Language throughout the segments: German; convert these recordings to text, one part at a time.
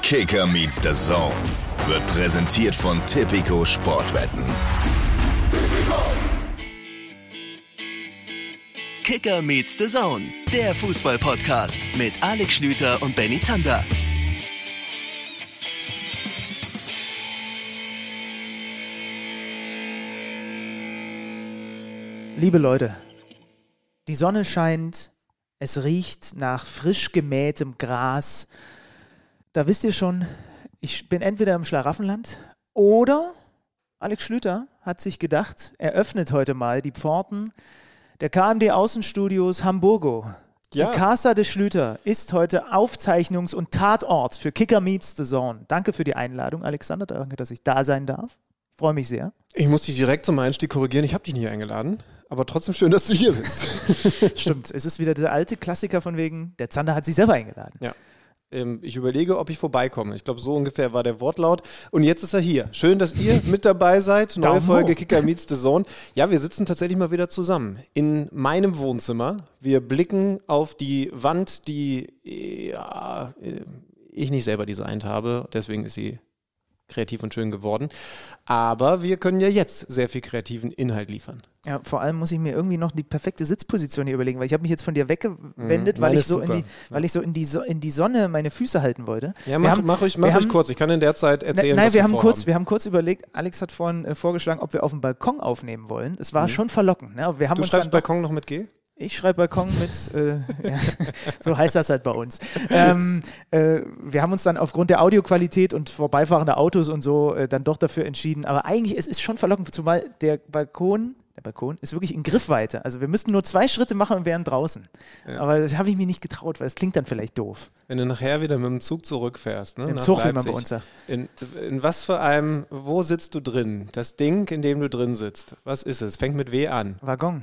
Kicker meets the Zone wird präsentiert von Tipico Sportwetten. Kicker meets the Zone, der Fußball-Podcast mit Alex Schlüter und Benny Zander. Liebe Leute, die Sonne scheint, es riecht nach frisch gemähtem Gras. Da wisst ihr schon, ich bin entweder im Schlaraffenland oder Alex Schlüter hat sich gedacht, er öffnet heute mal die Pforten der KMD-Außenstudios Hamburgo. Ja. Die Casa de Schlüter ist heute Aufzeichnungs- und Tatort für Kicker meets the Zone. Danke für die Einladung, Alexander. Danke, dass ich da sein darf. Ich freue mich sehr. Ich muss dich direkt zum Einstieg korrigieren. Ich habe dich nicht eingeladen, aber trotzdem schön, dass du hier bist. Stimmt, es ist wieder der alte Klassiker von wegen, der Zander hat sich selber eingeladen. Ja. Ich überlege, ob ich vorbeikomme. Ich glaube, so ungefähr war der Wortlaut. Und jetzt ist er hier. Schön, dass ihr mit dabei seid. Neue Folge Kicker meets the Zone. Ja, wir sitzen tatsächlich mal wieder zusammen in meinem Wohnzimmer. Wir blicken auf die Wand, die ich nicht selber designt habe. Deswegen ist sie kreativ und schön geworden. Aber wir können ja jetzt sehr viel kreativen Inhalt liefern. Ja, vor allem muss ich mir irgendwie noch die perfekte Sitzposition hier überlegen, weil ich habe mich jetzt von dir weggewendet, weil ich so in die Sonne meine Füße halten wollte. Ja, mach ruhig kurz. Ich kann in der Zeit erzählen, was wir haben kurz überlegt, Alex hat vorhin vorgeschlagen, ob wir auf dem Balkon aufnehmen wollen. Es war schon verlockend. Ne? Du schreibst Balkon noch mit G? Ich schreibe Balkon mit, ja, so heißt das halt bei uns. Wir haben uns dann aufgrund der Audioqualität und vorbeifahrender Autos und so dann doch dafür entschieden. Aber eigentlich, es ist schon verlockend, zumal der Balkon ist wirklich in Griffweite. Also wir müssten nur 2 Schritte machen und wären draußen. Ja. Aber das habe ich mir nicht getraut, weil es klingt dann vielleicht doof. Wenn du nachher wieder mit dem Zug zurückfährst, ne? Im Zug, wie man bei uns sagt. In was für einem, wo sitzt du drin? Das Ding, in dem du drin sitzt. Was ist es? Fängt mit W an. Waggon.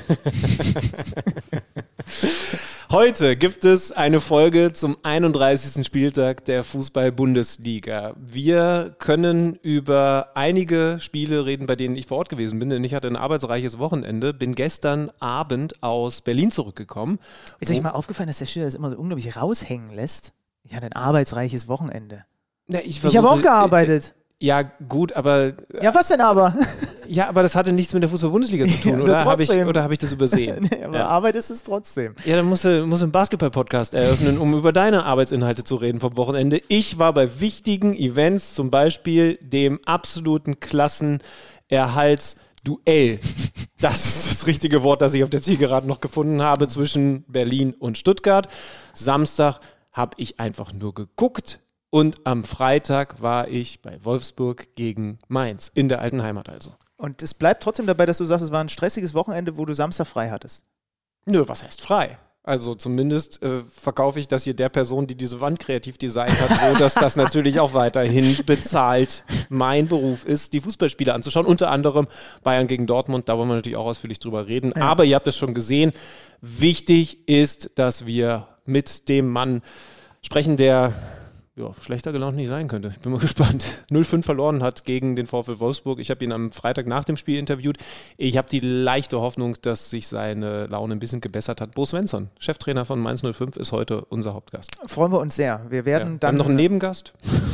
Heute gibt es eine Folge zum 31. Spieltag der Fußball-Bundesliga. Wir können über einige Spiele reden, bei denen ich vor Ort gewesen bin, denn ich hatte ein arbeitsreiches Wochenende, bin gestern Abend aus Berlin zurückgekommen. Ist euch mal aufgefallen, dass der Schüler das immer so unglaublich raushängen lässt? Ich hatte ein arbeitsreiches Wochenende. Ja, ich habe auch gearbeitet. Ja, gut, aber... Ja, was denn aber? Ja, aber das hatte nichts mit der Fußball-Bundesliga zu tun, oder? Habe ich das übersehen? Nee, aber Arbeit ist es trotzdem. Ja, dann musst du einen Basketball-Podcast eröffnen, um über deine Arbeitsinhalte zu reden vom Wochenende. Ich war bei wichtigen Events, zum Beispiel dem absoluten Klassenerhaltsduell. Das ist das richtige Wort, das ich auf der Zielgeraden noch gefunden habe, zwischen Berlin und Stuttgart. Samstag habe ich einfach nur geguckt. Und am Freitag war ich bei Wolfsburg gegen Mainz, in der alten Heimat also. Und es bleibt trotzdem dabei, dass du sagst, es war ein stressiges Wochenende, wo du Samstag frei hattest. Nö, was heißt frei? Also zumindest verkaufe ich das hier der Person, die diese Wand kreativ designt hat, so dass das natürlich auch weiterhin bezahlt mein Beruf ist, die Fußballspiele anzuschauen. Unter anderem Bayern gegen Dortmund, da wollen wir natürlich auch ausführlich drüber reden. Ja. Aber ihr habt es schon gesehen, wichtig ist, dass wir mit dem Mann sprechen, der... schlechter gelaunt nicht sein könnte. Ich bin mal gespannt. 0-5 verloren hat gegen den VfL Wolfsburg. Ich habe ihn am Freitag nach dem Spiel interviewt. Ich habe die leichte Hoffnung, dass sich seine Laune ein bisschen gebessert hat. Bo Svensson, Cheftrainer von Mainz 05, ist heute unser Hauptgast. Freuen wir uns sehr. Wir werden dann noch einen Nebengast.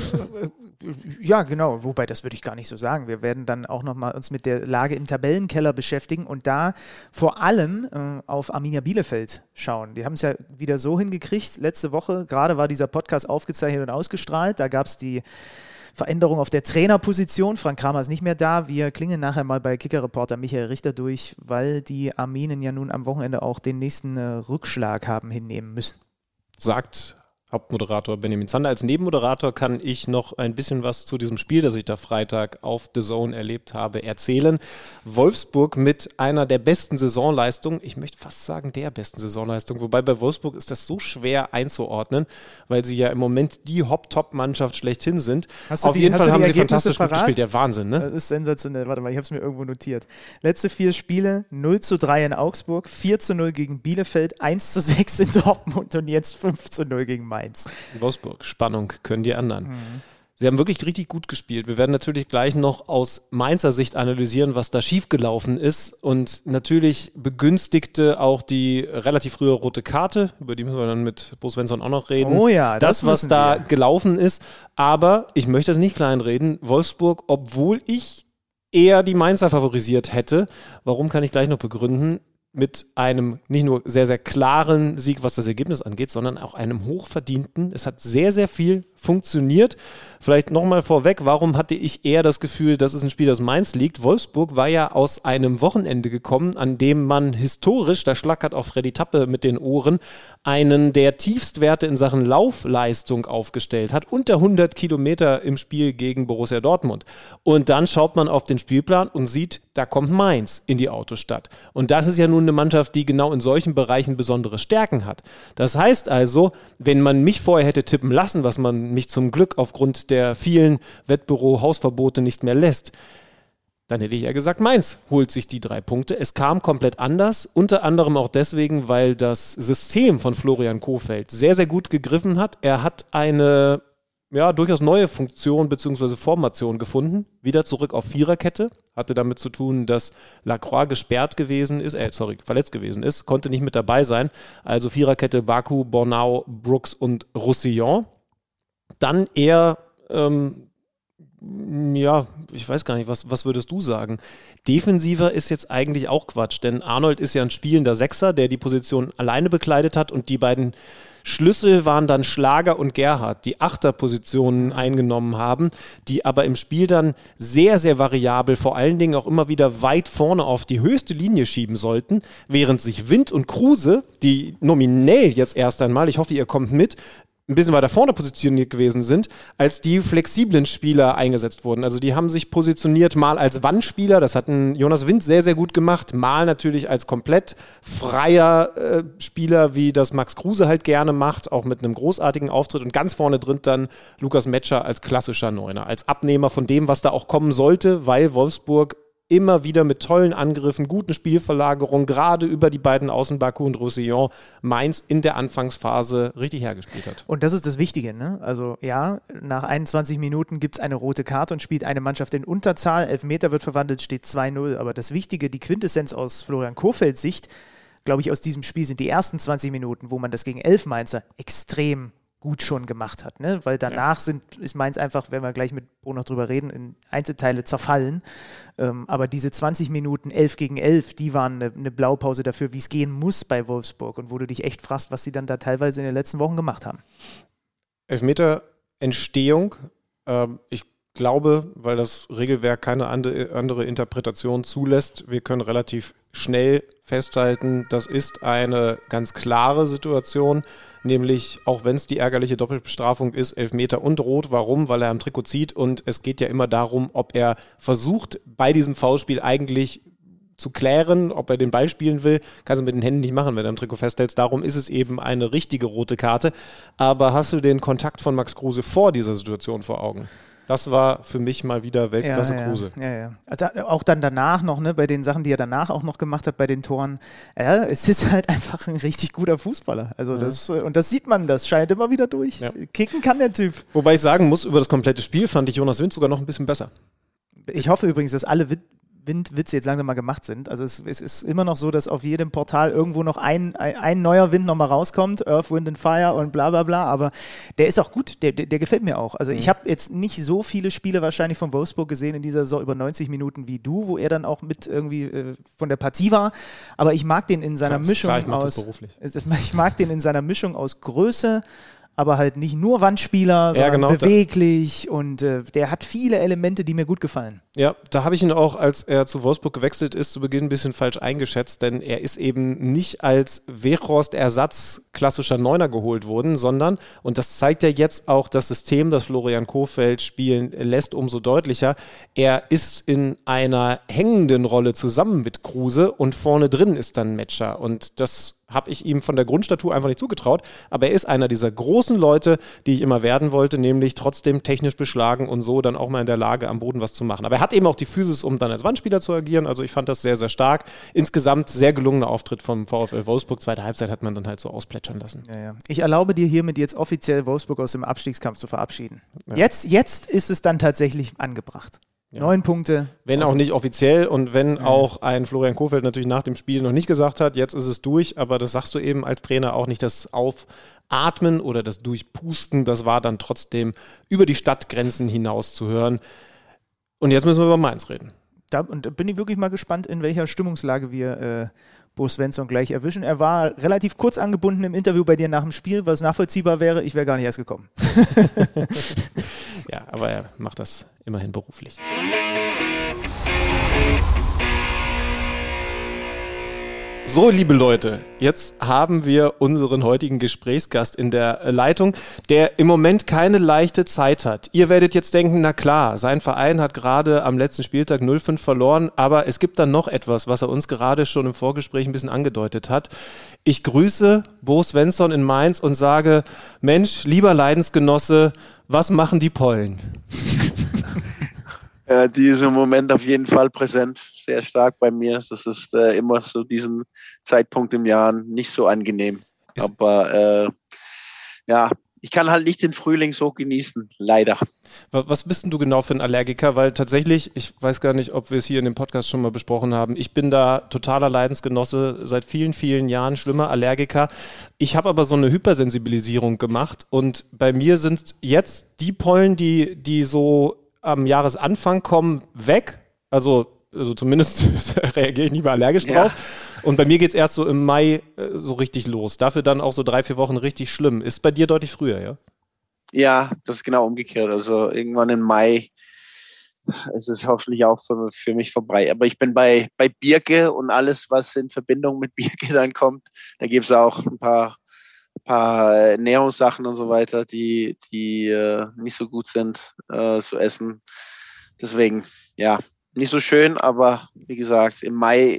Ja, genau. Wobei, das würde ich gar nicht so sagen. Wir werden dann auch nochmal uns mit der Lage im Tabellenkeller beschäftigen und da vor allem auf Arminia Bielefeld schauen. Die haben es ja wieder so hingekriegt. Letzte Woche, gerade war dieser Podcast aufgezeichnet und ausgestrahlt. Da gab es die Veränderung auf der Trainerposition. Frank Kramer ist nicht mehr da. Wir klingen nachher mal bei Kicker-Reporter Michael Richter durch, weil die Arminen ja nun am Wochenende auch den nächsten Rückschlag haben hinnehmen müssen. Sagt Hauptmoderator Benjamin Zander. Als Nebenmoderator kann ich noch ein bisschen was zu diesem Spiel, das ich da Freitag auf The Zone erlebt habe, erzählen. Wolfsburg mit einer der besten Saisonleistungen, ich möchte fast sagen der besten Saisonleistung, wobei bei Wolfsburg ist das so schwer einzuordnen, weil sie ja im Moment die Hop-Top-Mannschaft schlechthin sind. Auf jeden Fall haben sie fantastisch gut gespielt, der Wahnsinn, ne? Das ist sensationell. Warte mal, ich habe es mir irgendwo notiert. Letzte 4 Spiele, 0-3 in Augsburg, 4-0 gegen Bielefeld, 1-6 in Dortmund und jetzt 5-0 gegen Mainz. Wolfsburg, Spannung können die anderen. Sie haben wirklich richtig gut gespielt. Wir werden natürlich gleich noch aus Mainzer Sicht analysieren, was da schiefgelaufen ist. Und natürlich begünstigte auch die relativ frühe rote Karte, über die müssen wir dann mit Bo Svensson auch noch reden. Oh ja, das was da gelaufen ist. Aber ich möchte das nicht kleinreden. Wolfsburg, obwohl ich eher die Mainzer favorisiert hätte, warum kann ich gleich noch begründen, mit einem nicht nur sehr, sehr klaren Sieg, was das Ergebnis angeht, sondern auch einem hochverdienten. Es hat sehr, sehr viel funktioniert. Vielleicht nochmal vorweg, warum hatte ich eher das Gefühl, dass es ein Spiel, das Mainz liegt? Wolfsburg war ja aus einem Wochenende gekommen, an dem man historisch, da schlackert auch Freddy Tappe mit den Ohren, einen der Tiefstwerte in Sachen Laufleistung aufgestellt hat, unter 100 Kilometer im Spiel gegen Borussia Dortmund. Und dann schaut man auf den Spielplan und sieht, da kommt Mainz in die Autostadt. Und das ist ja nun eine Mannschaft, die genau in solchen Bereichen besondere Stärken hat. Das heißt also, wenn man mich vorher hätte tippen lassen, was man mich zum Glück aufgrund der vielen Wettbüro-Hausverbote nicht mehr lässt, dann hätte ich ja gesagt, Mainz holt sich die 3 Punkte. Es kam komplett anders, unter anderem auch deswegen, weil das System von Florian Kohfeldt sehr, sehr gut gegriffen hat. Er hat eine durchaus neue Funktion bzw. Formation gefunden. Wieder zurück auf Viererkette. Hatte damit zu tun, dass Lacroix verletzt gewesen ist, konnte nicht mit dabei sein. Also Viererkette Baku, Bornau, Brooks und Roussillon. Dann eher, ich weiß gar nicht, was würdest du sagen? Defensiver ist jetzt eigentlich auch Quatsch, denn Arnold ist ja ein spielender Sechser, der die Position alleine bekleidet hat und die beiden Schlüssel waren dann Schlager und Gerhardt, die Achterpositionen eingenommen haben, die aber im Spiel dann sehr, sehr variabel, vor allen Dingen auch immer wieder weit vorne auf die höchste Linie schieben sollten, während sich Wind und Kruse, die nominell jetzt erst einmal, ich hoffe, ihr kommt mit, ein bisschen weiter vorne positioniert gewesen sind, als die flexiblen Spieler eingesetzt wurden. Also die haben sich positioniert mal als Wandspieler, das hat ein Jonas Wind sehr, sehr gut gemacht, mal natürlich als komplett freier Spieler, wie das Max Kruse halt gerne macht, auch mit einem großartigen Auftritt und ganz vorne drin dann Lukas Metscher als klassischer Neuner, als Abnehmer von dem, was da auch kommen sollte, weil Wolfsburg immer wieder mit tollen Angriffen, guten Spielverlagerungen, gerade über die beiden Außen Baku und Roussillon, Mainz in der Anfangsphase richtig hergespielt hat. Und das ist das Wichtige, ne? Also ja, nach 21 Minuten gibt es eine rote Karte und spielt eine Mannschaft in Unterzahl, Elfmeter wird verwandelt, steht 2-0, aber das Wichtige, die Quintessenz aus Florian Kohfeldts Sicht, glaube ich, aus diesem Spiel sind die ersten 20 Minuten, wo man das gegen 11 Mainzer extrem gut schon gemacht hat, ne? Weil danach ist Mainz einfach, wenn wir gleich mit Bo noch drüber reden, in Einzelteile zerfallen. Aber diese 20 Minuten 11 gegen 11, die waren eine Blaupause dafür, wie es gehen muss bei Wolfsburg und wo du dich echt fragst, was sie dann da teilweise in den letzten Wochen gemacht haben. Elfmeter Entstehung, ich glaube, weil das Regelwerk keine andere Interpretation zulässt, wir können relativ schnell festhalten, das ist eine ganz klare Situation, nämlich auch wenn es die ärgerliche Doppelbestrafung ist, Elfmeter und Rot. Warum? Weil er am Trikot zieht und es geht ja immer darum, ob er versucht, bei diesem Foulspiel eigentlich zu klären, ob er den Ball spielen will, kannst du mit den Händen nicht machen, wenn du am Trikot festhältst. Darum ist es eben eine richtige rote Karte. Aber hast du den Kontakt von Max Kruse vor dieser Situation vor Augen? Das war für mich mal wieder Weltklasse Kruse. Ja. Also auch dann danach noch, ne, bei den Sachen, die er danach auch noch gemacht hat, bei den Toren. Ja, es ist halt einfach ein richtig guter Fußballer. Also und das sieht man, das scheint immer wieder durch. Ja. Kicken kann der Typ. Wobei ich sagen muss, über das komplette Spiel fand ich Jonas Wind sogar noch ein bisschen besser. Ich hoffe übrigens, dass alle Windwitze jetzt langsam mal gemacht sind. Also es ist immer noch so, dass auf jedem Portal irgendwo noch ein neuer Wind nochmal rauskommt, Earth, Wind and Fire und bla bla bla, aber der ist auch gut, der gefällt mir auch. Also ich habe jetzt nicht so viele Spiele wahrscheinlich von Wolfsburg gesehen in dieser Saison über 90 Minuten wie du, wo er dann auch mit irgendwie von der Partie war, aber ich mag den in seiner Mischung aus Größe, aber halt nicht nur Wandspieler, sondern beweglich und der hat viele Elemente, die mir gut gefallen. Ja, da habe ich ihn auch, als er zu Wolfsburg gewechselt ist, zu Beginn ein bisschen falsch eingeschätzt, denn er ist eben nicht als Weghorst-Ersatz klassischer Neuner geholt worden, sondern, und das zeigt ja jetzt auch das System, das Florian Kohfeldt spielen lässt, umso deutlicher, er ist in einer hängenden Rolle zusammen mit Kruse und vorne drin ist dann Metscher und das habe ich ihm von der Grundstatur einfach nicht zugetraut. Aber er ist einer dieser großen Leute, die ich immer werden wollte, nämlich trotzdem technisch beschlagen und so dann auch mal in der Lage, am Boden was zu machen. Aber er hat eben auch die Physis, um dann als Wandspieler zu agieren. Also ich fand das sehr, sehr stark. Insgesamt sehr gelungener Auftritt vom VfL Wolfsburg. Zweite Halbzeit hat man dann halt so ausplätschern lassen. Ja. Ich erlaube dir hiermit jetzt offiziell Wolfsburg aus dem Abstiegskampf zu verabschieden. Ja. Jetzt ist es dann tatsächlich angebracht. Ja. 9 Punkte. Wenn auch nicht offiziell und wenn auch ein Florian Kohfeldt natürlich nach dem Spiel noch nicht gesagt hat, jetzt ist es durch, aber das sagst du eben als Trainer auch nicht, das Aufatmen oder das Durchpusten, das war dann trotzdem über die Stadtgrenzen hinaus zu hören. Und jetzt müssen wir über Mainz reden. Und da bin ich wirklich mal gespannt, in welcher Stimmungslage wir Bo Svensson gleich erwischen. Er war relativ kurz angebunden im Interview bei dir nach dem Spiel, was nachvollziehbar wäre. Ich wäre gar nicht erst gekommen. Ja, aber er macht das immerhin beruflich. So, liebe Leute, jetzt haben wir unseren heutigen Gesprächsgast in der Leitung, der im Moment keine leichte Zeit hat. Ihr werdet jetzt denken, na klar, sein Verein hat gerade am letzten Spieltag 0-5 verloren, aber es gibt dann noch etwas, was er uns gerade schon im Vorgespräch ein bisschen angedeutet hat. Ich grüße Bo Svensson in Mainz und sage, Mensch, lieber Leidensgenosse, was machen die Pollen? Die ist im Moment auf jeden Fall präsent, sehr stark bei mir. Das ist immer so diesen Zeitpunkt im Jahr nicht so angenehm. Aber ich kann halt nicht den Frühling so genießen, leider. Was bist denn du genau für ein Allergiker? Weil tatsächlich, ich weiß gar nicht, ob wir es hier in dem Podcast schon mal besprochen haben, ich bin da totaler Leidensgenosse, seit vielen, vielen Jahren schlimmer Allergiker. Ich habe aber so eine Hypersensibilisierung gemacht und bei mir sind jetzt die Pollen, die so am Jahresanfang kommen, weg. Also zumindest reagiere ich nicht mehr allergisch drauf. Ja. Und bei mir geht es erst so im Mai so richtig los. Dafür dann auch so 3-4 Wochen richtig schlimm. Ist bei dir deutlich früher, ja? Ja, das ist genau umgekehrt. Also irgendwann im Mai ist es hoffentlich auch für mich vorbei. Aber ich bin bei Birke und alles, was in Verbindung mit Birke dann kommt, da gibt es auch ein paar Ernährungssachen und so weiter, die nicht so gut sind zu essen. Deswegen, ja, nicht so schön, aber wie gesagt, im Mai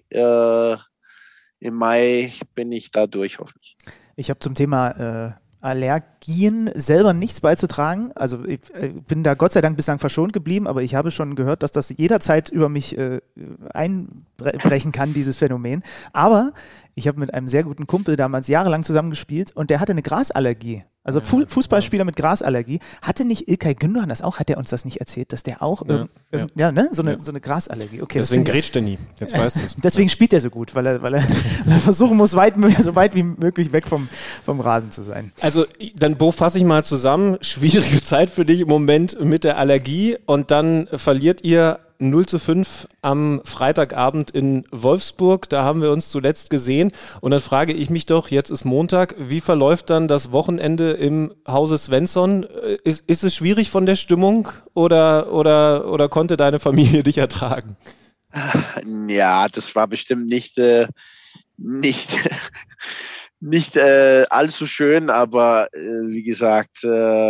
bin ich da durch, hoffentlich. Ich habe zum Thema Allergien selber nichts beizutragen. Also ich bin da Gott sei Dank bislang verschont geblieben, aber ich habe schon gehört, dass das jederzeit über mich einbrechen kann, dieses Phänomen. Aber ich habe mit einem sehr guten Kumpel damals jahrelang zusammengespielt und der hatte eine Grasallergie. Also Fußballspieler mit Grasallergie. Hatte nicht Ilkay Gündoğan das auch? Hat er uns das nicht erzählt, dass der auch so eine Grasallergie? Okay, deswegen grätscht er nie. Jetzt weißt du es. Deswegen spielt er so gut, weil er versuchen muss, so weit wie möglich weg vom Rasen zu sein. Also dann, Bo, fasse ich mal zusammen. Schwierige Zeit für dich im Moment mit der Allergie und dann verliert ihr 0-5 am Freitagabend in Wolfsburg. Da haben wir uns zuletzt gesehen. Und dann frage ich mich doch, jetzt ist Montag, wie verläuft dann das Wochenende im Hause Svensson? Ist es schwierig von der Stimmung oder konnte deine Familie dich ertragen? Ja, das war bestimmt nicht allzu schön, aber wie gesagt,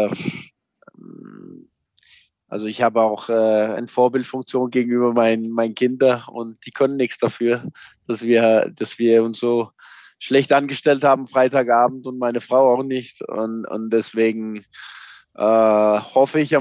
also ich habe auch eine Vorbildfunktion gegenüber meinen Kindern und die können nichts dafür, dass wir uns so schlecht angestellt haben Freitagabend und meine Frau auch nicht und deswegen hoffe ich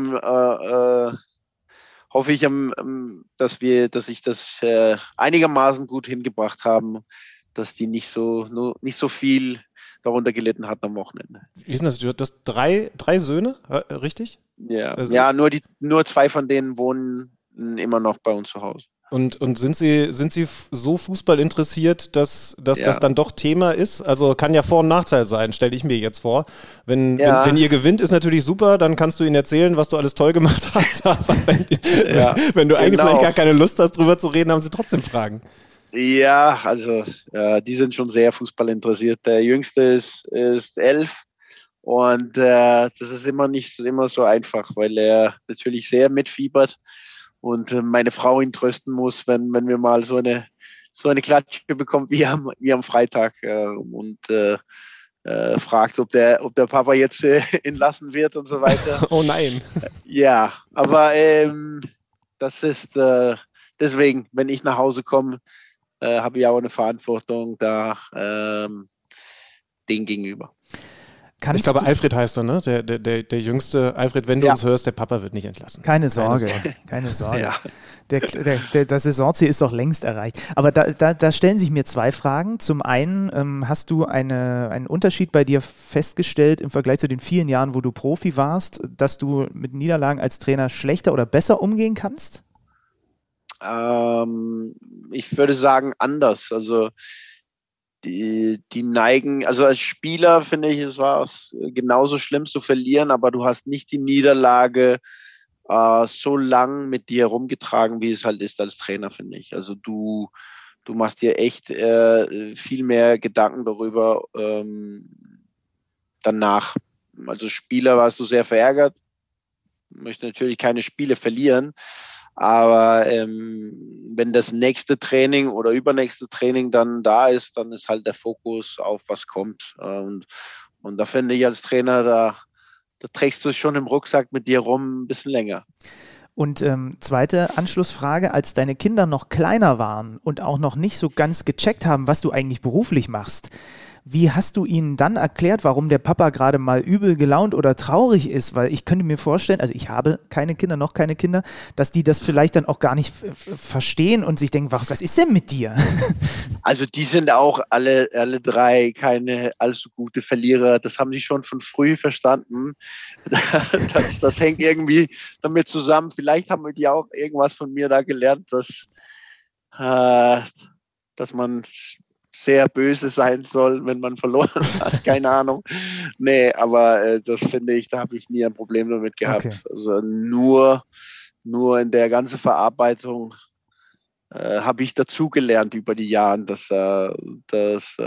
dass ich das einigermaßen gut hingebracht haben, dass die nicht so viel darunter gelitten hat am Wochenende. Wie ist das? Du hast drei Söhne, richtig? Ja, also, ja, nur 2 von denen wohnen immer noch bei uns zu Hause. Und sind sie so Fußball interessiert, dass das dann doch Thema ist? Also kann ja Vor- und Nachteil sein, stelle ich mir jetzt vor. Wenn ihr gewinnt, ist natürlich super, dann kannst du ihnen erzählen, was du alles toll gemacht hast. Aber wenn du eigentlich vielleicht gar keine Lust hast, drüber zu reden, haben sie trotzdem Fragen. Ja, also die sind schon sehr Fußball interessiert. Der Jüngste ist 11 und das ist nicht immer so einfach, weil er natürlich sehr mitfiebert und meine Frau ihn trösten muss, wenn wir mal so eine Klatsche bekommen wie am Freitag und fragt, ob der Papa jetzt entlassen wird und so weiter. Oh nein. Ja, aber das ist deswegen, wenn ich nach Hause komme, habe ich auch eine Verantwortung, da denen gegenüber. Ich glaube, Alfred heißt er, ne? Der Jüngste. Alfred, wenn du uns hörst, der Papa wird nicht entlassen. Keine Sorge. Ja. Das Saisonziel ist doch längst erreicht. Aber da stellen sich mir zwei Fragen. Zum einen, hast du einen Unterschied bei dir festgestellt im Vergleich zu den vielen Jahren, wo du Profi warst, dass du mit Niederlagen als Trainer schlechter oder besser umgehen kannst? Ich würde sagen anders. Also die neigen, also als Spieler finde ich, es war genauso schlimm zu verlieren, aber du hast nicht die Niederlage so lang mit dir herumgetragen, wie es halt ist als Trainer, finde ich. Also du machst dir echt viel mehr Gedanken darüber danach. Also Spieler warst du sehr verärgert, möchte natürlich keine Spiele verlieren, aber wenn das nächste Training oder übernächste Training dann da ist, dann ist halt der Fokus auf was kommt. Und da finde ich als Trainer, da trägst du schon im Rucksack mit dir rum ein bisschen länger. Und zweite Anschlussfrage, als deine Kinder noch kleiner waren und auch noch nicht so ganz gecheckt haben, was du eigentlich beruflich machst, wie hast du ihnen dann erklärt, warum der Papa gerade mal übel gelaunt oder traurig ist? Weil ich könnte mir vorstellen, also ich habe noch keine Kinder, dass die das vielleicht dann auch gar nicht verstehen und sich denken, was ist denn mit dir? Also die sind auch alle drei keine allzu gute Verlierer. Das haben die schon von früh verstanden. Das hängt irgendwie damit zusammen. Vielleicht haben die auch irgendwas von mir da gelernt, dass man sehr böse sein soll, wenn man verloren hat. Keine Ahnung. Nee, aber das finde ich, da habe ich nie ein Problem damit gehabt. Okay. Also nur in der ganzen Verarbeitung habe ich dazugelernt über die Jahre, dass es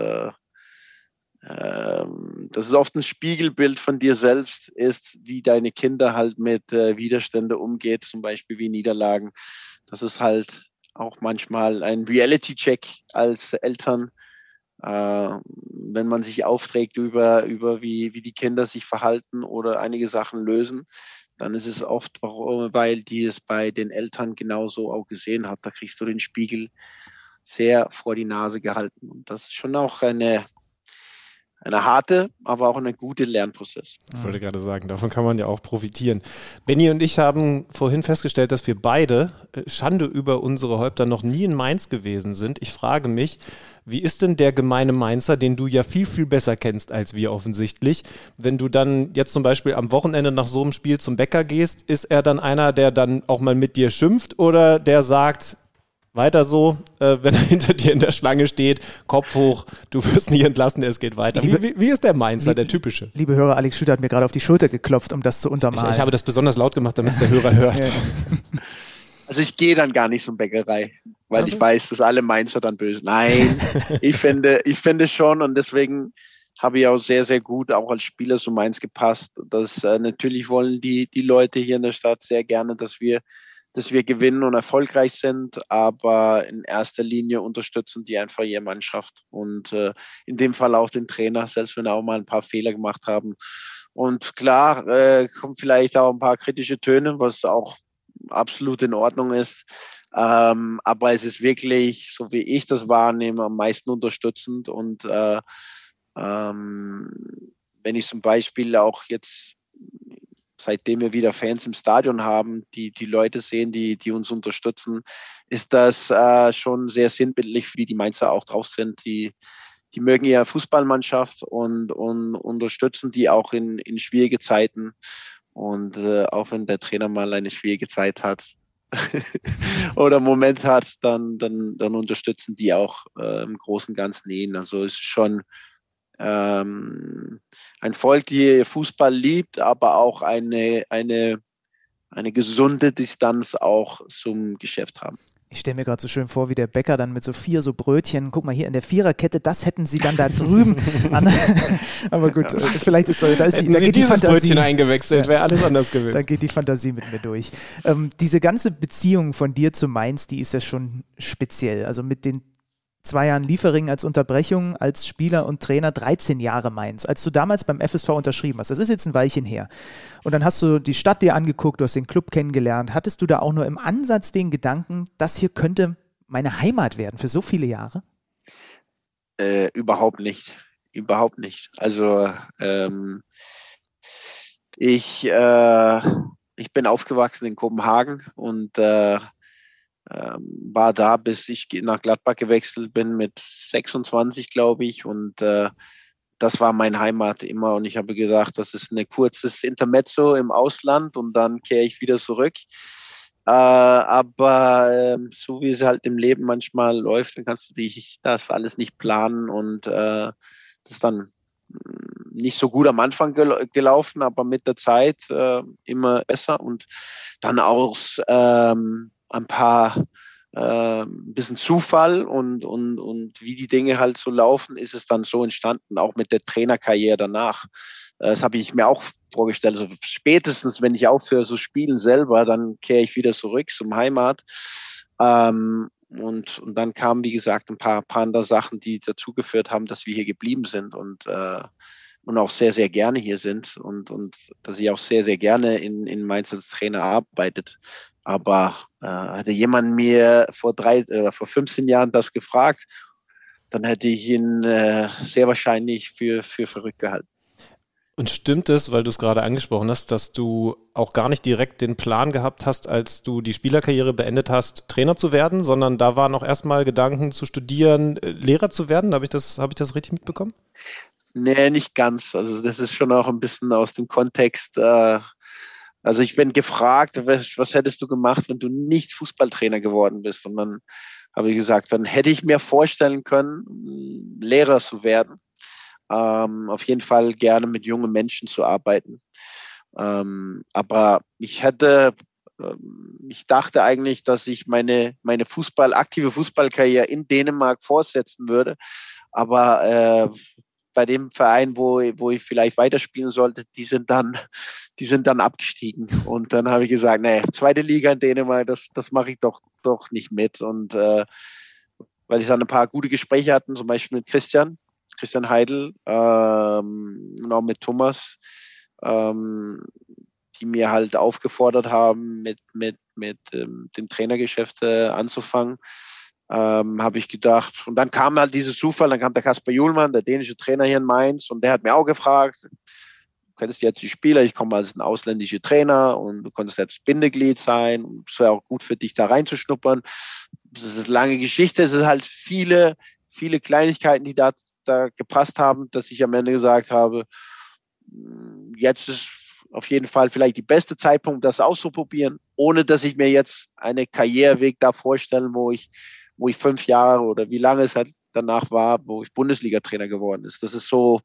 oft ein Spiegelbild von dir selbst ist, wie deine Kinder halt mit Widerstände umgeht, zum Beispiel wie Niederlagen. Das ist halt auch manchmal ein Reality-Check als Eltern, wenn man sich aufträgt über wie die Kinder sich verhalten oder einige Sachen lösen, dann ist es oft, weil die es bei den Eltern genauso auch gesehen hat. Da kriegst du den Spiegel sehr vor die Nase gehalten. Und das ist schon auch eine harte, aber auch eine gute Lernprozess. Ich wollte gerade sagen, davon kann man ja auch profitieren. Benni und ich haben vorhin festgestellt, dass wir beide, Schande über unsere Häupter, noch nie in Mainz gewesen sind. Ich frage mich, wie ist denn der gemeine Mainzer, den du ja viel, viel besser kennst als wir offensichtlich? Wenn du dann jetzt zum Beispiel am Wochenende nach so einem Spiel zum Bäcker gehst, ist er dann einer, der dann auch mal mit dir schimpft oder der sagt, weiter so, wenn er hinter dir in der Schlange steht, Kopf hoch, du wirst nicht entlassen, es geht weiter. Wie ist der Mainzer, der typische? Liebe Hörer, Alex Schlüter hat mir gerade auf die Schulter geklopft, um das zu untermalen. Ich habe das besonders laut gemacht, damit es der Hörer hört. Ja. Also ich gehe dann gar nicht zum Bäckerei, weil ich weiß, dass alle Mainzer dann böse. Nein, ich finde schon, und deswegen habe ich auch sehr, sehr gut auch als Spieler zu Mainz gepasst, dass natürlich wollen die Leute hier in der Stadt sehr gerne, dass wir gewinnen und erfolgreich sind, aber in erster Linie unterstützen die einfach ihre Mannschaft und in dem Fall auch den Trainer, selbst wenn er auch mal ein paar Fehler gemacht haben. Und klar, kommen vielleicht auch ein paar kritische Töne, was auch absolut in Ordnung ist, aber es ist wirklich, so wie ich das wahrnehme, am meisten unterstützend und wenn ich zum Beispiel auch jetzt, seitdem wir wieder Fans im Stadion haben, die Leute sehen, die uns unterstützen, ist das schon sehr sinnbildlich, wie die Mainzer auch drauf sind. Die mögen ihre Fußballmannschaft und unterstützen die auch in schwierige Zeiten. Und auch wenn der Trainer mal eine schwierige Zeit hat oder einen Moment hat, dann unterstützen die auch im Großen und Ganzen ihn. Also es ist schon ein Volk, die Fußball liebt, aber auch eine gesunde Distanz auch zum Geschäft haben. Ich stelle mir gerade so schön vor, wie der Bäcker dann mit so 4 so Brötchen, guck mal hier in der Viererkette, das hätten sie dann da drüben. Aber gut, vielleicht ist da geht die Fantasie. Brötchen eingewechselt, wäre alles anders gewesen. Da geht die Fantasie mit mir durch. Diese ganze Beziehung von dir zu Mainz, die ist ja schon speziell. Also mit den 2 Jahren Liefering als Unterbrechung, als Spieler und Trainer, 13 Jahre Mainz. Als du damals beim FSV unterschrieben hast, das ist jetzt ein Weilchen her. Und dann hast du die Stadt dir angeguckt, du hast den Club kennengelernt. Hattest du da auch nur im Ansatz den Gedanken, das hier könnte meine Heimat werden für so viele Jahre? Überhaupt nicht. überhaupt nicht. Also ich bin aufgewachsen in Kopenhagen und war da, bis ich nach Gladbach gewechselt bin mit 26, glaube ich. Und das war meine Heimat immer. Und ich habe gesagt, das ist ein kurzes Intermezzo im Ausland und dann kehre ich wieder zurück. Aber so wie es halt im Leben manchmal läuft, dann kannst du das alles nicht planen und das ist dann nicht so gut am Anfang gelaufen, aber mit der Zeit immer besser und dann aus ein paar ein bisschen Zufall und wie die Dinge halt so laufen, ist es dann so entstanden, auch mit der Trainerkarriere danach. Das habe ich mir auch vorgestellt. Also spätestens, wenn ich aufhöre zu spielen selber, dann kehre ich wieder zurück zum Heimat. Und dann kamen, wie gesagt, ein paar andere Sachen, die dazu geführt haben, dass wir hier geblieben sind und auch sehr, sehr gerne hier sind und dass ich auch sehr, sehr gerne in Mainz als Trainer arbeitet. Aber hätte jemand mir vor 15 Jahren das gefragt, dann hätte ich ihn sehr wahrscheinlich für verrückt gehalten. Und stimmt es, weil du es gerade angesprochen hast, dass du auch gar nicht direkt den Plan gehabt hast, als du die Spielerkarriere beendet hast, Trainer zu werden, sondern da waren auch erstmal Gedanken zu studieren, Lehrer zu werden? Habe ich das richtig mitbekommen? Nee, nicht ganz. Also das ist schon auch ein bisschen aus dem Kontext. Also ich bin gefragt, was hättest du gemacht, wenn du nicht Fußballtrainer geworden bist? Und dann habe ich gesagt, dann hätte ich mir vorstellen können, Lehrer zu werden. Auf jeden Fall gerne mit jungen Menschen zu arbeiten. Aber ich dachte eigentlich, dass ich meine aktive Fußballkarriere in Dänemark fortsetzen würde. Aber bei dem Verein, wo ich vielleicht weiterspielen sollte, die sind dann abgestiegen. Und dann habe ich gesagt, nee, zweite Liga in Dänemark, das mache ich doch nicht mit. Und weil ich dann ein paar gute Gespräche hatte, zum Beispiel mit Christian Heidel, und auch mit Thomas, die mir halt aufgefordert haben, mit dem Trainergeschäft anzufangen, habe ich gedacht. Und dann kam halt dieser Zufall, dann kam der Kasper Hjulmand, der dänische Trainer hier in Mainz, und der hat mir auch gefragt, du kennst jetzt die Spieler, ich komme als ein ausländischer Trainer und du konntest jetzt Bindeglied sein und es wäre auch gut für dich, da reinzuschnuppern. Das ist eine lange Geschichte, es sind halt viele, viele Kleinigkeiten, die da gepasst haben, dass ich am Ende gesagt habe, jetzt ist auf jeden Fall vielleicht die beste Zeitpunkt, das auszuprobieren, ohne dass ich mir jetzt einen Karriereweg da vorstelle, wo ich 5 Jahre oder wie lange es halt danach war, wo ich Bundesliga-Trainer geworden ist. Das ist so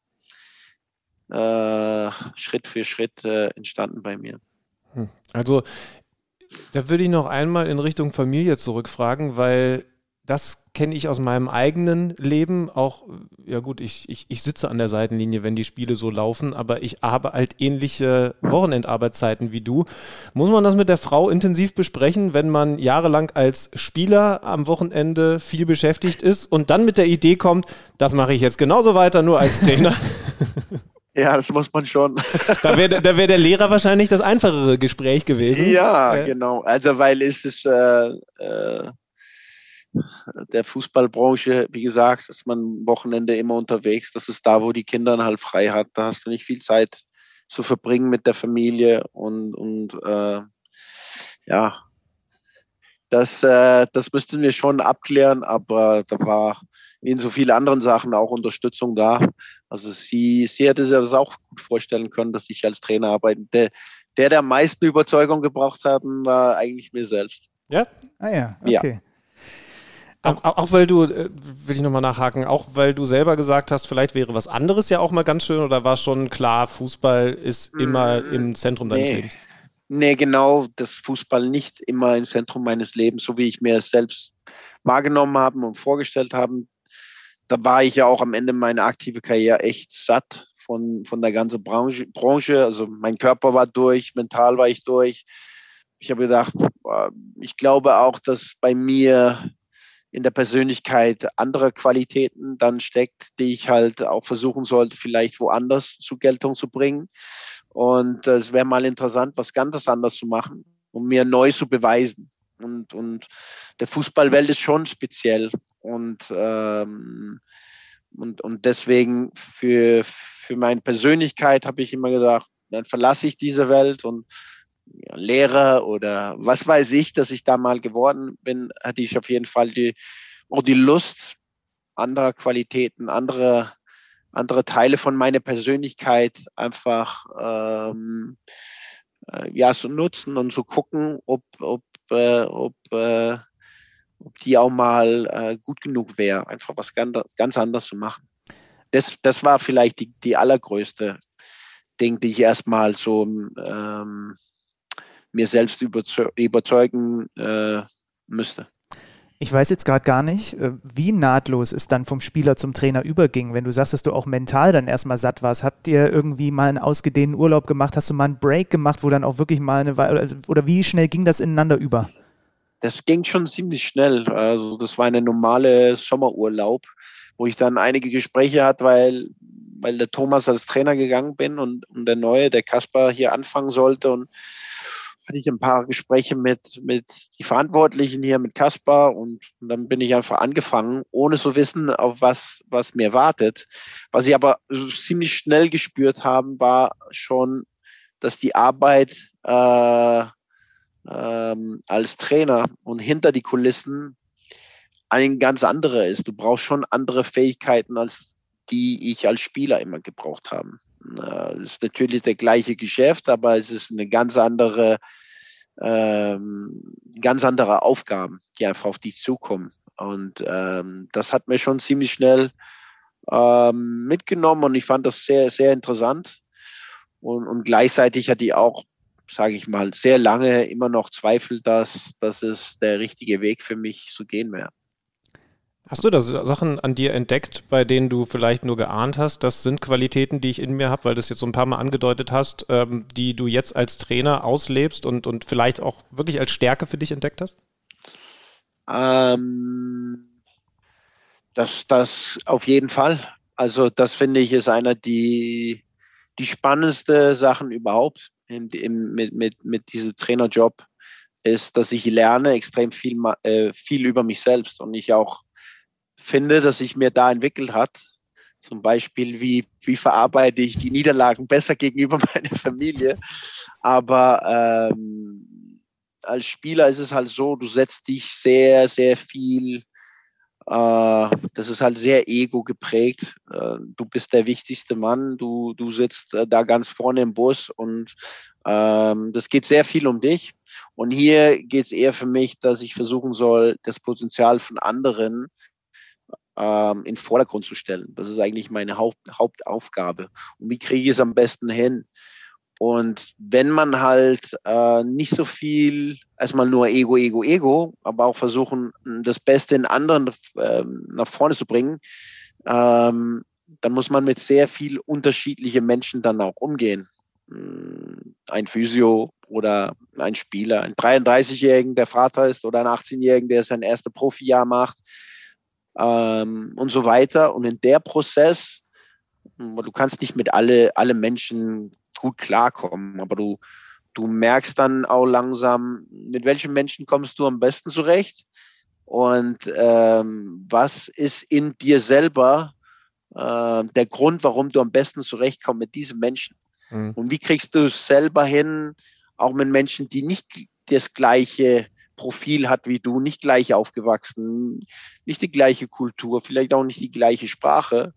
Schritt für Schritt entstanden bei mir. Also da würde ich noch einmal in Richtung Familie zurückfragen, weil das kenne ich aus meinem eigenen Leben auch. Ja gut, ich sitze an der Seitenlinie, wenn die Spiele so laufen, aber ich habe halt ähnliche Wochenendarbeitszeiten wie du. Muss man das mit der Frau intensiv besprechen, wenn man jahrelang als Spieler am Wochenende viel beschäftigt ist und dann mit der Idee kommt, das mache ich jetzt genauso weiter, nur als Trainer? Ja, das muss man schon. Da wär der Lehrer wahrscheinlich das einfachere Gespräch gewesen. Ja, genau. Also weil es ist der Fußballbranche, wie gesagt, ist man Wochenende immer unterwegs. Das ist da, wo die Kinder halt frei hat. Da hast du nicht viel Zeit zu verbringen mit der Familie und ja, das müssten wir schon abklären, aber da war in so vielen anderen Sachen auch Unterstützung da. Also sie hätte sich das auch gut vorstellen können, dass ich als Trainer arbeite. Der am meisten Überzeugung gebraucht haben, war eigentlich mir selbst. Ja? Ah ja, okay. Ja. Auch weil du, will ich nochmal nachhaken, auch weil du selber gesagt hast, vielleicht wäre was anderes ja auch mal ganz schön, oder war schon klar, Fußball ist immer im Zentrum deines Lebens? Nee, genau, das Fußball nicht immer im Zentrum meines Lebens, so wie ich mir es selbst wahrgenommen habe und vorgestellt habe. Da war ich ja auch am Ende meiner aktiven Karriere echt satt von der ganzen Branche. Also mein Körper war durch, mental war ich durch. Ich habe gedacht, ich glaube auch, dass bei mir in der Persönlichkeit andere Qualitäten dann steckt, die ich halt auch versuchen sollte, vielleicht woanders zur Geltung zu bringen. Und es wäre mal interessant, was ganz anderes zu machen, um mir neu zu beweisen. Und der Fußballwelt ist schon speziell. Und Und deswegen für meine Persönlichkeit habe ich immer gedacht, dann verlasse ich diese Welt und ja, Lehrer oder was weiß ich, dass ich da mal geworden bin, hatte ich auf jeden Fall die Lust, andere Qualitäten, andere Teile von meiner Persönlichkeit einfach zu nutzen und zu gucken, ob die auch mal gut genug wäre, einfach was ganz anderes zu machen. Das war vielleicht die allergrößte Ding, die ich erstmal so mir selbst überzeugen müsste. Ich weiß jetzt gerade gar nicht, wie nahtlos es dann vom Spieler zum Trainer überging. Wenn du sagst, dass du auch mental dann erstmal satt warst, habt ihr irgendwie mal einen ausgedehnten Urlaub gemacht? Hast du mal einen Break gemacht, wo dann auch wirklich mal eine Weile, oder wie schnell ging das ineinander über? Das ging schon ziemlich schnell. Also das war eine normale Sommerurlaub, wo ich dann einige Gespräche hatte, weil der Thomas als Trainer gegangen bin und der Neue, der Kaspar, hier anfangen sollte. Und hatte ich ein paar Gespräche mit die Verantwortlichen hier, mit Kaspar, und dann bin ich einfach angefangen, ohne zu wissen, auf was mir wartet. Was ich aber ziemlich schnell gespürt haben, war schon, dass die Arbeit als Trainer und hinter die Kulissen ein ganz anderer ist. Du brauchst schon andere Fähigkeiten, als die ich als Spieler immer gebraucht habe. Es ist natürlich das gleiche Geschäft, aber es ist eine ganz andere Aufgaben, die einfach auf dich zukommen. Und das hat mir schon ziemlich schnell mitgenommen, und ich fand das sehr, sehr interessant. Und gleichzeitig hatte ich auch, sage ich mal, sehr lange immer noch Zweifel, dass es der richtige Weg für mich zu gehen wäre. Hast du da Sachen an dir entdeckt, bei denen du vielleicht nur geahnt hast, das sind Qualitäten, die ich in mir habe, weil du es jetzt so ein paar Mal angedeutet hast, die du jetzt als Trainer auslebst und vielleicht auch wirklich als Stärke für dich entdeckt hast? Das auf jeden Fall. Also das finde ich ist einer die spannendste Sachen überhaupt mit diesem Trainerjob, ist, dass ich lerne extrem viel über mich selbst, und ich auch finde, dass sich mir da entwickelt hat. Zum Beispiel, wie verarbeite ich die Niederlagen besser gegenüber meiner Familie. Aber als Spieler ist es halt so, du setzt dich sehr, sehr viel, das ist halt sehr ego geprägt. Du bist der wichtigste Mann, du sitzt da ganz vorne im Bus, und das geht sehr viel um dich. Und hier geht es eher für mich, dass ich versuchen soll, das Potenzial von anderen in den Vordergrund zu stellen. Das ist eigentlich meine Hauptaufgabe. Und wie kriege ich es am besten hin? Und wenn man halt nicht so viel, erstmal nur Ego, aber auch versuchen, das Beste in anderen nach vorne zu bringen, dann muss man mit sehr viel unterschiedlichen Menschen dann auch umgehen. Ein Physio oder ein Spieler, ein 33-Jährigen, der Vater ist, oder ein 18-Jährigen, der sein erstes Profijahr macht, und so weiter. Und in der Prozess, du kannst nicht mit alle Menschen gut klarkommen, aber du merkst dann auch langsam, mit welchen Menschen kommst du am besten zurecht, und was ist in dir selber der Grund, warum du am besten zurechtkommst mit diesen Menschen. Und wie kriegst du es selber hin, auch mit Menschen, die nicht das gleiche Profil hat wie du, nicht gleich aufgewachsen, nicht die gleiche Kultur, vielleicht auch nicht die gleiche Sprache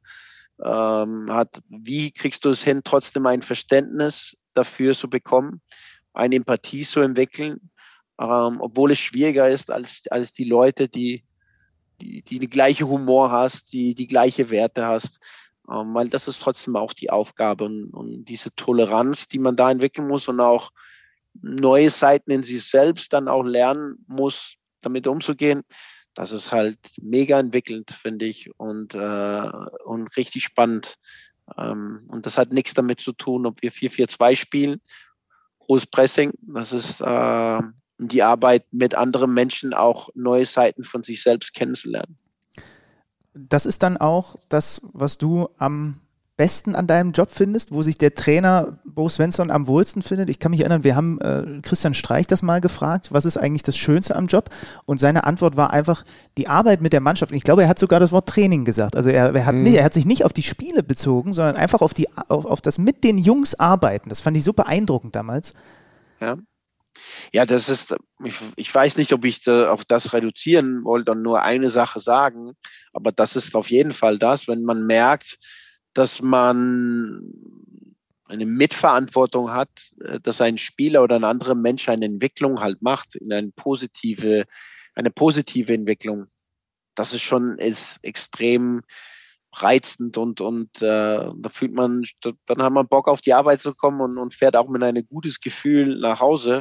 hat. Wie kriegst du es hin, trotzdem ein Verständnis dafür zu bekommen, eine Empathie zu entwickeln, obwohl es schwieriger ist als die Leute, die gleiche Humor hast, die gleiche Werte hast, weil das ist trotzdem auch die Aufgabe, und diese Toleranz, die man da entwickeln muss, und auch neue Seiten in sich selbst dann auch lernen muss, damit umzugehen. Das ist halt mega entwickelnd, finde ich, und richtig spannend. Und das hat nichts damit zu tun, ob wir 4-4-2 spielen, hohes Pressing. Das ist die Arbeit mit anderen Menschen, auch neue Seiten von sich selbst kennenzulernen. Das ist dann auch das, was du am besten an deinem Job findest, wo sich der Trainer Bo Svensson am wohlsten findet? Ich kann mich erinnern, wir haben Christian Streich das mal gefragt, was ist eigentlich das Schönste am Job? Und seine Antwort war einfach die Arbeit mit der Mannschaft. Und ich glaube, er hat sogar das Wort Training gesagt. Also er hat sich nicht auf die Spiele bezogen, sondern einfach auf das mit den Jungs arbeiten. Das fand ich so beeindruckend damals. Ja, das ist, ich weiß nicht, ob ich auf das reduzieren wollte und nur eine Sache sagen, aber das ist auf jeden Fall das, wenn man merkt, dass man eine Mitverantwortung hat, dass ein Spieler oder ein anderer Mensch eine Entwicklung halt macht, in eine positive Entwicklung. Das ist extrem reizend und da fühlt man, dann hat man Bock auf die Arbeit zu kommen und fährt auch mit einem gutes Gefühl nach Hause.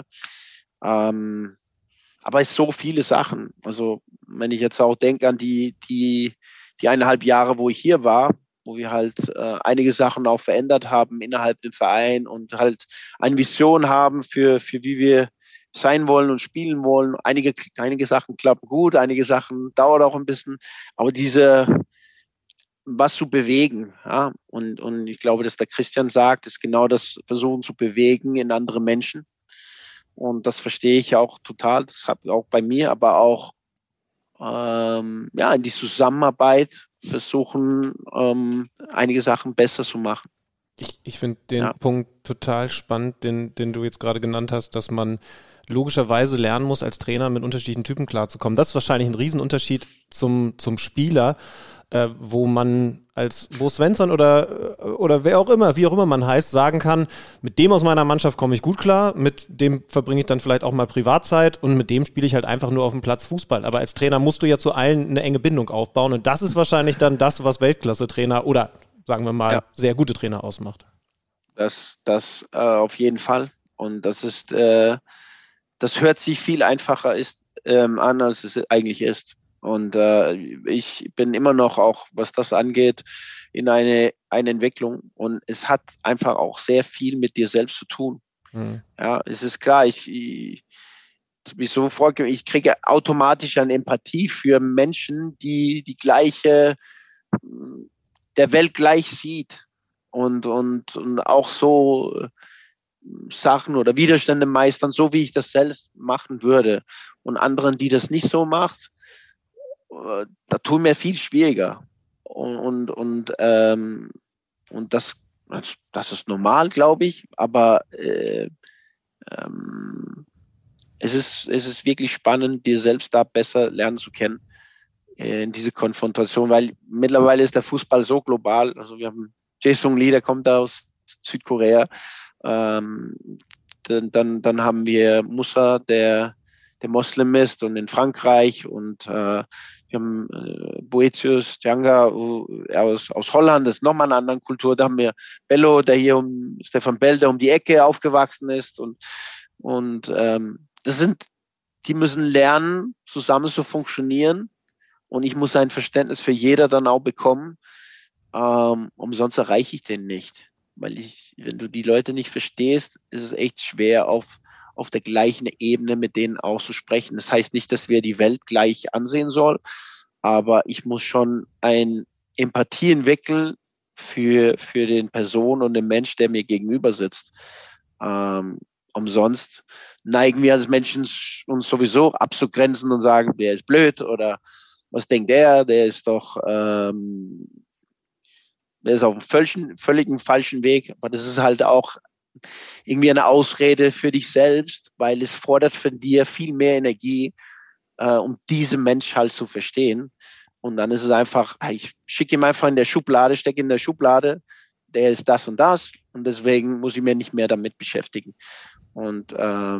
Aber es so viele Sachen. Also wenn ich jetzt auch denke an die 1,5 Jahre, wo ich hier war, wo wir halt einige Sachen auch verändert haben innerhalb dem Verein und halt eine Vision haben für wie wir sein wollen und spielen wollen. Einige Sachen klappen gut, einige Sachen dauert auch ein bisschen, aber was zu bewegen, ja, und ich glaube, dass der Christian sagt, ist genau das Versuchen zu bewegen in andere Menschen. Und das verstehe ich auch total, das habe ich auch bei mir, aber auch in die Zusammenarbeit versuchen, einige Sachen besser zu machen. Ich finde den Punkt total spannend, den du jetzt gerade genannt hast, dass man logischerweise lernen muss, als Trainer mit unterschiedlichen Typen klarzukommen. Das ist wahrscheinlich ein Riesenunterschied zum Spieler, wo man als Bo Svensson oder wer auch immer, wie auch immer man heißt, sagen kann, mit dem aus meiner Mannschaft komme ich gut klar, mit dem verbringe ich dann vielleicht auch mal Privatzeit und mit dem spiele ich halt einfach nur auf dem Platz Fußball. Aber als Trainer musst du ja zu allen eine enge Bindung aufbauen und das ist wahrscheinlich dann das, was Weltklasse-Trainer oder sagen wir mal sehr gute Trainer ausmacht. Das auf jeden Fall. Und das ist, das hört sich viel einfacher an, als es eigentlich ist. Und ich bin immer noch auch, was das angeht, in eine Entwicklung. Und es hat einfach auch sehr viel mit dir selbst zu tun. Ja, es ist klar, ich kriege automatisch eine Empathie für Menschen, die gleiche, der Welt gleich sieht und auch so Sachen oder Widerstände meistern, so wie ich das selbst machen würde. Und anderen, die das nicht so macht, da tun mir viel schwieriger. Und das ist normal, glaube ich, aber es ist wirklich spannend, dir selbst da besser lernen zu kennen in diese Konfrontation, weil mittlerweile ist der Fußball so global. Also wir haben Jae-Sung Lee, der kommt da aus Südkorea. Dann haben wir Musa, der Moslem ist und in Frankreich und wir haben Boetius Djanga aus Holland, das ist nochmal eine andere Kultur. Da haben wir Bello, der hier Stefan Bell, der um die Ecke aufgewachsen ist und die müssen lernen, zusammen zu funktionieren und ich muss ein Verständnis für jeder dann auch bekommen, umsonst erreiche ich den nicht. Weil wenn du die Leute nicht verstehst, ist es echt schwer, auf der gleichen Ebene mit denen auch zu sprechen. Das heißt nicht, dass wir die Welt gleich ansehen sollen, aber ich muss schon eine Empathie entwickeln für den Person und den Mensch, der mir gegenüber sitzt. Umsonst neigen wir als Menschen uns sowieso abzugrenzen und sagen, der ist blöd oder was denkt der ist doch der ist auf einem völligen falschen Weg, aber das ist halt auch irgendwie eine Ausrede für dich selbst, weil es fordert von dir viel mehr Energie, um diesen Mensch halt zu verstehen. Und dann ist es einfach, ich schicke ihm einfach stecke in der Schublade, der ist das und deswegen muss ich mich nicht mehr damit beschäftigen. Und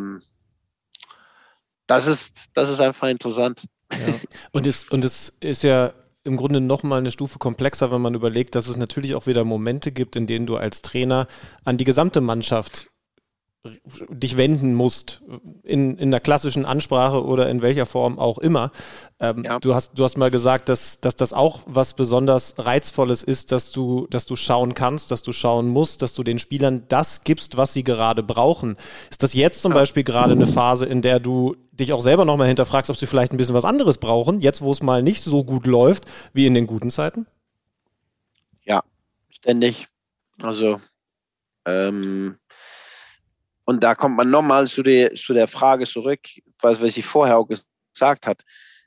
das ist einfach interessant. Ja. Und es ist ja im Grunde nochmal eine Stufe komplexer, wenn man überlegt, dass es natürlich auch wieder Momente gibt, in denen du als Trainer an die gesamte Mannschaft dich wenden musst, in einer klassischen Ansprache oder in welcher Form auch immer. Du hast mal gesagt, dass das auch was besonders Reizvolles ist, dass du schauen kannst, dass du schauen musst, dass du den Spielern das gibst, was sie gerade brauchen. Ist das jetzt zum Beispiel gerade eine Phase, in der du dich auch selber nochmal hinterfragst, ob sie vielleicht ein bisschen was anderes brauchen, jetzt wo es mal nicht so gut läuft, wie in den guten Zeiten? Ja, Ständig. Also, und da kommt man nochmal zu der Frage zurück, was ich vorher auch gesagt habe.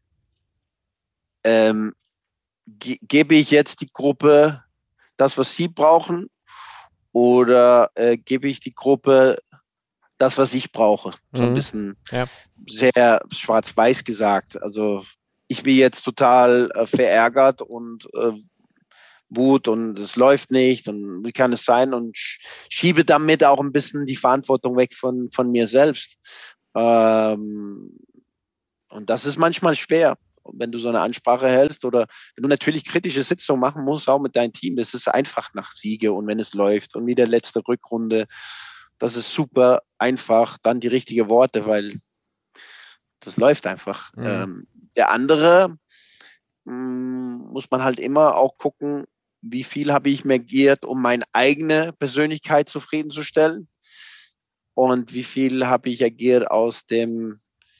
Gebe ich jetzt die Gruppe das, was sie brauchen, oder gebe ich die Gruppe das, was ich brauche? So ein bisschen sehr schwarz-weiß gesagt. Also ich bin jetzt total verärgert und Wut und es läuft nicht und wie kann es sein, und schiebe damit auch ein bisschen die Verantwortung weg von mir selbst. Und das ist manchmal schwer, wenn du so eine Ansprache hältst oder wenn du natürlich kritische Sitzungen machen musst, auch mit deinem Team. Es ist einfach nach Siege und wenn es läuft und wie der letzte Rückrunde, das ist super einfach, dann die richtigen Worte, weil das läuft einfach. Der andere muss man halt immer auch gucken, wie viel habe ich mir agiert, um meine eigene Persönlichkeit zufriedenzustellen und wie viel habe ich agiert aus dem,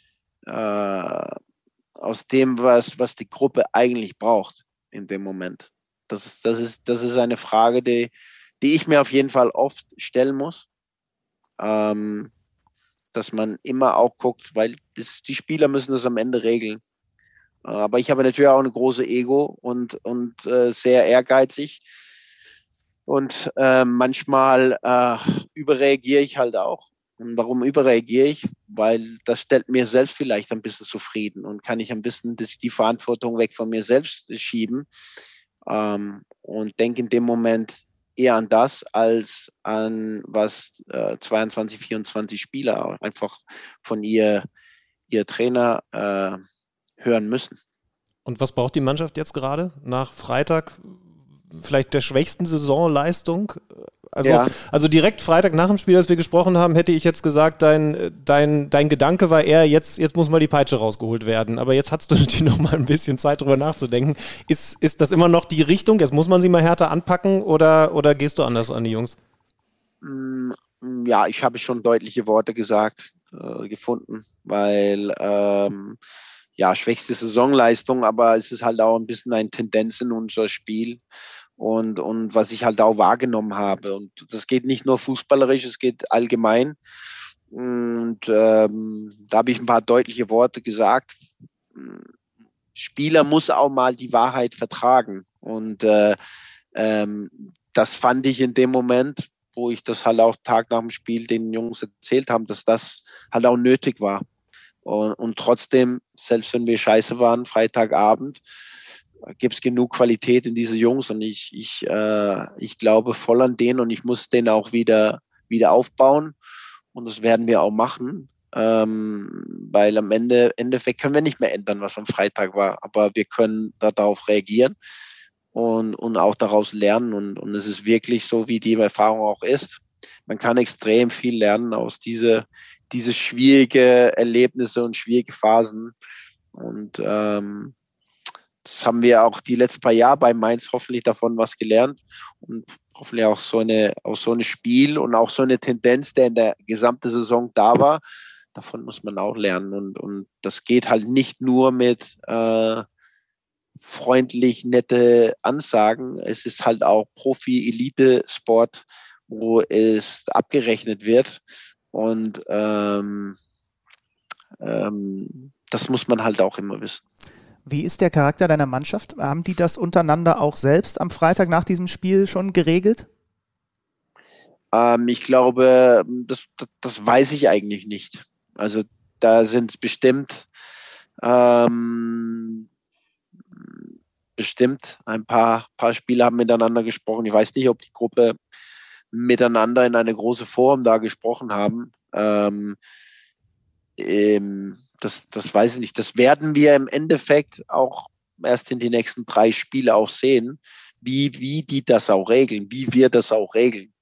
was die Gruppe eigentlich braucht in dem Moment. Das ist eine Frage, die ich mir auf jeden Fall oft stellen muss, dass man immer auch guckt, weil die Spieler müssen das am Ende regeln. Aber ich habe natürlich auch eine große Ego und sehr ehrgeizig. Und manchmal überreagiere ich halt auch. Und warum überreagiere ich? Weil das stellt mir selbst vielleicht ein bisschen zufrieden und kann ich ein bisschen die Verantwortung weg von mir selbst schieben und denke in dem Moment eher an das, als an was 22, 24 Spieler einfach von ihr Trainer hören müssen. Und was braucht die Mannschaft jetzt gerade nach Freitag? Vielleicht der schwächsten Saisonleistung? Also direkt Freitag nach dem Spiel, als wir gesprochen haben, hätte ich jetzt gesagt, dein Gedanke war eher, jetzt muss mal die Peitsche rausgeholt werden. Aber jetzt hast du natürlich noch mal ein bisschen Zeit, drüber nachzudenken. Ist das immer noch die Richtung? Jetzt muss man sie mal härter anpacken oder gehst du anders an die Jungs? Ja, ich habe schon deutliche Worte gefunden, weil schwächste Saisonleistung, aber es ist halt auch ein bisschen eine Tendenz in unser Spiel und was ich halt auch wahrgenommen habe. Und das geht nicht nur fußballerisch, es geht allgemein. Und da habe ich ein paar deutliche Worte gesagt. Spieler muss auch mal die Wahrheit vertragen. Und das fand ich in dem Moment, wo ich das halt auch Tag nach dem Spiel den Jungs erzählt habe, dass das halt auch nötig war. Und trotzdem, selbst wenn wir scheiße waren, Freitagabend, gibt es genug Qualität in diese Jungs und ich glaube voll an denen und ich muss den auch wieder aufbauen und das werden wir auch machen, weil am Endeffekt können wir nicht mehr ändern, was am Freitag war, aber wir können darauf reagieren und auch daraus lernen und es ist wirklich so, wie die Erfahrung auch ist. Man kann extrem viel lernen aus diese schwierige Erlebnisse und schwierige Phasen. Und das haben wir auch die letzten paar Jahre bei Mainz hoffentlich davon was gelernt. Und hoffentlich auch so ein Spiel und auch so eine Tendenz, der in der gesamten Saison da war. Davon muss man auch lernen. Und das geht halt nicht nur mit freundlich nette Ansagen. Es ist halt auch Profi-Elite-Sport, wo es abgerechnet wird. Und das muss man halt auch immer wissen. Wie ist der Charakter deiner Mannschaft? Haben die das untereinander auch selbst am Freitag nach diesem Spiel schon geregelt? Ich glaube, das weiß ich eigentlich nicht. Also da sind bestimmt ein paar Spieler haben miteinander gesprochen. Ich weiß nicht, ob die Gruppe miteinander in eine große Form da gesprochen haben. Das weiß ich nicht. Das werden wir im Endeffekt auch erst in die nächsten 3 Spiele auch sehen, wie die das auch regeln, wie wir das auch regeln.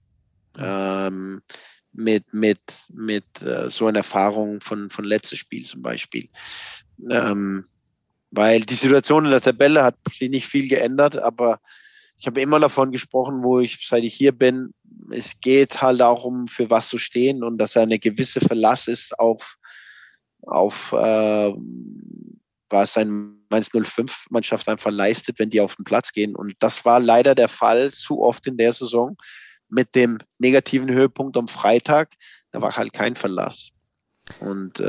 Mit so einer Erfahrung von letztes Spiel zum Beispiel. Weil die Situation in der Tabelle hat sich nicht viel geändert, aber ich habe immer davon gesprochen, seit ich hier bin, es geht halt auch um für was zu stehen und dass eine gewisse Verlass ist auf was ein Mainz 05-Mannschaft einfach leistet, wenn die auf den Platz gehen. Und das war leider der Fall zu oft in der Saison mit dem negativen Höhepunkt am Freitag. Da war halt kein Verlass. Und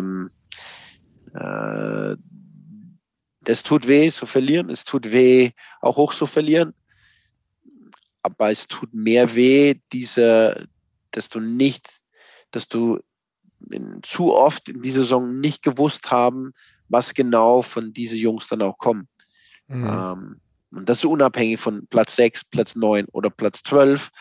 das tut weh zu verlieren. Es tut weh, auch hoch zu verlieren. Aber es tut mehr weh, dass du zu oft in dieser Saison nicht gewusst haben, was genau von diesen Jungs dann auch kommen. Und das ist unabhängig von Platz 6, Platz 9 oder Platz 12.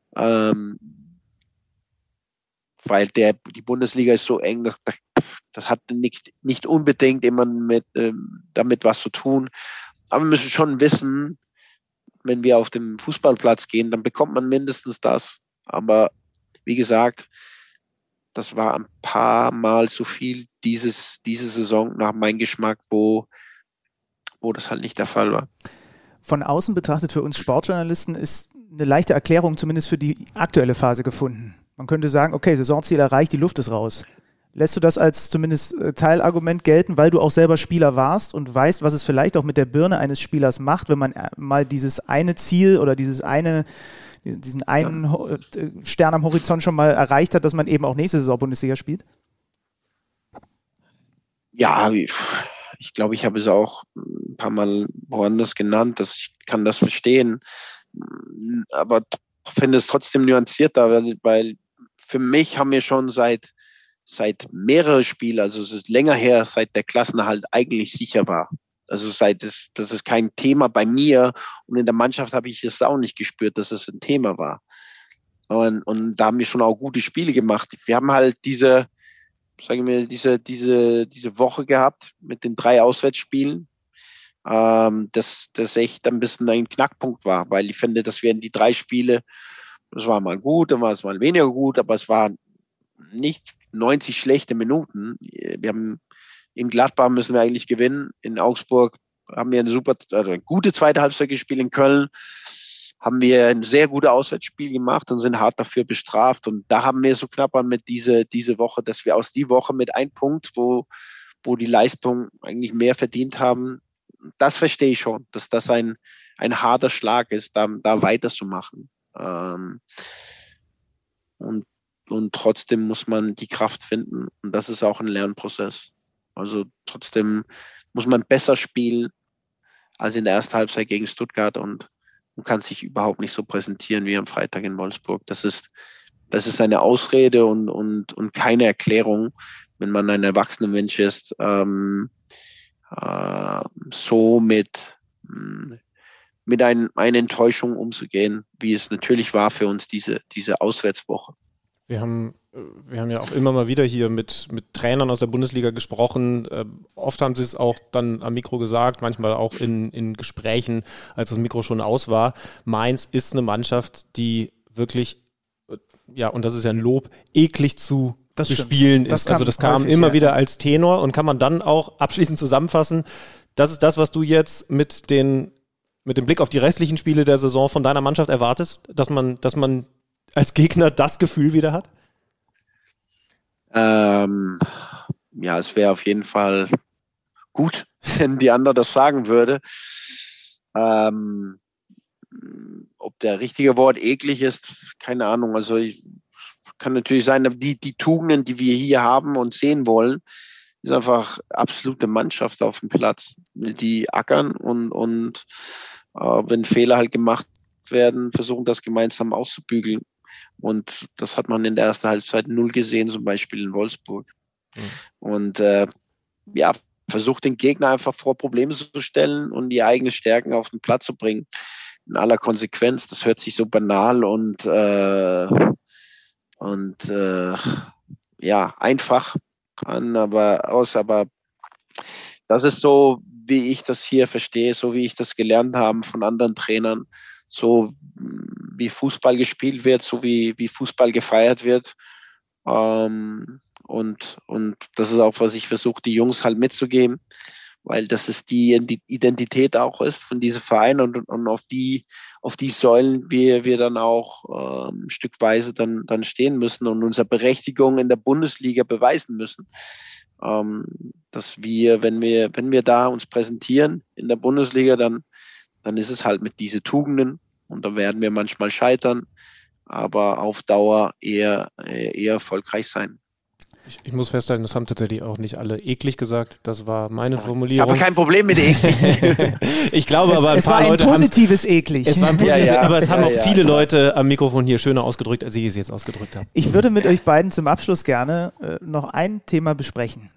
Weil die Bundesliga ist so eng, das hat nicht unbedingt immer damit was zu tun. Aber wir müssen schon wissen, wenn wir auf den Fußballplatz gehen, dann bekommt man mindestens das. Aber wie gesagt, das war ein paar Mal zu viel diese Saison nach meinem Geschmack, wo das halt nicht der Fall war. Von außen betrachtet für uns Sportjournalisten ist eine leichte Erklärung zumindest für die aktuelle Phase gefunden. Man könnte sagen, okay, Saisonziel erreicht, die Luft ist raus. Lässt du das als zumindest Teilargument gelten, weil du auch selber Spieler warst und weißt, was es vielleicht auch mit der Birne eines Spielers macht, wenn man mal dieses eine Ziel oder diesen einen Stern am Horizont schon mal erreicht hat, dass man eben auch nächste Saison Bundesliga spielt? Ja, ich glaube, ich habe es auch ein paar Mal woanders genannt, dass ich kann das verstehen, aber finde es trotzdem nuancierter, weil für mich haben wir schon seit mehreren Spielen, also es ist länger her, seit der Klassenerhalt eigentlich sicher war. Also das ist kein Thema bei mir und in der Mannschaft habe ich es auch nicht gespürt, dass es ein Thema war. Und da haben wir schon auch gute Spiele gemacht. Wir haben halt diese Woche gehabt mit den 3 Auswärtsspielen, das echt ein bisschen ein Knackpunkt war, weil ich finde, dass wir in die 3 Spiele, das war mal gut, dann war es mal weniger gut, aber es waren nicht 90 schlechte Minuten. Wir haben in Gladbach müssen wir eigentlich gewinnen. In Augsburg haben wir eine gute zweite Halbzeit gespielt. In Köln haben wir ein sehr gutes Auswärtsspiel gemacht und sind hart dafür bestraft. Und da haben wir so knapp mit diese Woche, dass wir aus die Woche mit 1 Punkt, wo die Leistung eigentlich mehr verdient haben, das verstehe ich schon, dass das ein harter Schlag ist, da weiterzumachen. Und trotzdem muss man die Kraft finden. Und das ist auch ein Lernprozess. Also trotzdem muss man besser spielen als in der ersten Halbzeit gegen Stuttgart und kann sich überhaupt nicht so präsentieren wie am Freitag in Wolfsburg. Das ist eine Ausrede und keine Erklärung, wenn man ein erwachsener Mensch ist, so mit einer Enttäuschung umzugehen, wie es natürlich war für uns diese Auswärtswoche. Wir haben ja auch immer mal wieder hier mit Trainern aus der Bundesliga gesprochen. Oft haben sie es auch dann am Mikro gesagt, manchmal auch in Gesprächen, als das Mikro schon aus war. Mainz ist eine Mannschaft, die wirklich, ja, und das ist ja ein Lob, eklig zu bespielen ist. Das kam häufig, immer wieder als Tenor und kann man dann auch abschließend zusammenfassen. Das ist das, was du jetzt mit dem Blick auf die restlichen Spiele der Saison von deiner Mannschaft erwartest, dass man als Gegner das Gefühl wieder hat? Ja, es wäre auf jeden Fall gut, wenn die andere das sagen würde. Ob der richtige Wort eklig ist, keine Ahnung. Also kann natürlich sein, die Tugenden, die wir hier haben und sehen wollen, ist einfach absolute Mannschaft auf dem Platz. Die ackern und wenn Fehler halt gemacht werden, versuchen das gemeinsam auszubügeln. Und das hat man in der ersten Halbzeit 0 gesehen, zum Beispiel in Wolfsburg. Und versucht den Gegner einfach vor Probleme zu stellen und die eigenen Stärken auf den Platz zu bringen. In aller Konsequenz, das hört sich so banal und einfach an, aber das ist so, wie ich das hier verstehe, so wie ich das gelernt habe von anderen Trainern, so wie Fußball gespielt wird, so wie Fußball gefeiert wird. Und das ist auch, was ich versuche, die Jungs halt mitzugeben, weil das ist die Identität auch ist von diesem Verein und auf die Säulen wir dann auch stückweise dann stehen müssen und unsere Berechtigung in der Bundesliga beweisen müssen. dass wir, wenn wir da uns präsentieren in der Bundesliga, dann ist es halt mit diesen Tugenden und da werden wir manchmal scheitern, aber auf Dauer eher erfolgreich sein. Ich muss festhalten, das haben tatsächlich auch nicht alle eklig gesagt. Das war meine Formulierung. Ich habe kein Problem mit eklig. Ich glaube aber, ein paar Leute haben es... Es war ein positives eklig. Es war ein positives, aber es haben auch viele Leute am Mikrofon hier schöner ausgedrückt, als ich es jetzt ausgedrückt habe. Ich würde mit euch beiden zum Abschluss gerne noch ein Thema besprechen.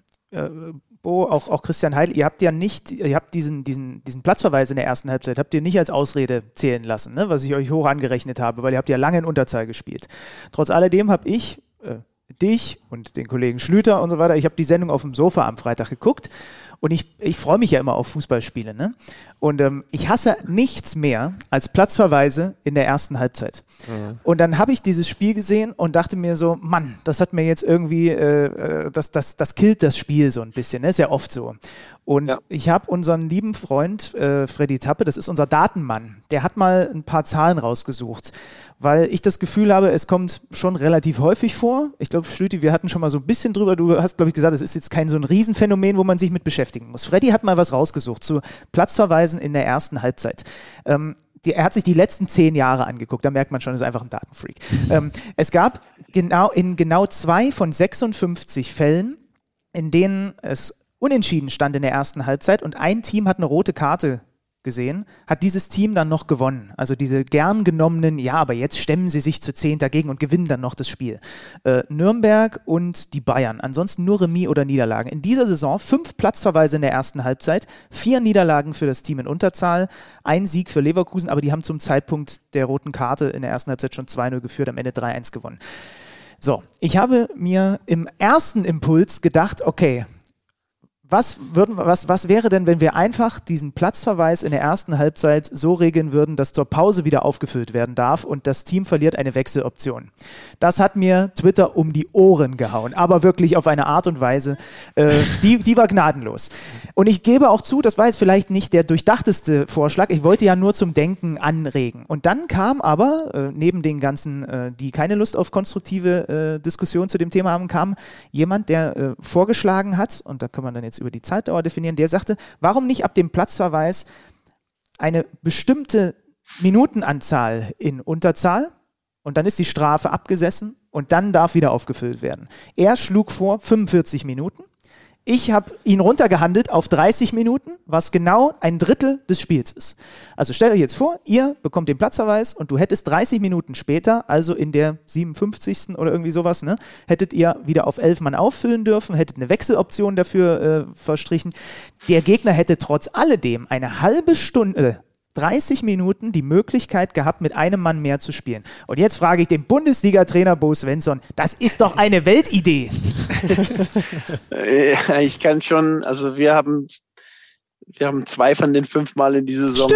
Bo, auch Christian Heidel, ihr habt diesen Platzverweis in der ersten Halbzeit, habt ihr nicht als Ausrede zählen lassen, ne, was ich euch hoch angerechnet habe, weil ihr habt ja lange in Unterzahl gespielt. Trotz alledem habe ich dich und den Kollegen Schlüter und so weiter, ich habe die Sendung auf dem Sofa am Freitag geguckt und ich freue mich ja immer auf Fußballspiele, ne? Und ich hasse nichts mehr als Platzverweise in der ersten Halbzeit. Mhm. Und dann habe ich dieses Spiel gesehen und dachte mir so, Mann, das hat mir jetzt irgendwie, das killt das Spiel so ein bisschen, ne? Ist ja oft so. Und ich habe unseren lieben Freund Freddy Tappe, das ist unser Datenmann, der hat mal ein paar Zahlen rausgesucht, weil ich das Gefühl habe, es kommt schon relativ häufig vor. Ich glaube, Schlüti, wir hatten schon mal so ein bisschen drüber, du hast, glaube ich, gesagt, es ist jetzt kein so ein Riesenphänomen, wo man sich mit beschäftigen muss. Freddy hat mal was rausgesucht zu Platzverweisen in der ersten Halbzeit. Er hat sich die letzten 10 Jahre angeguckt, da merkt man schon, er ist einfach ein Datenfreak. Es gab genau 2 von 56 Fällen, in denen es unentschieden stand in der ersten Halbzeit und ein Team hat eine rote Karte gesehen, hat dieses Team dann noch gewonnen. Also diese gern genommenen, ja, aber jetzt stemmen sie sich zu 10 dagegen und gewinnen dann noch das Spiel. Nürnberg und die Bayern. Ansonsten nur Remis oder Niederlagen. In dieser Saison 5 Platzverweise in der ersten Halbzeit, 4 Niederlagen für das Team in Unterzahl, 1 Sieg für Leverkusen, aber die haben zum Zeitpunkt der roten Karte in der ersten Halbzeit schon 2-0 geführt, am Ende 3-1 gewonnen. So, ich habe mir im ersten Impuls gedacht, okay, was wäre denn, wenn wir einfach diesen Platzverweis in der ersten Halbzeit so regeln würden, dass zur Pause wieder aufgefüllt werden darf und das Team verliert eine Wechseloption? Das hat mir Twitter um die Ohren gehauen, aber wirklich auf eine Art und Weise, die war gnadenlos. Und ich gebe auch zu, das war jetzt vielleicht nicht der durchdachteste Vorschlag, ich wollte ja nur zum Denken anregen. Und dann kam aber, neben den ganzen, die keine Lust auf konstruktive Diskussionen zu dem Thema haben, kam jemand, der vorgeschlagen hat, und da kann man dann jetzt über die Zeitdauer definieren, der sagte, warum nicht ab dem Platzverweis eine bestimmte Minutenanzahl in Unterzahl und dann ist die Strafe abgesessen und dann darf wieder aufgefüllt werden. Er schlug vor 45 Minuten. Ich habe ihn runtergehandelt auf 30 Minuten, was genau ein Drittel des Spiels ist. Also stellt euch jetzt vor, ihr bekommt den Platzverweis und du hättest 30 Minuten später, also in der 57. oder irgendwie sowas, ne, hättet ihr wieder auf 11 Mann auffüllen dürfen, hättet eine Wechseloption dafür verstrichen. Der Gegner hätte trotz alledem eine halbe Stunde 30 Minuten die Möglichkeit gehabt, mit einem Mann mehr zu spielen. Und jetzt frage ich den Bundesliga-Trainer Bo Svensson, das ist doch eine Weltidee. Ich kann schon, also wir haben 2 von den 5 Mal in dieser Saison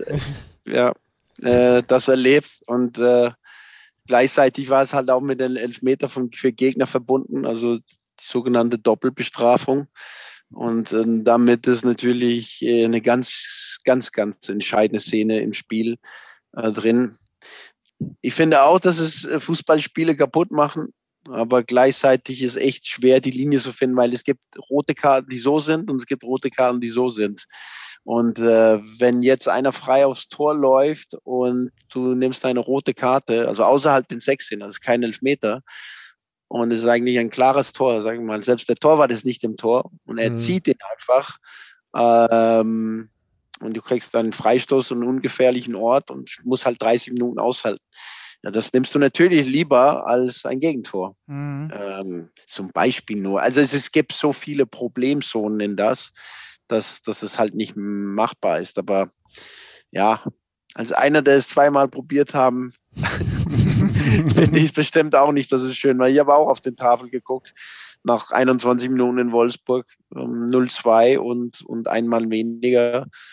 das erlebt und gleichzeitig war es halt auch mit den Elfmeter für Gegner verbunden, also die sogenannte Doppelbestrafung. Und damit ist natürlich eine ganz, ganz, ganz entscheidende Szene im Spiel drin. Ich finde auch, dass es Fußballspiele kaputt machen, aber gleichzeitig ist echt schwer, die Linie zu finden, weil es gibt rote Karten, die so sind und es gibt rote Karten, die so sind. Und wenn jetzt einer frei aufs Tor läuft und du nimmst eine rote Karte, also außerhalb den 16, also kein Elfmeter, und es ist eigentlich ein klares Tor, sagen wir mal. Selbst der Torwart ist nicht im Tor und er zieht ihn einfach. Und du kriegst dann einen Freistoß und einen ungefährlichen Ort und musst halt 30 Minuten aushalten. Ja, das nimmst du natürlich lieber als ein Gegentor. Zum Beispiel nur. Also es gibt so viele Problemzonen in dass es halt nicht machbar ist. Aber ja, als einer, der es 2-mal probiert haben, finde ich bestimmt auch nicht, dass es schön war. Ich habe auch auf den Tafel geguckt, nach 21 Minuten in Wolfsburg, 0-2 und einmal weniger.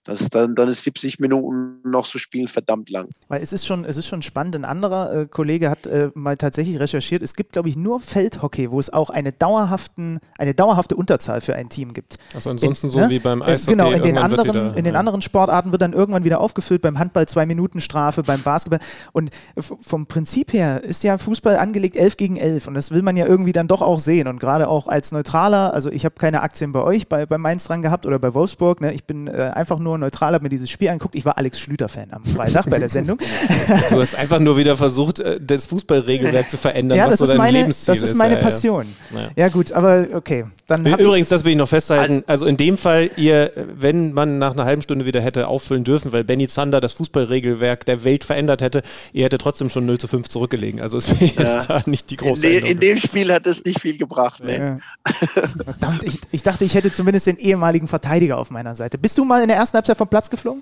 Dann ist 70 Minuten noch zu spielen verdammt lang. Weil es ist schon spannend. Ein anderer Kollege hat mal tatsächlich recherchiert, es gibt, glaube ich, nur Feldhockey, wo es auch eine dauerhafte Unterzahl für ein Team gibt. Also ansonsten wie beim Eishockey. Genau, in den anderen Sportarten wird dann irgendwann wieder aufgefüllt, beim Handball 2-Minuten-Strafe, beim Basketball. Und vom Prinzip her ist ja Fußball angelegt 11 gegen 11 und das will man ja irgendwie dann doch auch sehen. Und gerade auch als Neutraler, also ich habe keine Aktien bei euch, bei Mainz dran gehabt oder bei Wolfsburg, ne? Ich bin einfach nur neutral, habe mir dieses Spiel angeguckt. Ich war Alex Schlüter-Fan am Freitag bei der Sendung. Du hast einfach nur wieder versucht, das Fußballregelwerk zu verändern, ja, was so dein Lebensziel ist. Das ist meine Passion. Ja gut, aber okay. Dann übrigens, das will ich noch festhalten, also in dem Fall, wenn man nach einer halben Stunde wieder hätte auffüllen dürfen, weil Benny Zander das Fußballregelwerk der Welt verändert hätte, ihr hättet trotzdem schon 0:5 zurückgelegen. Also es wäre jetzt da nicht die große Änderung. In dem Spiel hat es nicht viel gebracht. Ne? Ja. Verdammt, ich dachte, ich hätte zumindest den ehemaligen Verteidiger auf meiner Seite. Bist du mal in der ersten Halbzeit vom Platz geflogen?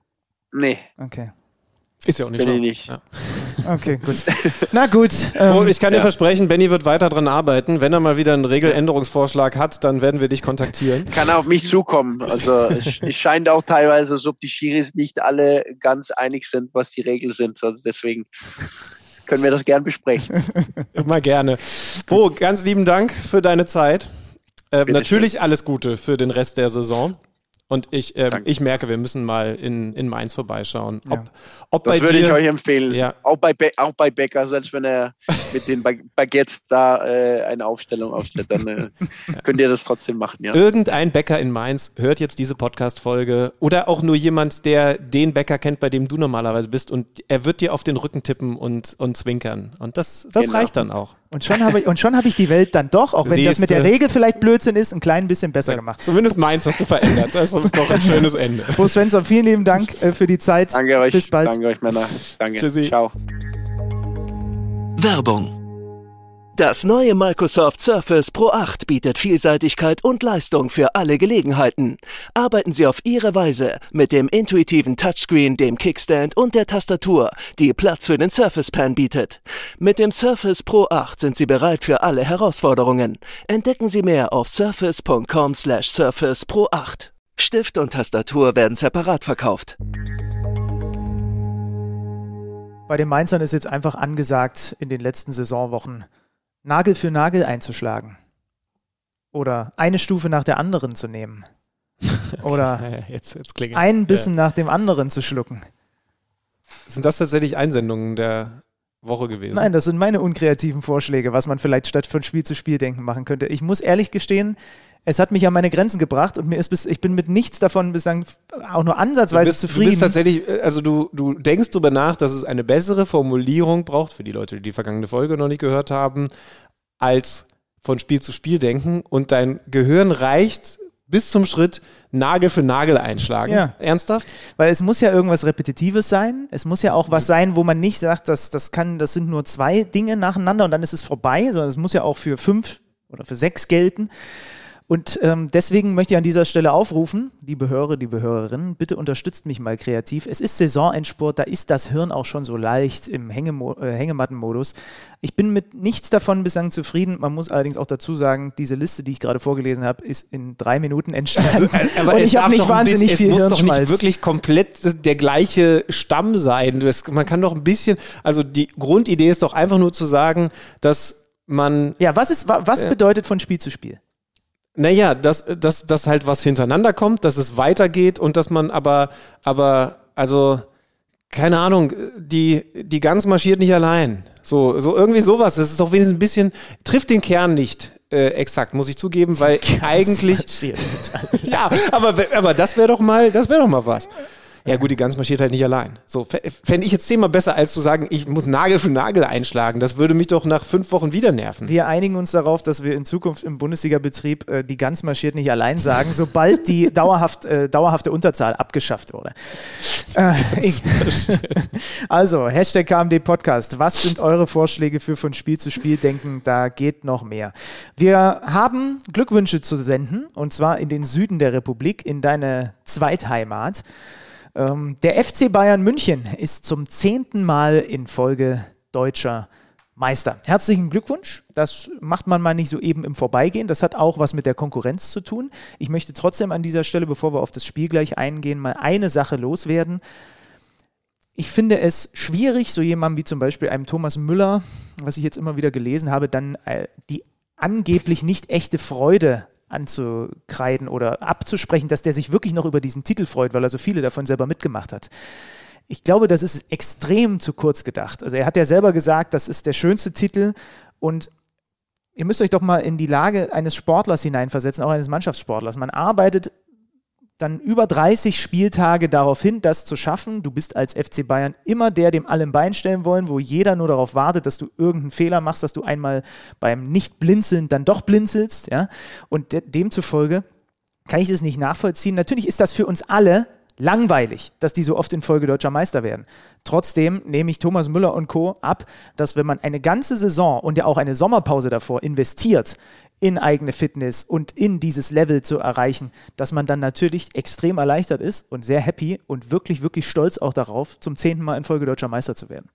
Nee. Okay. Ist ja auch nicht Bin schlimm. ich nicht. Ja. Okay, gut. Na gut. Und ich kann dir versprechen, Benny wird weiter dran arbeiten. Wenn er mal wieder einen Regeländerungsvorschlag hat, dann werden wir dich kontaktieren. Kann auf mich zukommen. Also es scheint auch teilweise, als ob die Schiris nicht alle ganz einig sind, was die Regeln sind. Also deswegen können wir das gern besprechen. Immer gerne. Bo, ganz lieben Dank für deine Zeit. Natürlich alles Gute für den Rest der Saison. Und ich merke, wir müssen mal in Mainz vorbeischauen. Ob das würde ich euch empfehlen. Ja. Auch bei Becker, selbst wenn er mit den Baguettes da eine Aufstellung aufstellt, dann könnt ihr das trotzdem machen. Ja. Irgendein Bäcker in Mainz hört jetzt diese Podcast-Folge oder auch nur jemand, der den Bäcker kennt, bei dem du normalerweise bist und er wird dir auf den Rücken tippen und zwinkern. Und das reicht dann auch. Und schon habe ich die Welt dann doch, auch wenn das mit der Regel vielleicht Blödsinn ist, ein klein bisschen besser gemacht. Zumindest Mainz hast du verändert. Das ist doch ein schönes Ende. Bo Svensson, vielen lieben Dank für die Zeit. Danke euch. Bis bald. Danke euch, Männer. Danke. Tschüssi. Ciao. Werbung. Das neue Microsoft Surface Pro 8 bietet Vielseitigkeit und Leistung für alle Gelegenheiten. Arbeiten Sie auf Ihre Weise mit dem intuitiven Touchscreen, dem Kickstand und der Tastatur, die Platz für den Surface Pen bietet. Mit dem Surface Pro 8 sind Sie bereit für alle Herausforderungen. Entdecken Sie mehr auf surface.com/Surface Pro 8. Stift und Tastatur werden separat verkauft. Bei den Mainzern ist jetzt einfach angesagt, in den letzten Saisonwochen Nagel für Nagel einzuschlagen. Oder eine Stufe nach der anderen zu nehmen. Oder jetzt klingelt's. einen Bissen nach dem anderen zu schlucken. Sind das tatsächlich Einsendungen der Woche gewesen? Nein, das sind meine unkreativen Vorschläge, was man vielleicht statt von Spiel zu Spiel denken machen könnte. Ich muss ehrlich gestehen, es hat mich an meine Grenzen gebracht und ich bin mit nichts davon bislang auch nur ansatzweise zufrieden. Du bist tatsächlich, also du denkst darüber nach, dass es eine bessere Formulierung braucht, für die Leute, die die vergangene Folge noch nicht gehört haben, als von Spiel zu Spiel denken und dein Gehirn reicht bis zum Schritt Nagel für Nagel einschlagen. Ja. Ernsthaft? Weil es muss ja irgendwas Repetitives sein. Es muss ja auch was sein, wo man nicht sagt, das sind nur 2 Dinge nacheinander und dann ist es vorbei, sondern es muss ja auch für 5 oder für 6 gelten. Und deswegen möchte ich an dieser Stelle aufrufen, liebe Hörer, liebe Hörerinnen, bitte unterstützt mich mal kreativ. Es ist Saisonendspurt, da ist das Hirn auch schon so leicht im Hängemattenmodus. Ich bin mit nichts davon bislang zufrieden. Man muss allerdings auch dazu sagen, diese Liste, die ich gerade vorgelesen habe, ist in 3 Minuten entstanden. Aber und ich habe nicht wahnsinnig viel Hirnschmalz. Es muss doch nicht wirklich komplett der gleiche Stamm sein. Man kann doch ein bisschen, also die Grundidee ist doch einfach nur zu sagen, dass man... Ja, was bedeutet von Spiel zu Spiel? Naja, dass halt was hintereinander kommt, dass es weitergeht und dass man aber, also, keine Ahnung, die Gans marschiert nicht allein. So irgendwie sowas. Das ist doch wenigstens ein bisschen, trifft den Kern nicht exakt, muss ich zugeben, weil eigentlich. Ja, aber das wäre doch mal was. Ja gut, die Gans marschiert halt nicht allein. So, fände ich jetzt 10-mal besser, als zu sagen, ich muss Nagel für Nagel einschlagen. Das würde mich doch nach 5 Wochen wieder nerven. Wir einigen uns darauf, dass wir in Zukunft im Bundesliga-Betrieb die Gans marschiert nicht allein sagen, sobald die dauerhafte Unterzahl abgeschafft wurde. Also, Hashtag KMD Podcast. Was sind eure Vorschläge für von Spiel zu Spiel denken? Da geht noch mehr. Wir haben Glückwünsche zu senden, und zwar in den Süden der Republik, in deine Zweitheimat. Der FC Bayern München ist zum 10. Mal in Folge deutscher Meister. Herzlichen Glückwunsch. Das macht man mal nicht so eben im Vorbeigehen. Das hat auch was mit der Konkurrenz zu tun. Ich möchte trotzdem an dieser Stelle, bevor wir auf das Spiel gleich eingehen, mal eine Sache loswerden. Ich finde es schwierig, so jemandem wie zum Beispiel einem Thomas Müller, was ich jetzt immer wieder gelesen habe, dann die angeblich nicht echte Freude anzukreiden oder abzusprechen, dass der sich wirklich noch über diesen Titel freut, weil er so viele davon selber mitgemacht hat. Ich glaube, das ist extrem zu kurz gedacht. Also er hat ja selber gesagt, das ist der schönste Titel und ihr müsst euch doch mal in die Lage eines Sportlers hineinversetzen, auch eines Mannschaftssportlers. Man arbeitet dann über 30 Spieltage darauf hin, das zu schaffen. Du bist als FC Bayern immer der, dem alle ein Bein stellen wollen, wo jeder nur darauf wartet, dass du irgendeinen Fehler machst, dass du einmal beim Nicht-Blinzeln dann doch blinzelst. Ja? Und demzufolge kann ich das nicht nachvollziehen. Natürlich ist das für uns alle langweilig, dass die so oft in Folge deutscher Meister werden. Trotzdem nehme ich Thomas Müller und Co. ab, dass wenn man eine ganze Saison und ja auch eine Sommerpause davor investiert in eigene Fitness und in dieses Level zu erreichen, dass man dann natürlich extrem erleichtert ist und sehr happy und wirklich, wirklich stolz auch darauf, zum 10. Mal in Folge deutscher Meister zu werden.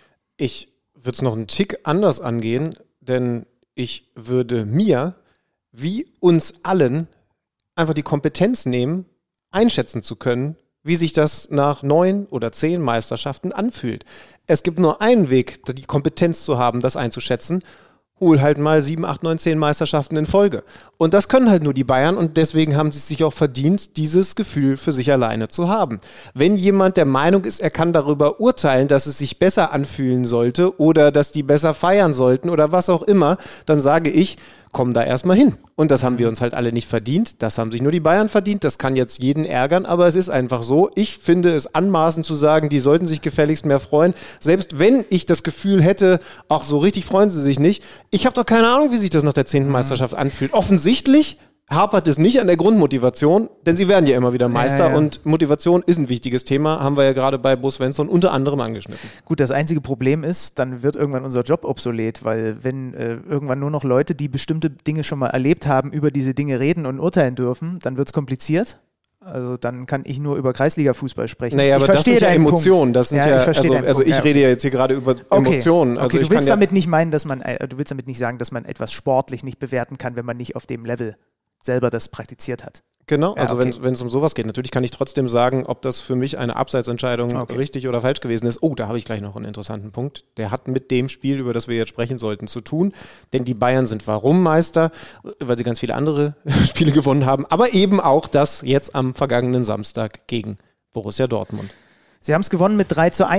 Ich würde es noch einen Tick anders angehen, denn ich würde mir, wie uns allen, einfach die Kompetenz nehmen, einschätzen zu können, wie sich das nach 9 oder 10 Meisterschaften anfühlt. Es gibt nur einen Weg, die Kompetenz zu haben, das einzuschätzen. Hol halt mal 7, 8, 9, 10 Meisterschaften in Folge. Und das können halt nur die Bayern und deswegen haben sie es sich auch verdient, dieses Gefühl für sich alleine zu haben. Wenn jemand der Meinung ist, er kann darüber urteilen, dass es sich besser anfühlen sollte oder dass die besser feiern sollten oder was auch immer, dann sage ich, komm da erstmal hin. Und das haben wir uns halt alle nicht verdient. Das haben sich nur die Bayern verdient. Das kann jetzt jeden ärgern, aber es ist einfach so. Ich finde es anmaßend zu sagen, die sollten sich gefälligst mehr freuen. Selbst wenn ich das Gefühl hätte, ach, so richtig freuen sie sich nicht. Ich habe doch keine Ahnung, wie sich das nach der 10. Meisterschaft anfühlt. Offensichtlich hapert es nicht an der Grundmotivation, denn sie werden ja immer wieder Meister und Motivation ist ein wichtiges Thema, haben wir ja gerade bei Bo Svensson unter anderem angeschnitten. Gut, das einzige Problem ist, dann wird irgendwann unser Job obsolet, weil wenn irgendwann nur noch Leute, die bestimmte Dinge schon mal erlebt haben, über diese Dinge reden und urteilen dürfen, dann wird es kompliziert. Also dann kann ich nur über Kreisliga-Fußball sprechen. Naja, aber das sind ja Emotionen. Das sind ich rede ja jetzt hier gerade über Emotionen. Also du willst damit nicht meinen, du willst damit nicht sagen, dass man etwas sportlich nicht bewerten kann, wenn man nicht auf dem Level selber das praktiziert hat. Genau, also wenn es um sowas geht. Natürlich kann ich trotzdem sagen, ob das für mich eine Abseitsentscheidung richtig oder falsch gewesen ist. Oh, da habe ich gleich noch einen interessanten Punkt. Der hat mit dem Spiel, über das wir jetzt sprechen sollten, zu tun. Denn die Bayern sind warum Meister? Weil sie ganz viele andere Spiele gewonnen haben. Aber eben auch das jetzt am vergangenen Samstag gegen Borussia Dortmund. Sie haben es gewonnen mit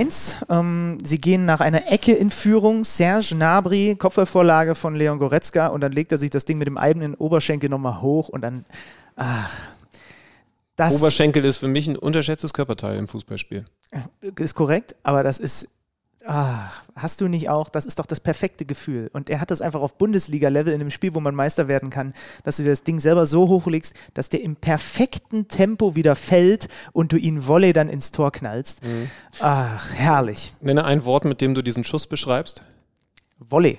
3:1. Sie gehen nach einer Ecke in Führung. Serge Gnabry, Kopfballvorlage von Leon Goretzka und dann legt er sich das Ding mit dem eigenen Oberschenkel nochmal hoch und dann, Oberschenkel ist für mich ein unterschätztes Körperteil im Fußballspiel. Ist korrekt, aber das ist, hast du nicht auch, das ist doch das perfekte Gefühl. Und er hat das einfach auf Bundesliga-Level in einem Spiel, wo man Meister werden kann, dass du das Ding selber so hochlegst, dass der im perfekten Tempo wieder fällt und du ihn Volley dann ins Tor knallst. Ach, herrlich. Nenne ein Wort, mit dem du diesen Schuss beschreibst. Volley.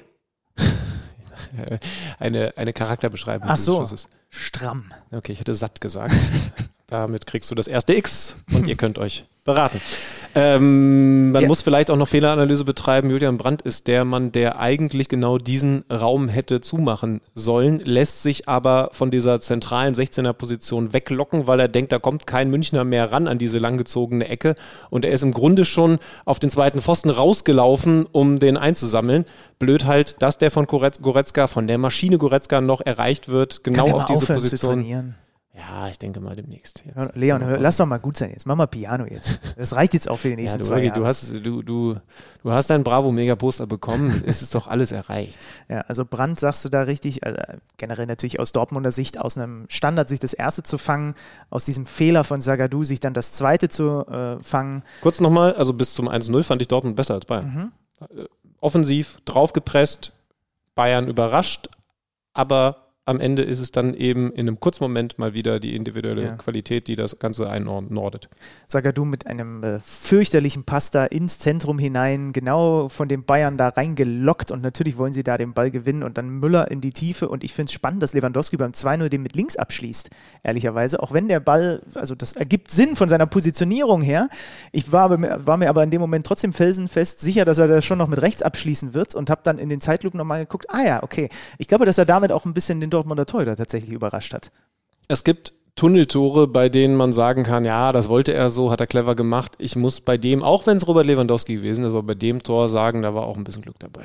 Eine Charakterbeschreibung dieses Schusses. Stramm. Okay, ich hätte satt gesagt. Damit kriegst du das erste X und ihr könnt euch beraten. Man muss vielleicht auch noch Fehleranalyse betreiben. Julian Brandt ist der Mann, der eigentlich genau diesen Raum hätte zumachen sollen, lässt sich aber von dieser zentralen 16er-Position weglocken, weil er denkt, da kommt kein Münchner mehr ran an diese langgezogene Ecke und er ist im Grunde schon auf den zweiten Pfosten rausgelaufen, um den einzusammeln. Blöd halt, dass der von Goretzka, von der Maschine Goretzka noch erreicht wird, genau auf diese Position. Ja, ich denke mal demnächst. Jetzt. Leon, lass doch mal gut sein jetzt. Mach mal Piano jetzt. Das reicht jetzt auch für die nächsten 2 Jahre. Du hast dein Bravo-Mega-Poster bekommen. Es ist doch alles erreicht. Ja, also Brandt sagst du da richtig, generell natürlich aus Dortmunder Sicht, aus einem Standard sich das erste zu fangen, aus diesem Fehler von Zagadou sich dann das zweite zu fangen. Kurz nochmal, also bis zum 1:0 fand ich Dortmund besser als Bayern. Offensiv, draufgepresst, Bayern überrascht, aber am Ende ist es dann eben in einem kurzen Moment mal wieder die individuelle Qualität, die das Ganze einnordet. Zagadou mit einem fürchterlichen Pass da ins Zentrum hinein, genau von den Bayern da reingelockt und natürlich wollen sie da den Ball gewinnen und dann Müller in die Tiefe und ich finde es spannend, dass Lewandowski beim 2-0 den mit links abschließt, ehrlicherweise, auch wenn der Ball, also das ergibt Sinn von seiner Positionierung her. Ich war mir aber in dem Moment trotzdem felsenfest sicher, dass er das schon noch mit rechts abschließen wird und habe dann in den Zeitlupen nochmal geguckt, okay, ich glaube, dass er damit auch ein bisschen den Dortmunder Torhüter tatsächlich überrascht hat. Es gibt Tunneltore, bei denen man sagen kann, ja, das wollte er so, hat er clever gemacht. Ich muss bei dem, auch wenn es Robert Lewandowski gewesen ist, aber bei dem Tor sagen, da war auch ein bisschen Glück dabei.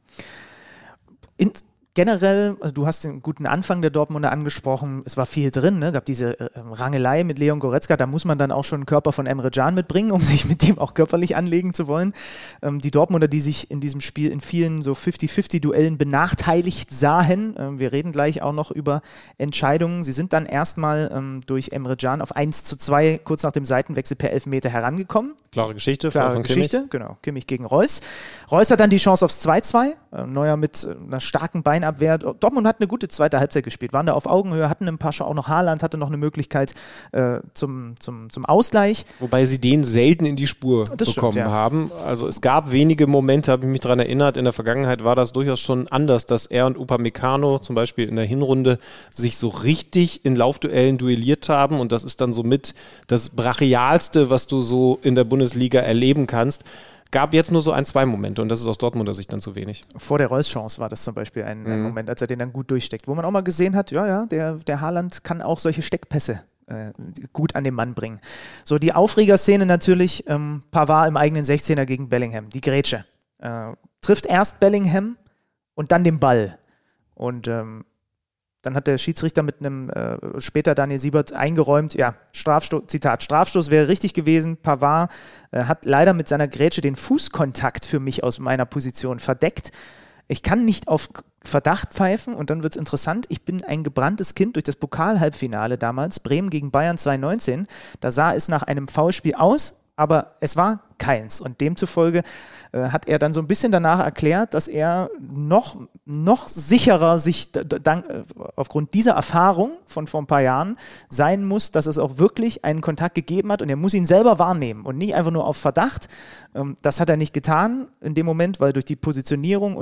Generell, also du hast den guten Anfang der Dortmunder angesprochen, es war viel drin, ne? Gab diese Rangelei mit Leon Goretzka, da muss man dann auch schon einen Körper von Emre Can mitbringen, um sich mit dem auch körperlich anlegen zu wollen. Die Dortmunder, die sich in diesem Spiel in vielen so 50-50-Duellen benachteiligt sahen, wir reden gleich auch noch über Entscheidungen, sie sind dann erstmal durch Emre Can auf 1:2 kurz nach dem Seitenwechsel per Elfmeter herangekommen. Klare Geschichte. Klare Geschichte, genau. Kimmich gegen Reus. Reus hat dann die Chance aufs 2:2. Neuer mit einer starken Beinabwehr. Dortmund hat eine gute zweite Halbzeit gespielt. Waren da auf Augenhöhe, hatten ein paar Chancen. Auch noch Haaland hatte noch eine Möglichkeit zum Ausgleich. Wobei sie den selten in die Spur bekommen haben. Also es gab wenige Momente, habe ich mich daran erinnert. In der Vergangenheit war das durchaus schon anders, dass er und Upamecano zum Beispiel in der Hinrunde sich so richtig in Laufduellen duelliert haben. Und das ist dann somit das Brachialste, was du so in der Bundesliga erleben kannst. Gab jetzt nur so 1-2 Momente und das ist aus Dortmunder Sicht dann zu wenig. Vor der Reus-Chance war das zum Beispiel ein Moment, als er den dann gut durchsteckt, wo man auch mal gesehen hat, der Haaland kann auch solche Steckpässe gut an den Mann bringen. So, die Aufregerszene natürlich, Pavard im eigenen 16er gegen Bellingham, die Grätsche. Trifft erst Bellingham und dann den Ball. Und dann hat der Schiedsrichter mit einem später Daniel Siebert eingeräumt, Strafstoß wäre richtig gewesen. Pavard hat leider mit seiner Grätsche den Fußkontakt für mich aus meiner Position verdeckt. Ich kann nicht auf Verdacht pfeifen und dann wird es interessant. Ich bin ein gebranntes Kind durch das Pokal-Halbfinale damals, Bremen gegen Bayern 2019. Da sah es nach einem Foulspiel aus, aber es war keins. Und demzufolge hat er dann so ein bisschen danach erklärt, dass er noch sicherer sich aufgrund dieser Erfahrung von vor ein paar Jahren sein muss, dass es auch wirklich einen Kontakt gegeben hat und er muss ihn selber wahrnehmen und nicht einfach nur auf Verdacht. Das hat er nicht getan in dem Moment, weil durch die Positionierung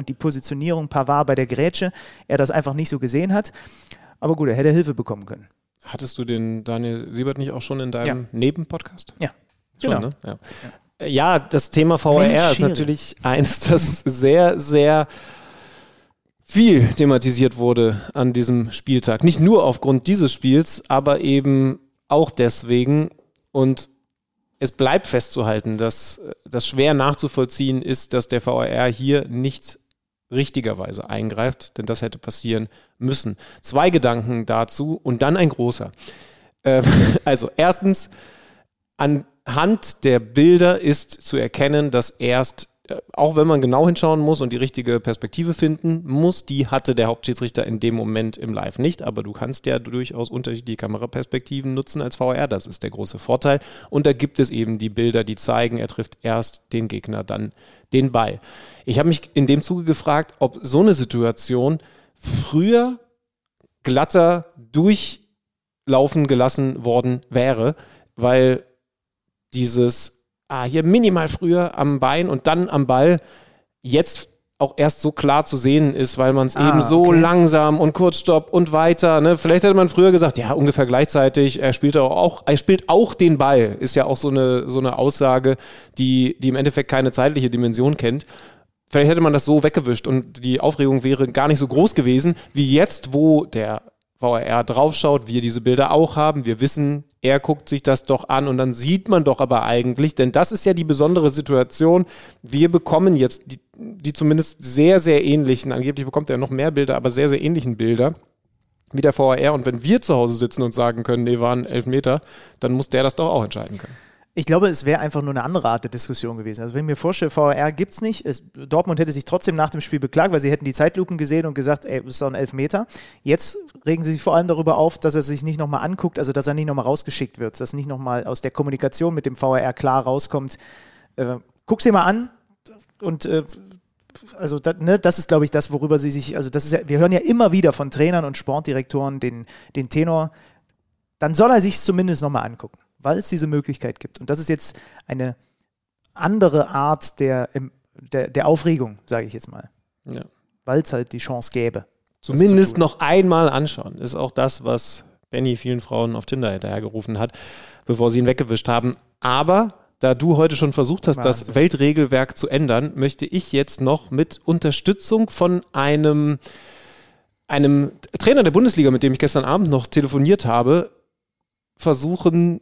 Pavard bei der Grätsche er das einfach nicht so gesehen hat. Aber gut, er hätte Hilfe bekommen können. Hattest du den Daniel Siebert nicht auch schon in deinem Nebenpodcast? Ja. Schon, Genau. Ne? Ja, das Thema VAR ist natürlich eins, das sehr, sehr viel thematisiert wurde an diesem Spieltag. Nicht nur aufgrund dieses Spiels, aber eben auch deswegen. Und es bleibt festzuhalten, dass das schwer nachzuvollziehen ist, dass der VAR hier nicht richtigerweise eingreift, denn das hätte passieren müssen. 2 Gedanken dazu und dann ein großer. Also erstens, anhand der Bilder ist zu erkennen, dass erst, auch wenn man genau hinschauen muss und die richtige Perspektive finden muss, die hatte der Hauptschiedsrichter in dem Moment im Live nicht, aber du kannst ja durchaus unterschiedliche Kameraperspektiven nutzen als VAR, das ist der große Vorteil. Und da gibt es eben die Bilder, die zeigen, er trifft erst den Gegner, dann den Ball. Ich habe mich in dem Zuge gefragt, ob so eine Situation früher glatter durchlaufen gelassen worden wäre, weil dieses hier minimal früher am Bein und dann am Ball jetzt auch erst so klar zu sehen ist, weil man es eben so langsam und Kurzstopp und weiter, ne? Vielleicht hätte man früher gesagt, ja, ungefähr gleichzeitig, er spielt auch den Ball, ist ja auch so eine Aussage, die im Endeffekt keine zeitliche Dimension kennt. Vielleicht hätte man das so weggewischt und die Aufregung wäre gar nicht so groß gewesen, wie jetzt, wo der VAR draufschaut, wir diese Bilder auch haben, wir wissen, er guckt sich das doch an und dann sieht man doch aber eigentlich, denn das ist ja die besondere Situation, wir bekommen jetzt die zumindest sehr, sehr ähnlichen, angeblich bekommt er noch mehr Bilder, aber sehr, sehr ähnlichen Bilder wie der VAR und wenn wir zu Hause sitzen und sagen können, nee, waren 11 Meter, dann muss der das doch auch entscheiden können. Ich glaube, es wäre einfach nur eine andere Art der Diskussion gewesen. Also wenn ich mir vorstelle, VAR gibt es nicht, Dortmund hätte sich trotzdem nach dem Spiel beklagt, weil sie hätten die Zeitlupen gesehen und gesagt, das ist doch ein Elfmeter. Jetzt regen sie sich vor allem darüber auf, dass er sich nicht nochmal anguckt, also dass er nicht nochmal rausgeschickt wird, dass nicht nochmal aus der Kommunikation mit dem VAR klar rauskommt, guck's dir mal an und also das ist, glaube ich, das, worüber sie sich, also das ist ja, wir hören ja immer wieder von Trainern und Sportdirektoren den Tenor, dann soll er sich es zumindest nochmal angucken, weil es diese Möglichkeit gibt. Und das ist jetzt eine andere Art der Aufregung, sage ich jetzt mal. Ja. Weil es halt die Chance gäbe. Zumindest noch einmal anschauen, ist auch das, was Benny vielen Frauen auf Tinder hinterhergerufen hat, bevor sie ihn weggewischt haben. Aber da du heute schon versucht hast, das Weltregelwerk zu ändern, möchte ich jetzt noch mit Unterstützung von einem Trainer der Bundesliga, mit dem ich gestern Abend noch telefoniert habe, versuchen,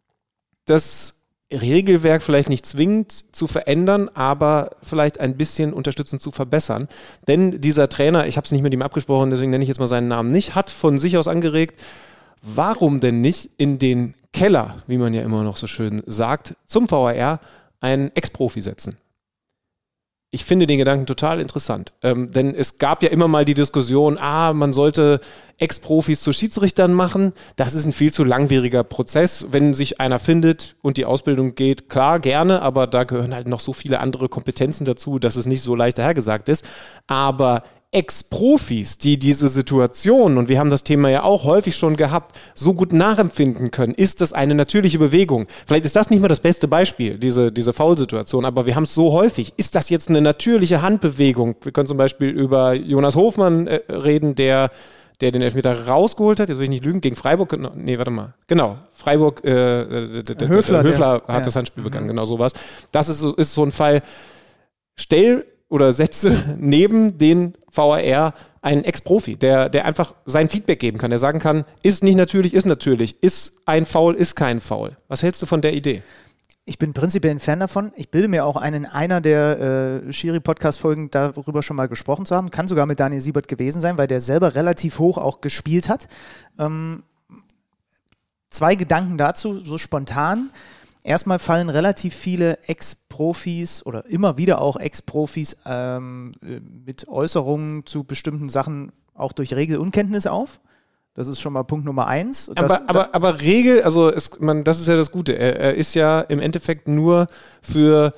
das Regelwerk vielleicht nicht zwingend zu verändern, aber vielleicht ein bisschen unterstützend zu verbessern. Denn dieser Trainer, ich habe es nicht mit ihm abgesprochen, deswegen nenne ich jetzt mal seinen Namen nicht, hat von sich aus angeregt, warum denn nicht in den Keller, wie man ja immer noch so schön sagt, zum VAR einen Ex-Profi setzen. Ich finde den Gedanken total interessant, denn es gab ja immer mal die Diskussion, man sollte Ex-Profis zu Schiedsrichtern machen. Das ist ein viel zu langwieriger Prozess. Wenn sich einer findet und die Ausbildung geht, klar, gerne, aber da gehören halt noch so viele andere Kompetenzen dazu, dass es nicht so leicht dahergesagt ist. Aber Ex-Profis, die diese Situation, und wir haben das Thema ja auch häufig schon gehabt, so gut nachempfinden können, ist das eine natürliche Bewegung. Vielleicht ist das nicht mal das beste Beispiel, diese Foul-Situation, aber wir haben es so häufig. Ist das jetzt eine natürliche Handbewegung? Wir können zum Beispiel über Jonas Hofmann reden, der den Elfmeter rausgeholt hat, jetzt will ich nicht lügen, gegen Freiburg, genau, Freiburg, Höfler hat das Handspiel begangen, genau sowas. Das ist so ein Fall, oder setze neben den VAR einen Ex-Profi, der einfach sein Feedback geben kann, der sagen kann, ist nicht natürlich, ist natürlich, ist ein Foul, ist kein Foul. Was hältst du von der Idee? Ich bin prinzipiell ein Fan davon. Ich bilde mir auch in einer der Schiri-Podcast-Folgen darüber schon mal gesprochen zu haben. Kann sogar mit Daniel Siebert gewesen sein, weil der selber relativ hoch auch gespielt hat. 2 Gedanken dazu, so spontan. Erstmal fallen relativ viele Ex-Profis oder immer wieder auch Ex-Profis mit Äußerungen zu bestimmten Sachen auch durch Regelunkenntnis auf. Das ist schon mal Punkt Nummer 1. Aber Regel, also das ist ja das Gute. Er ist ja im Endeffekt nur für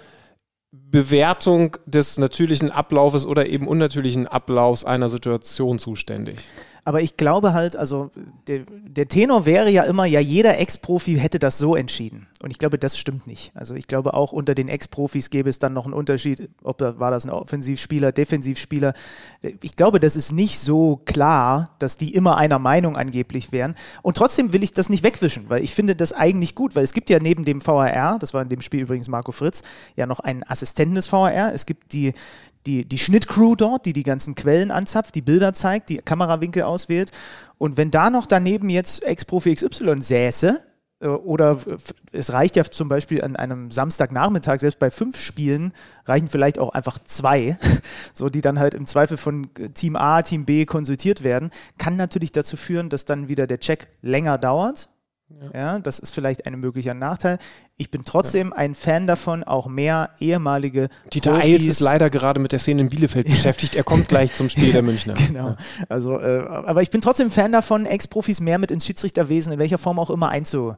Bewertung des natürlichen Ablaufes oder eben unnatürlichen Ablaufs einer Situation zuständig. Aber ich glaube halt, also der Tenor wäre ja immer, jeder Ex-Profi hätte das so entschieden. Und ich glaube, das stimmt nicht. Also ich glaube, auch unter den Ex-Profis gäbe es dann noch einen Unterschied, war das ein Offensivspieler, Defensivspieler. Ich glaube, das ist nicht so klar, dass die immer einer Meinung angeblich wären. Und trotzdem will ich das nicht wegwischen, weil ich finde das eigentlich gut, weil es gibt ja neben dem VAR, das war in dem Spiel übrigens Marco Fritz, ja noch einen Assistenten des VAR. Es gibt die Schnittcrew dort, die ganzen Quellen anzapft, die Bilder zeigt, die Kamerawinkel auswählt. Und wenn da noch daneben jetzt Ex-Profi XY säße, oder es reicht ja zum Beispiel an einem Samstagnachmittag, selbst bei 5 Spielen, reichen vielleicht auch einfach 2, so die dann halt im Zweifel von Team A, Team B konsultiert werden, kann natürlich dazu führen, dass dann wieder der Check länger dauert. Ja, das ist vielleicht ein möglicher Nachteil. Ich bin trotzdem ein Fan davon, auch mehr ehemalige Dieter Eils ist leider gerade mit der Szene in Bielefeld beschäftigt. Er kommt gleich zum Spiel der Münchner. Genau. Ja. Also, aber ich bin trotzdem Fan davon, Ex-Profis mehr mit ins Schiedsrichterwesen in welcher Form auch immer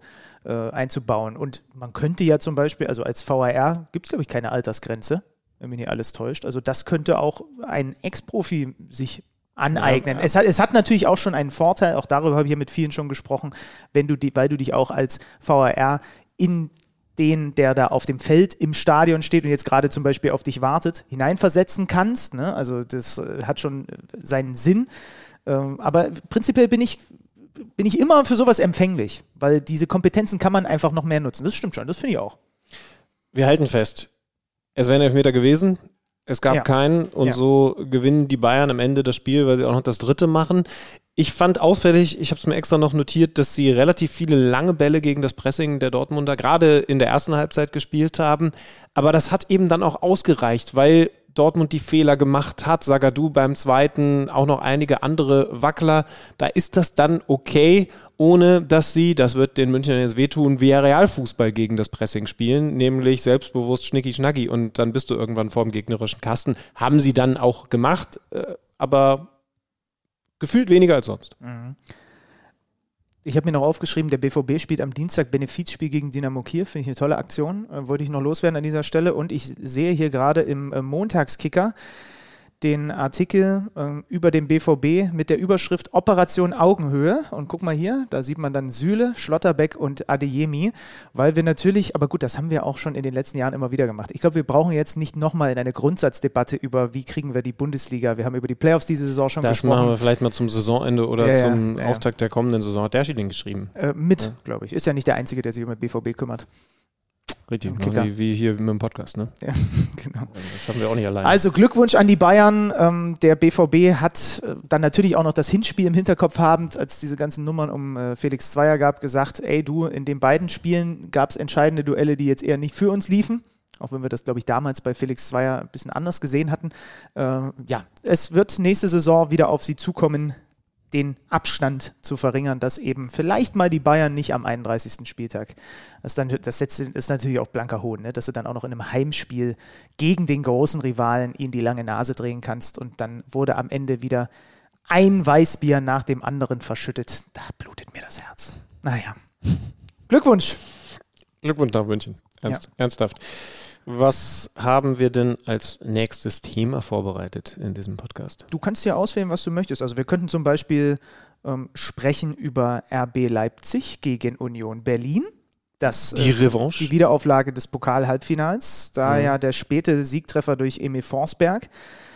einzubauen. Und man könnte ja zum Beispiel, also als VAR gibt es, glaube ich, keine Altersgrenze, wenn mich nicht alles täuscht. Also das könnte auch ein Ex-Profi sich aneignen. Ja. Es hat natürlich auch schon einen Vorteil, auch darüber habe ich ja mit vielen schon gesprochen, weil du dich auch als VAR in den, der da auf dem Feld im Stadion steht und jetzt gerade zum Beispiel auf dich wartet, hineinversetzen kannst. Ne? Also das hat schon seinen Sinn. Aber prinzipiell bin ich immer für sowas empfänglich, weil diese Kompetenzen kann man einfach noch mehr nutzen. Das stimmt schon, das finde ich auch. Wir halten fest, es wäre ein Elfmeter gewesen. Es gab keinen und so gewinnen die Bayern am Ende das Spiel, weil sie auch noch das 3. machen. Ich fand auffällig, ich habe es mir extra noch notiert, dass sie relativ viele lange Bälle gegen das Pressing der Dortmunder gerade in der ersten Halbzeit gespielt haben. Aber das hat eben dann auch ausgereicht, weil Dortmund die Fehler gemacht hat, Zagadou beim 2., auch noch einige andere Wackler. Da ist das dann okay, ohne dass sie, das wird den Münchnern jetzt wehtun, Villarreal-Fußball gegen das Pressing spielen, nämlich selbstbewusst Schnicki-Schnacki und dann bist du irgendwann vorm gegnerischen Kasten. Haben sie dann auch gemacht, aber gefühlt weniger als sonst. Mhm. Ich habe mir noch aufgeschrieben, der BVB spielt am Dienstag Benefizspiel gegen Dynamo Kiew. Finde ich eine tolle Aktion. Wollte ich noch loswerden an dieser Stelle. Und ich sehe hier gerade im Montagskicker den Artikel über den BVB mit der Überschrift Operation Augenhöhe. Und guck mal hier, da sieht man dann Süle, Schlotterbeck und Adeyemi, weil wir natürlich, aber gut, das haben wir auch schon in den letzten Jahren immer wieder gemacht. Ich glaube, wir brauchen jetzt nicht nochmal in eine Grundsatzdebatte über, wie kriegen wir die Bundesliga. Wir haben über die Playoffs diese Saison schon gesprochen. Das machen wir vielleicht mal zum Saisonende oder zum Auftakt der kommenden Saison. Hat der Schilling geschrieben? Glaube ich. Ist ja nicht der Einzige, der sich um den BVB kümmert. Richtig, wie hier mit dem Podcast, ne? Ja, genau. Das haben wir auch nicht alleine. Also Glückwunsch an die Bayern. Der BVB hat dann natürlich auch noch das Hinspiel im Hinterkopf habend, als diese ganzen Nummern um Felix Zweier gab, gesagt, ey du, in den beiden Spielen gab es entscheidende Duelle, die jetzt eher nicht für uns liefen. Auch wenn wir das, glaube ich, damals bei Felix Zweier ein bisschen anders gesehen hatten. Es wird nächste Saison wieder auf sie zukommen, den Abstand zu verringern, dass eben vielleicht mal die Bayern nicht am 31. Spieltag. Das ist natürlich auch blanker Hohn, ne? Dass du dann auch noch in einem Heimspiel gegen den großen Rivalen ihn die lange Nase drehen kannst und dann wurde am Ende wieder ein Weißbier nach dem anderen verschüttet. Da blutet mir das Herz. Naja. Glückwunsch. Glückwunsch nach München. Ernsthaft. Was haben wir denn als nächstes Thema vorbereitet in diesem Podcast? Du kannst ja auswählen, was du möchtest. Also wir könnten zum Beispiel sprechen über RB Leipzig gegen Union Berlin. Die Revanche. Die Wiederauflage des Pokal-Halbfinals. Da ja der späte Siegtreffer durch Emil Forsberg.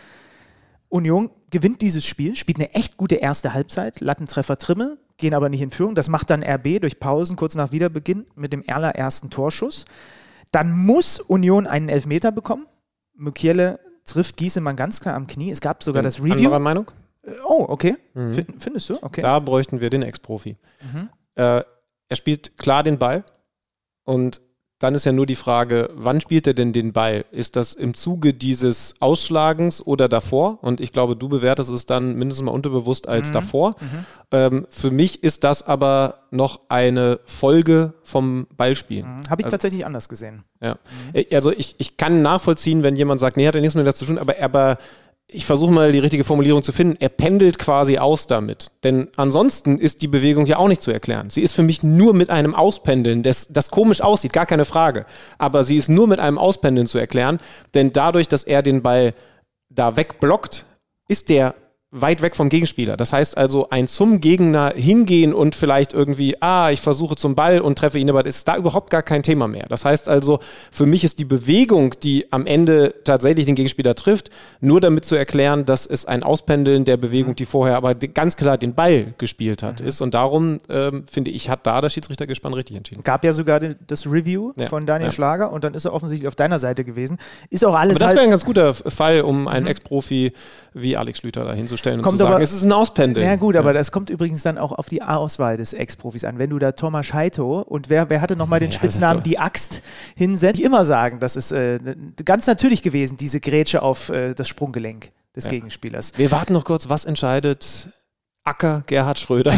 Union gewinnt dieses Spiel, spielt eine echt gute erste Halbzeit, Lattentreffer Trimmel, gehen aber nicht in Führung. Das macht dann RB durch Pausen kurz nach Wiederbeginn mit dem allerersten Torschuss. Dann muss Union einen Elfmeter bekommen. Mukiele trifft Giesemann ganz klar am Knie. Es gab sogar das Review. Anderer Meinung? Oh, okay. Findest du? Okay. Da bräuchten wir den Ex-Profi. Er spielt klar den Ball und dann ist ja nur die Frage, wann spielt er denn den Ball? Ist das im Zuge dieses Ausschlagens oder davor? Und ich glaube, du bewertest es dann mindestens mal unterbewusst als davor. Für mich ist das aber noch eine Folge vom Ballspielen. Habe ich tatsächlich anders gesehen. Ja. Also ich kann nachvollziehen, wenn jemand sagt, nee, hat er nichts mehr dazu zu tun, aber ich versuche mal die richtige Formulierung zu finden. Er pendelt quasi aus damit. Denn ansonsten ist die Bewegung ja auch nicht zu erklären. Sie ist für mich nur mit einem Auspendeln, das komisch aussieht, gar keine Frage. Aber sie ist nur mit einem Auspendeln zu erklären. Denn dadurch, dass er den Ball da wegblockt, ist der weit weg vom Gegenspieler. Das heißt also, ein zum Gegner hingehen und vielleicht irgendwie, ich versuche zum Ball und treffe ihn, aber das ist da überhaupt gar kein Thema mehr. Das heißt also, für mich ist die Bewegung, die am Ende tatsächlich den Gegenspieler trifft, nur damit zu erklären, dass es ein Auspendeln der Bewegung, die vorher aber ganz klar den Ball gespielt hat, ist. Und darum, finde ich, hat da das Schiedsrichtergespann richtig entschieden. Gab ja sogar das Review von Daniel Schlager und dann ist er offensichtlich auf deiner Seite gewesen. Ist auch alles. Aber das wäre ein ganz guter Fall, um einen Ex-Profi wie Alex Schlüter dahin zu stellen und kommt zu sagen, aber, es ist ein Auspendeln. Ja gut, aber das kommt übrigens dann auch auf die Auswahl des Ex-Profis an. Wenn du da Thomas Scheito und wer hatte nochmal den Spitznamen die Axt hinsetzt, ich immer sagen, das ist ganz natürlich gewesen, diese Grätsche auf das Sprunggelenk des Gegenspielers. Wir warten noch kurz, was entscheidet Acker Gerhard Schröder?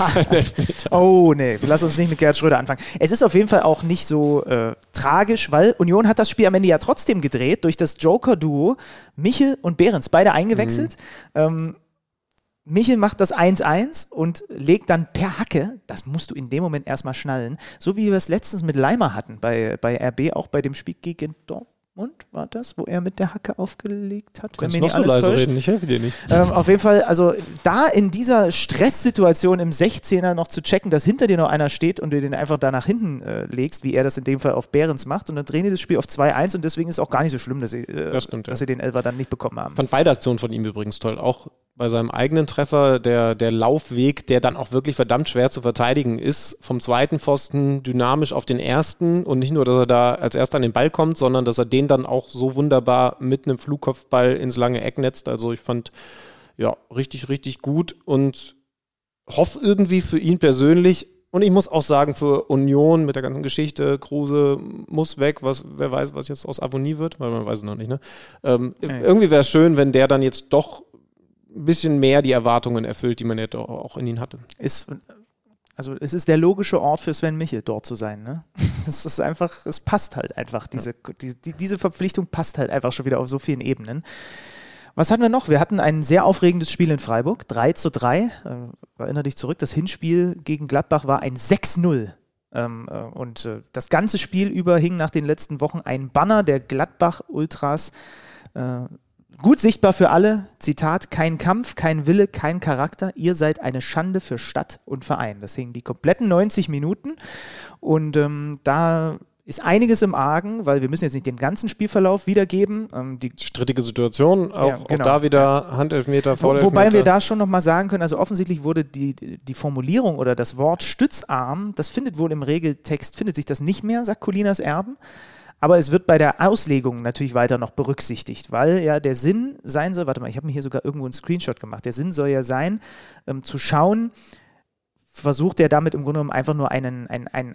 Oh nee, lass uns nicht mit Gerhard Schröder anfangen. Es ist auf jeden Fall auch nicht so tragisch, weil Union hat das Spiel am Ende ja trotzdem gedreht durch das Joker-Duo Michel und Behrens, beide eingewechselt. Michel macht das 1-1 und legt dann per Hacke, das musst du in dem Moment erstmal schnallen, so wie wir es letztens mit Leimer hatten bei RB, auch bei dem Spiel gegen Dortmund, war das, wo er mit der Hacke aufgelegt hat? Du kannst noch so leise reden, ich helfe dir nicht. Auf jeden Fall, also da in dieser Stresssituation im 16er noch zu checken, dass hinter dir noch einer steht und du den einfach da nach hinten legst, wie er das in dem Fall auf Behrens macht und dann drehen die das Spiel auf 2-1 und deswegen ist es auch gar nicht so schlimm, dass sie den Elfer dann nicht bekommen haben. Ich fand beide Aktionen von ihm übrigens toll, auch bei seinem eigenen Treffer, der Laufweg, der dann auch wirklich verdammt schwer zu verteidigen ist, vom zweiten Pfosten dynamisch auf den ersten und nicht nur, dass er da als erster an den Ball kommt, sondern dass er den dann auch so wunderbar mit einem Flugkopfball ins lange Eck netzt. Also ich fand, richtig, richtig gut und hoffe irgendwie für ihn persönlich und ich muss auch sagen, für Union mit der ganzen Geschichte, Kruse muss weg, wer weiß, was jetzt aus Avonie wird, weil man weiß es noch nicht, ne? Irgendwie wäre es schön, wenn der dann jetzt doch ein bisschen mehr die Erwartungen erfüllt, die man ja auch in ihn hatte. Also es ist der logische Ort für Sven Michel, dort zu sein. Ne? Das ist einfach, es passt halt einfach. Diese Verpflichtung passt halt einfach schon wieder auf so vielen Ebenen. Was hatten wir noch? Wir hatten ein sehr aufregendes Spiel in Freiburg, 3:3. Erinnere dich zurück, das Hinspiel gegen Gladbach war ein 6:0. Und das ganze Spiel über hing nach den letzten Wochen ein Banner der Gladbach-Ultras. Gut sichtbar für alle, Zitat, kein Kampf, kein Wille, kein Charakter, ihr seid eine Schande für Stadt und Verein. Das hing die kompletten 90 Minuten und da ist einiges im Argen, weil wir müssen jetzt nicht den ganzen Spielverlauf wiedergeben. Die strittige Situation, auch da wieder Handelfmeter, Foulelfmeter. Wobei wir da schon nochmal sagen können, also offensichtlich wurde die Formulierung oder das Wort Stützarm, das findet wohl im Regeltext, findet sich das nicht mehr, sagt Colinas Erben. Aber es wird bei der Auslegung natürlich weiter noch berücksichtigt, weil ja der Sinn sein soll, warte mal, ich habe mir hier sogar irgendwo einen Screenshot gemacht, der Sinn soll ja sein, zu schauen, versucht er damit im Grunde genommen einfach nur einen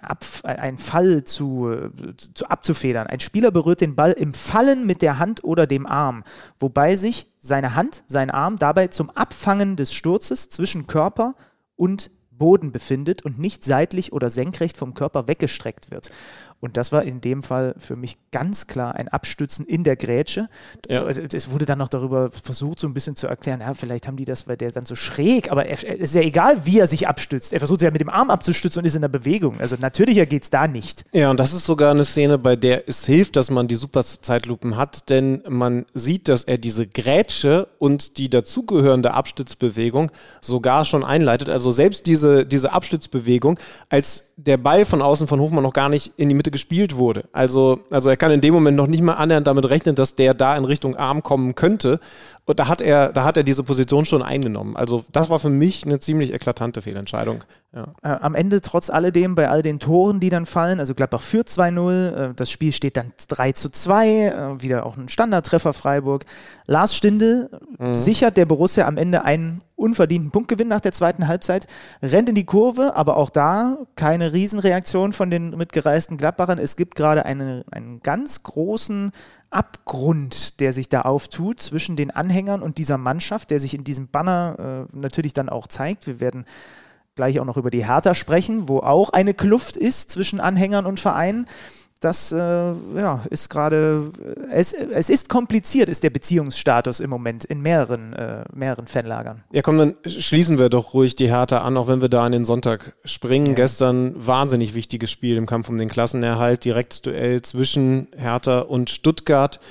Fall abzufedern. Ein Spieler berührt den Ball im Fallen mit der Hand oder dem Arm, wobei sich seine Hand, sein Arm dabei zum Abfangen des Sturzes zwischen Körper und Boden befindet und nicht seitlich oder senkrecht vom Körper weggestreckt wird. Und das war in dem Fall für mich ganz klar ein Abstützen in der Grätsche. Ja. Es wurde dann noch darüber versucht, so ein bisschen zu erklären, ja, vielleicht haben die das, weil der dann so schräg, aber es ist ja egal, wie er sich abstützt. Er versucht sich ja mit dem Arm abzustützen und ist in der Bewegung. Also natürlicher geht es da nicht. Ja, und das ist sogar eine Szene, bei der es hilft, dass man die Super-Zeitlupen hat, denn man sieht, dass er diese Grätsche und die dazugehörende Abstützbewegung sogar schon einleitet. Also selbst diese Abstützbewegung, als der Ball von außen von Hofmann noch gar nicht in die Mitte gespielt wurde. Also er kann in dem Moment noch nicht mal annähernd damit rechnen, dass der da in Richtung Arm kommen könnte. Und da hat er diese Position schon eingenommen. Also das war für mich eine ziemlich eklatante Fehlentscheidung. Ja. Am Ende trotz alledem, bei all den Toren, die dann fallen, also Gladbach führt 2:0, das Spiel steht dann 3:2, wieder auch ein Standardtreffer Freiburg. Lars Stindl sichert der Borussia am Ende einen unverdienten Punktgewinn nach der zweiten Halbzeit, rennt in die Kurve, aber auch da keine Riesenreaktion von den mitgereisten Gladbachern. Es gibt gerade einen ganz großen Abgrund, der sich da auftut zwischen den Anhängern und dieser Mannschaft, der sich in diesem Banner natürlich dann auch zeigt. Wir werden gleich auch noch über die Hertha sprechen, wo auch eine Kluft ist zwischen Anhängern und Vereinen. Das ist gerade, es ist kompliziert, ist der Beziehungsstatus im Moment in mehreren Fanlagern. Ja komm, dann schließen wir doch ruhig die Hertha an, auch wenn wir da an den Sonntag springen. Ja. Gestern wahnsinnig wichtiges Spiel im Kampf um den Klassenerhalt, direktes Duell zwischen Hertha und Stuttgart.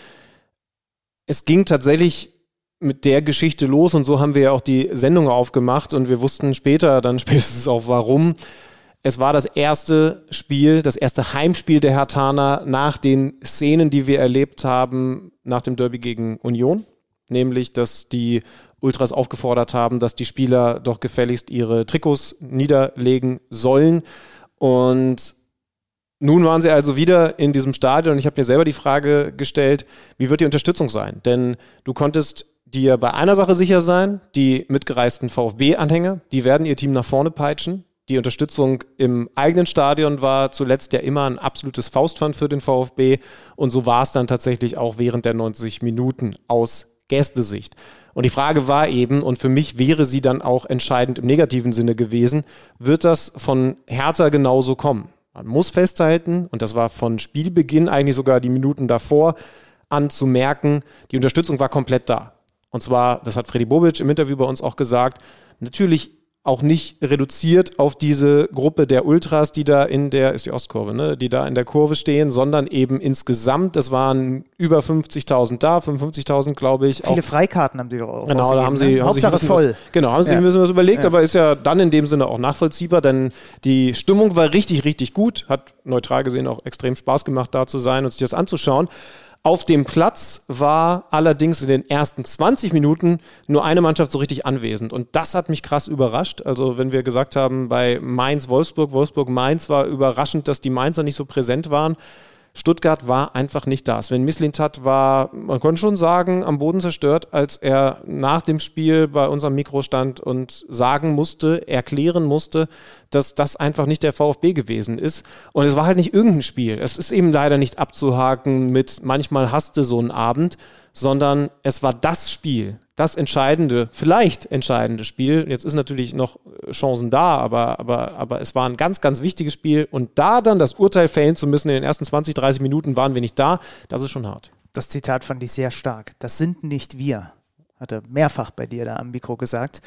Es ging tatsächlich mit der Geschichte los und so haben wir ja auch die Sendung aufgemacht und wir wussten später dann spätestens auch warum. Es war das erste Spiel, das erste Heimspiel der Herthaner nach den Szenen, die wir erlebt haben nach dem Derby gegen Union. Nämlich, dass die Ultras aufgefordert haben, dass die Spieler doch gefälligst ihre Trikots niederlegen sollen. Und nun waren sie also wieder in diesem Stadion und ich habe mir selber die Frage gestellt, wie wird die Unterstützung sein? Denn du konntest dir bei einer Sache sicher sein, die mitgereisten VfB-Anhänger, die werden ihr Team nach vorne peitschen. Die Unterstützung im eigenen Stadion war zuletzt ja immer ein absolutes Faustpfand für den VfB und so war es dann tatsächlich auch während der 90 Minuten aus Gästesicht. Und die Frage war eben, und für mich wäre sie dann auch entscheidend im negativen Sinne gewesen, wird das von Hertha genauso kommen? Man muss festhalten, und das war von Spielbeginn eigentlich sogar die Minuten davor an zu merken, die Unterstützung war komplett da. Und zwar, das hat Freddy Bobic im Interview bei uns auch gesagt, natürlich auch nicht reduziert auf diese Gruppe der Ultras, die da ist die Ostkurve, ne? Die da in der Kurve stehen, sondern eben insgesamt, es waren über 50.000 da, 55.000 glaube ich. Viele Freikarten haben die auch. Genau, da haben sie Hauptsache voll. Haben sie ein bisschen was überlegt, aber ist ja dann in dem Sinne auch nachvollziehbar, denn die Stimmung war richtig, richtig gut, hat neutral gesehen auch extrem Spaß gemacht, da zu sein und sich das anzuschauen. Auf dem Platz war allerdings in den ersten 20 Minuten nur eine Mannschaft so richtig anwesend. Und das hat mich krass überrascht. Also wenn wir gesagt haben, bei Mainz-Wolfsburg, Wolfsburg-Mainz war überraschend, dass die Mainzer nicht so präsent waren. Stuttgart war einfach nicht da. Sven Mislintat war, man konnte schon sagen, am Boden zerstört, als er nach dem Spiel bei unserem Mikro stand und erklären musste, dass das einfach nicht der VfB gewesen ist. Und es war halt nicht irgendein Spiel. Es ist eben leider nicht abzuhaken mit manchmal hast du so einen Abend, sondern es war das Spiel, das entscheidende, vielleicht entscheidende Spiel. Jetzt ist natürlich noch Chancen da, aber es war ein ganz, ganz wichtiges Spiel. Und da dann das Urteil fällen zu müssen, in den ersten 20, 30 Minuten waren wir nicht da, das ist schon hart. Das Zitat fand ich sehr stark. Das sind nicht wir. hat er mehrfach bei dir da am Mikro gesagt.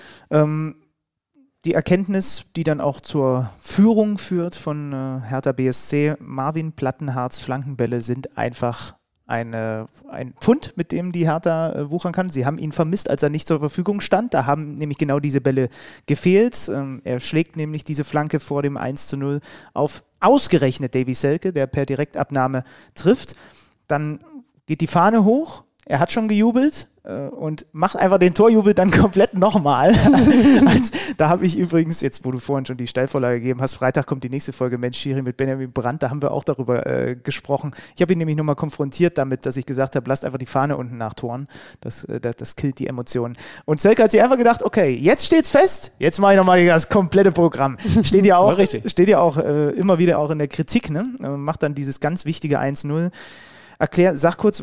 Die Erkenntnis, die dann auch zur Führung führt von Hertha BSC, Marvin Plattenhards Flankenbälle sind einfach ein Pfund, mit dem die Hertha wuchern kann. Sie haben ihn vermisst, als er nicht zur Verfügung stand. Da haben nämlich genau diese Bälle gefehlt. Er schlägt nämlich diese Flanke vor dem 1:0 auf ausgerechnet Davy Selke, der per Direktabnahme trifft. Dann geht die Fahne hoch. Er hat schon gejubelt und macht einfach den Torjubel dann komplett nochmal. Da habe ich übrigens, jetzt wo du vorhin schon die Steilvorlage gegeben hast, Freitag kommt die nächste Folge Mensch Schiri mit Benjamin Brandt, da haben wir auch darüber gesprochen. Ich habe ihn nämlich nochmal konfrontiert damit, dass ich gesagt habe, lasst einfach die Fahne unten nachtoren. Das killt die Emotionen. Und Selke hat sich einfach gedacht, okay, jetzt steht's fest, jetzt mache ich nochmal das komplette Programm. Steht ja auch immer wieder auch in der Kritik, ne? Macht dann dieses ganz wichtige 1:0. Sag kurz,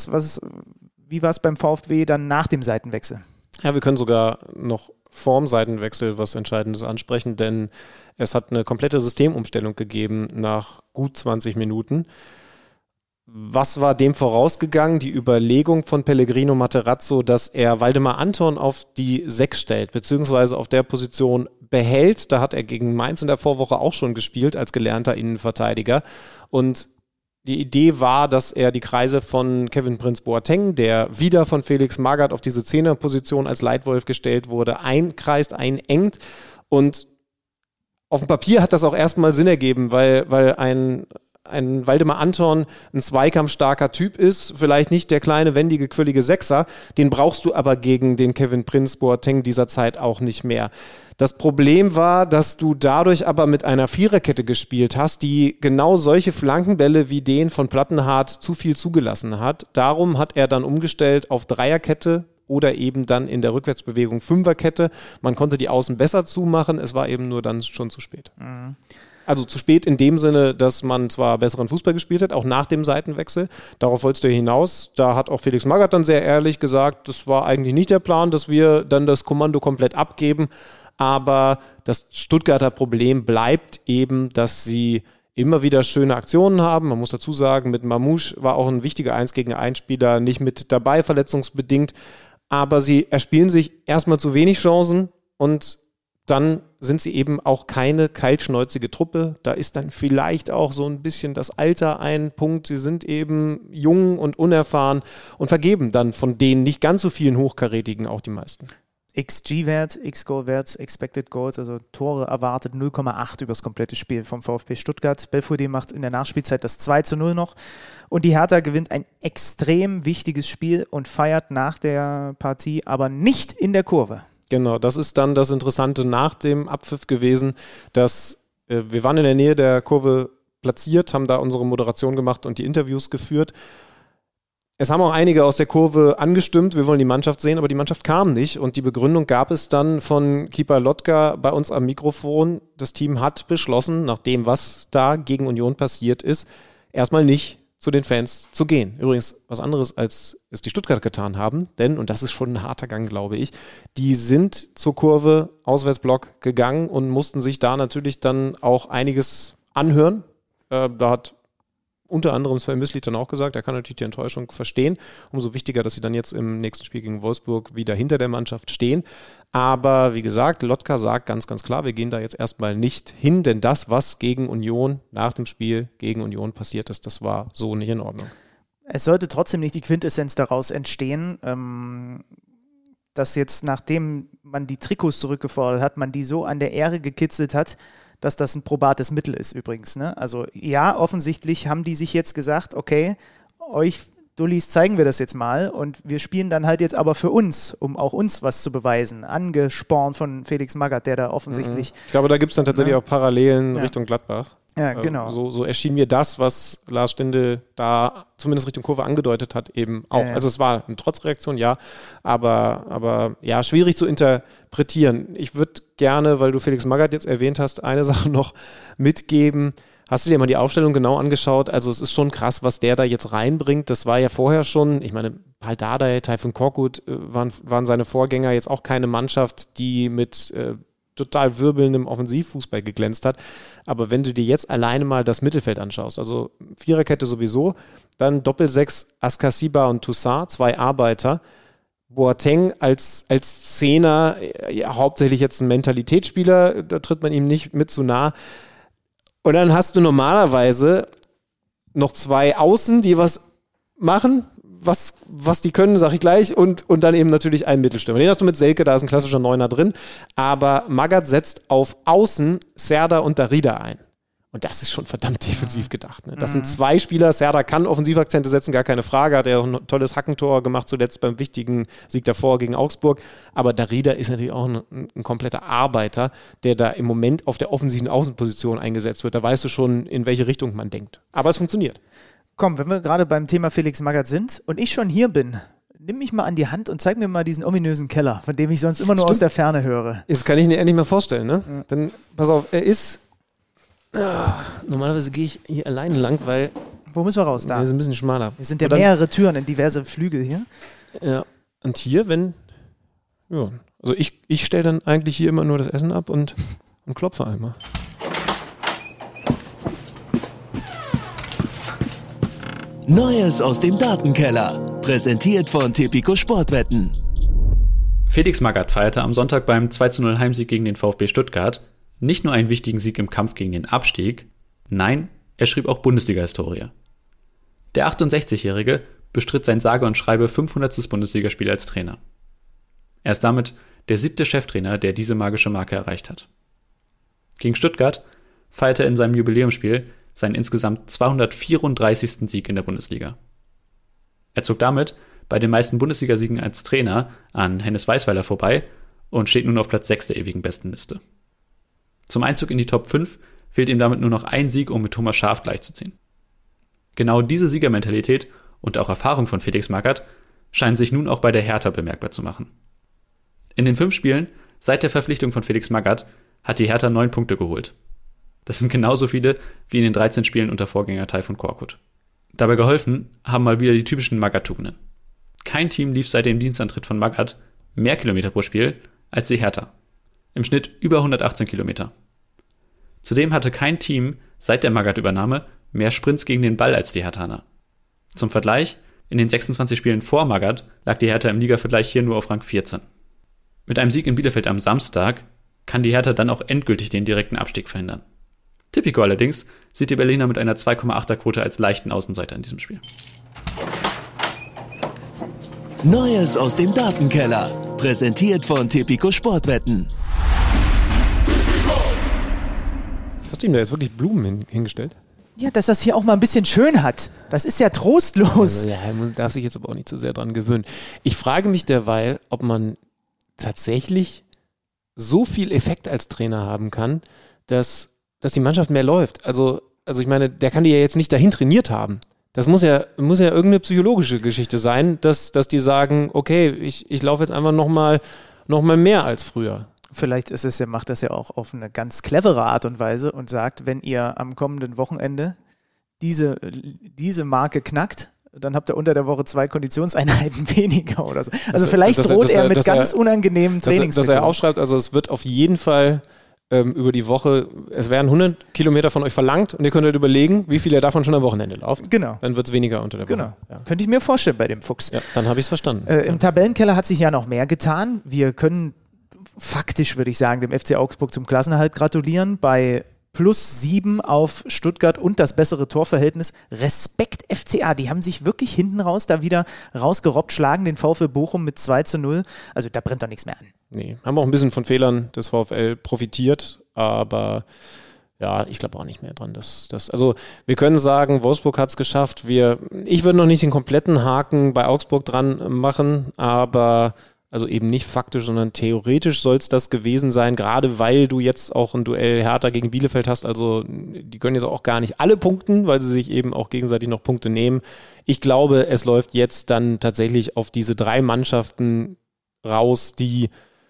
wie war es beim VfB dann nach dem Seitenwechsel? Ja, wir können sogar noch vorm Seitenwechsel was Entscheidendes ansprechen, denn es hat eine komplette Systemumstellung gegeben nach gut 20 Minuten. Was war dem vorausgegangen? Die Überlegung von Pellegrino Materazzo, dass er Waldemar Anton auf die 6 stellt, beziehungsweise auf der Position behält. Da hat er gegen Mainz in der Vorwoche auch schon gespielt als gelernter Innenverteidiger. Und die Idee war, dass er die Kreise von Kevin Prince Boateng, der wieder von Felix Magath auf diese 10er-Position als Leitwolf gestellt wurde, einkreist, einengt. Und auf dem Papier hat das auch erstmal Sinn ergeben, weil ein Waldemar Anton ein zweikampfstarker Typ ist, vielleicht nicht der kleine, wendige, quirlige Sechser, den brauchst du aber gegen den Kevin Prince Boateng dieser Zeit auch nicht mehr. Das Problem war, dass du dadurch aber mit einer Viererkette gespielt hast, die genau solche Flankenbälle wie den von Plattenhardt zu viel zugelassen hat. Darum hat er dann umgestellt auf Dreierkette oder eben dann in der Rückwärtsbewegung Fünferkette. Man konnte die Außen besser zumachen, es war eben nur dann schon zu spät. Mhm. Also zu spät in dem Sinne, dass man zwar besseren Fußball gespielt hat, auch nach dem Seitenwechsel. Darauf wolltest du hinaus. Da hat auch Felix Magath dann sehr ehrlich gesagt, das war eigentlich nicht der Plan, dass wir dann das Kommando komplett abgeben. Aber das Stuttgarter Problem bleibt eben, dass sie immer wieder schöne Aktionen haben. Man muss dazu sagen, mit Mamouche war auch ein wichtiger 1-gegen-1-Spieler nicht mit dabei, verletzungsbedingt. Aber sie erspielen sich erstmal zu wenig Chancen und dann sind sie eben auch keine kaltschnäuzige Truppe. Da ist dann vielleicht auch so ein bisschen das Alter ein Punkt. Sie sind eben jung und unerfahren und vergeben dann von den nicht ganz so vielen Hochkarätigen auch die meisten. XG-Wert, X-Goal-Wert, Expected Goals, also Tore erwartet 0,8 über das komplette Spiel vom VfB Stuttgart. Belfodil macht in der Nachspielzeit das 2:0 noch und die Hertha gewinnt ein extrem wichtiges Spiel und feiert nach der Partie, aber nicht in der Kurve. Genau, das ist dann das Interessante nach dem Abpfiff gewesen, dass wir waren in der Nähe der Kurve platziert, haben da unsere Moderation gemacht und die Interviews geführt. Es haben auch einige aus der Kurve angestimmt, wir wollen die Mannschaft sehen, aber die Mannschaft kam nicht und die Begründung gab es dann von Keeper Lotka bei uns am Mikrofon. Das Team hat beschlossen, nach dem, was da gegen Union passiert ist, erstmal nicht zu den Fans zu gehen. Übrigens was anderes, als es die Stuttgarter getan haben, denn, und das ist schon ein harter Gang, glaube ich, die sind zur Kurve Auswärtsblock gegangen und mussten sich da natürlich dann auch einiges anhören. Da hat unter anderem Sven Mislich dann auch gesagt, er kann natürlich die Enttäuschung verstehen. Umso wichtiger, dass sie dann jetzt im nächsten Spiel gegen Wolfsburg wieder hinter der Mannschaft stehen. Aber wie gesagt, Lotka sagt ganz, ganz klar, wir gehen da jetzt erstmal nicht hin, denn das, was gegen Union nach dem Spiel gegen Union passiert ist, das war so nicht in Ordnung. Es sollte trotzdem nicht die Quintessenz daraus entstehen, dass jetzt, nachdem man die Trikots zurückgefordert hat, man die so an der Ehre gekitzelt hat, dass das ein probates Mittel ist übrigens. Ne? Also ja, offensichtlich haben die sich jetzt gesagt, okay, euch Dullis zeigen wir das jetzt mal und wir spielen dann halt jetzt aber für uns, um auch uns was zu beweisen. Angespornt von Felix Magath, der da offensichtlich... Ich glaube, da gibt es dann tatsächlich auch Parallelen Richtung Gladbach. Ja, genau. So erschien mir das, was Lars Stindl da zumindest Richtung Kurve angedeutet hat, eben auch. Also es war eine Trotzreaktion, ja, aber ja, schwierig zu interpretieren. Ich würde gerne, weil du Felix Magath jetzt erwähnt hast, eine Sache noch mitgeben. Hast du dir mal die Aufstellung genau angeschaut? Also es ist schon krass, was der da jetzt reinbringt. Das war ja vorher schon, ich meine, Pal Dardai, Tayfun Korkut waren seine Vorgänger, jetzt auch keine Mannschaft, die mit total wirbelndem Offensivfußball geglänzt hat. Aber wenn du dir jetzt alleine mal das Mittelfeld anschaust, also Viererkette sowieso, dann Doppelsechs, Askasiba und Toussaint, 2 Arbeiter, Boateng als Zehner, hauptsächlich jetzt ein Mentalitätsspieler, da tritt man ihm nicht mit zu nah. Und dann hast du normalerweise noch 2 Außen, die was machen, was die können, sag ich gleich, und dann eben natürlich einen Mittelstürmer. Den hast du mit Selke, da ist ein klassischer Neuner drin, aber Magath setzt auf Außen Serdar und Darida ein. Und das ist schon verdammt defensiv gedacht. Ne? Das sind 2 Spieler. Serdar kann Offensivakzente setzen, gar keine Frage. Hat er auch ein tolles Hackentor gemacht, zuletzt beim wichtigen Sieg davor gegen Augsburg. Aber Darida ist natürlich auch ein kompletter Arbeiter, der da im Moment auf der offensiven Außenposition eingesetzt wird. Da weißt du schon, in welche Richtung man denkt. Aber es funktioniert. Komm, wenn wir gerade beim Thema Felix Magath sind und ich schon hier bin, nimm mich mal an die Hand und zeig mir mal diesen ominösen Keller, von dem ich sonst immer nur aus der Ferne höre. Jetzt kann ich ihn dir endlich mal vorstellen. Ne? Ja. Dann, pass auf, er ist... Normalerweise gehe ich hier alleine lang, weil... Wo müssen wir raus? Da. Wir sind ein bisschen schmaler. Es sind ja mehrere Türen in diverse Flügel hier. Ja, und hier, wenn... Ja, also ich stelle dann eigentlich hier immer nur das Essen ab und klopfe einmal. Neues aus dem Datenkeller. Präsentiert von Tipico Sportwetten. Felix Magath feierte am Sonntag beim 2:0 Heimsieg gegen den VfB Stuttgart nicht nur einen wichtigen Sieg im Kampf gegen den Abstieg, nein, er schrieb auch Bundesliga-Historie. Der 68-Jährige bestritt sein sage und schreibe 500. Bundesligaspiel als Trainer. Er ist damit der 7. Cheftrainer, der diese magische Marke erreicht hat. Gegen Stuttgart feierte er in seinem Jubiläumsspiel seinen insgesamt 234. Sieg in der Bundesliga. Er zog damit bei den meisten Bundesligasiegen als Trainer an Hennes Weisweiler vorbei und steht nun auf Platz 6 der ewigen Bestenliste. Zum Einzug in die Top 5 fehlt ihm damit nur noch ein Sieg, um mit Thomas Schaaf gleichzuziehen. Genau diese Siegermentalität und auch Erfahrung von Felix Magath scheinen sich nun auch bei der Hertha bemerkbar zu machen. In den 5 Spielen seit der Verpflichtung von Felix Magath hat die Hertha 9 Punkte geholt. Das sind genauso viele wie in den 13 Spielen unter Vorgänger Tayfun Korkut. Dabei geholfen haben mal wieder die typischen Magath-Tugenden. Kein Team lief seit dem Dienstantritt von Magath mehr Kilometer pro Spiel als die Hertha. Im Schnitt über 118 Kilometer. Zudem hatte kein Team seit der Magath-Übernahme mehr Sprints gegen den Ball als die Herthaner. Zum Vergleich, in den 26 Spielen vor Magath lag die Hertha im Ligavergleich hier nur auf Rang 14. Mit einem Sieg in Bielefeld am Samstag kann die Hertha dann auch endgültig den direkten Abstieg verhindern. Tipico allerdings sieht die Berliner mit einer 2,8er Quote als leichten Außenseiter in diesem Spiel. Neues aus dem Datenkeller. Präsentiert von Tipico Sportwetten. Hast du ihm da jetzt wirklich Blumen hingestellt? Ja, dass das hier auch mal ein bisschen schön hat. Das ist ja trostlos. Also, ja, man darf sich jetzt aber auch nicht zu sehr dran gewöhnen. Ich frage mich derweil, ob man tatsächlich so viel Effekt als Trainer haben kann, dass die Mannschaft mehr läuft. Also ich meine, der kann die ja jetzt nicht dahin trainiert haben. Das muss ja irgendeine psychologische Geschichte sein, dass die sagen, okay, ich laufe jetzt einfach noch mal mehr als früher. Vielleicht macht das ja auch auf eine ganz clevere Art und Weise und sagt, wenn ihr am kommenden Wochenende diese Marke knackt, dann habt ihr unter der Woche 2 Konditionseinheiten weniger oder so. Also vielleicht droht er mit ganz unangenehmen Trainingsmethoden. Dass er aufschreibt, also es wird auf jeden Fall über die Woche, es werden 100 Kilometer von euch verlangt und ihr könnt halt überlegen, wie viel ihr davon schon am Wochenende lauft. Genau. Dann wird es weniger unter der Woche. Genau. Ja. Könnte ich mir vorstellen bei dem Fuchs. Ja, dann habe ich es verstanden. Im Tabellenkeller hat sich ja noch mehr getan. Wir können faktisch, würde ich sagen, dem FC Augsburg zum Klassenerhalt gratulieren. Bei +7 auf Stuttgart und das bessere Torverhältnis. Respekt FCA, die haben sich wirklich hinten raus da wieder rausgerobbt, schlagen den VfL Bochum mit 2:0. Also da brennt doch nichts mehr an. Nee, haben auch ein bisschen von Fehlern des VfL profitiert, aber ja, ich glaube auch nicht mehr dran. Also wir können sagen, Wolfsburg hat es geschafft. Ich würde noch nicht den kompletten Haken bei Augsburg dran machen, aber also eben nicht faktisch, sondern theoretisch soll es das gewesen sein, gerade weil du jetzt auch ein Duell Hertha gegen Bielefeld hast. Also die können jetzt auch gar nicht alle punkten, weil sie sich eben auch gegenseitig noch Punkte nehmen. Ich glaube, es läuft jetzt dann tatsächlich auf diese 3 Mannschaften raus, die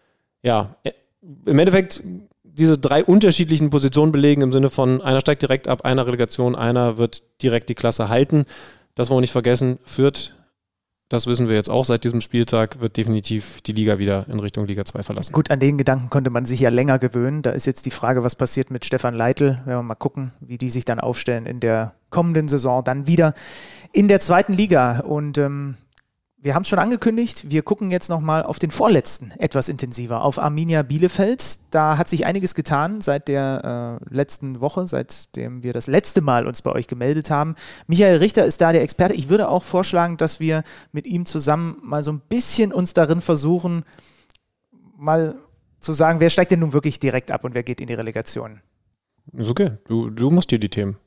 ja im Endeffekt diese 3 unterschiedlichen Positionen belegen, im Sinne von einer steigt direkt ab, einer Relegation, einer wird direkt die Klasse halten. Das wollen wir nicht vergessen, Fürth, das wissen wir jetzt auch, seit diesem Spieltag wird definitiv die Liga wieder in Richtung Liga 2 verlassen. Gut, an den Gedanken konnte man sich ja länger gewöhnen. Da ist jetzt die Frage, was passiert mit Stefan Leitl. Werden wir mal gucken, wie die sich dann aufstellen in der kommenden Saison, dann wieder in der 2. Liga. Und Wir haben es schon angekündigt, wir gucken jetzt nochmal auf den vorletzten etwas intensiver, auf Arminia Bielefeld. Da hat sich einiges getan seit der letzten Woche, seitdem wir das letzte Mal uns bei euch gemeldet haben. Michael Richter ist da der Experte. Ich würde auch vorschlagen, dass wir mit ihm zusammen mal so ein bisschen uns darin versuchen, mal zu sagen, wer steigt denn nun wirklich direkt ab und wer geht in die Relegation? Ist okay, du musst dir die Themen.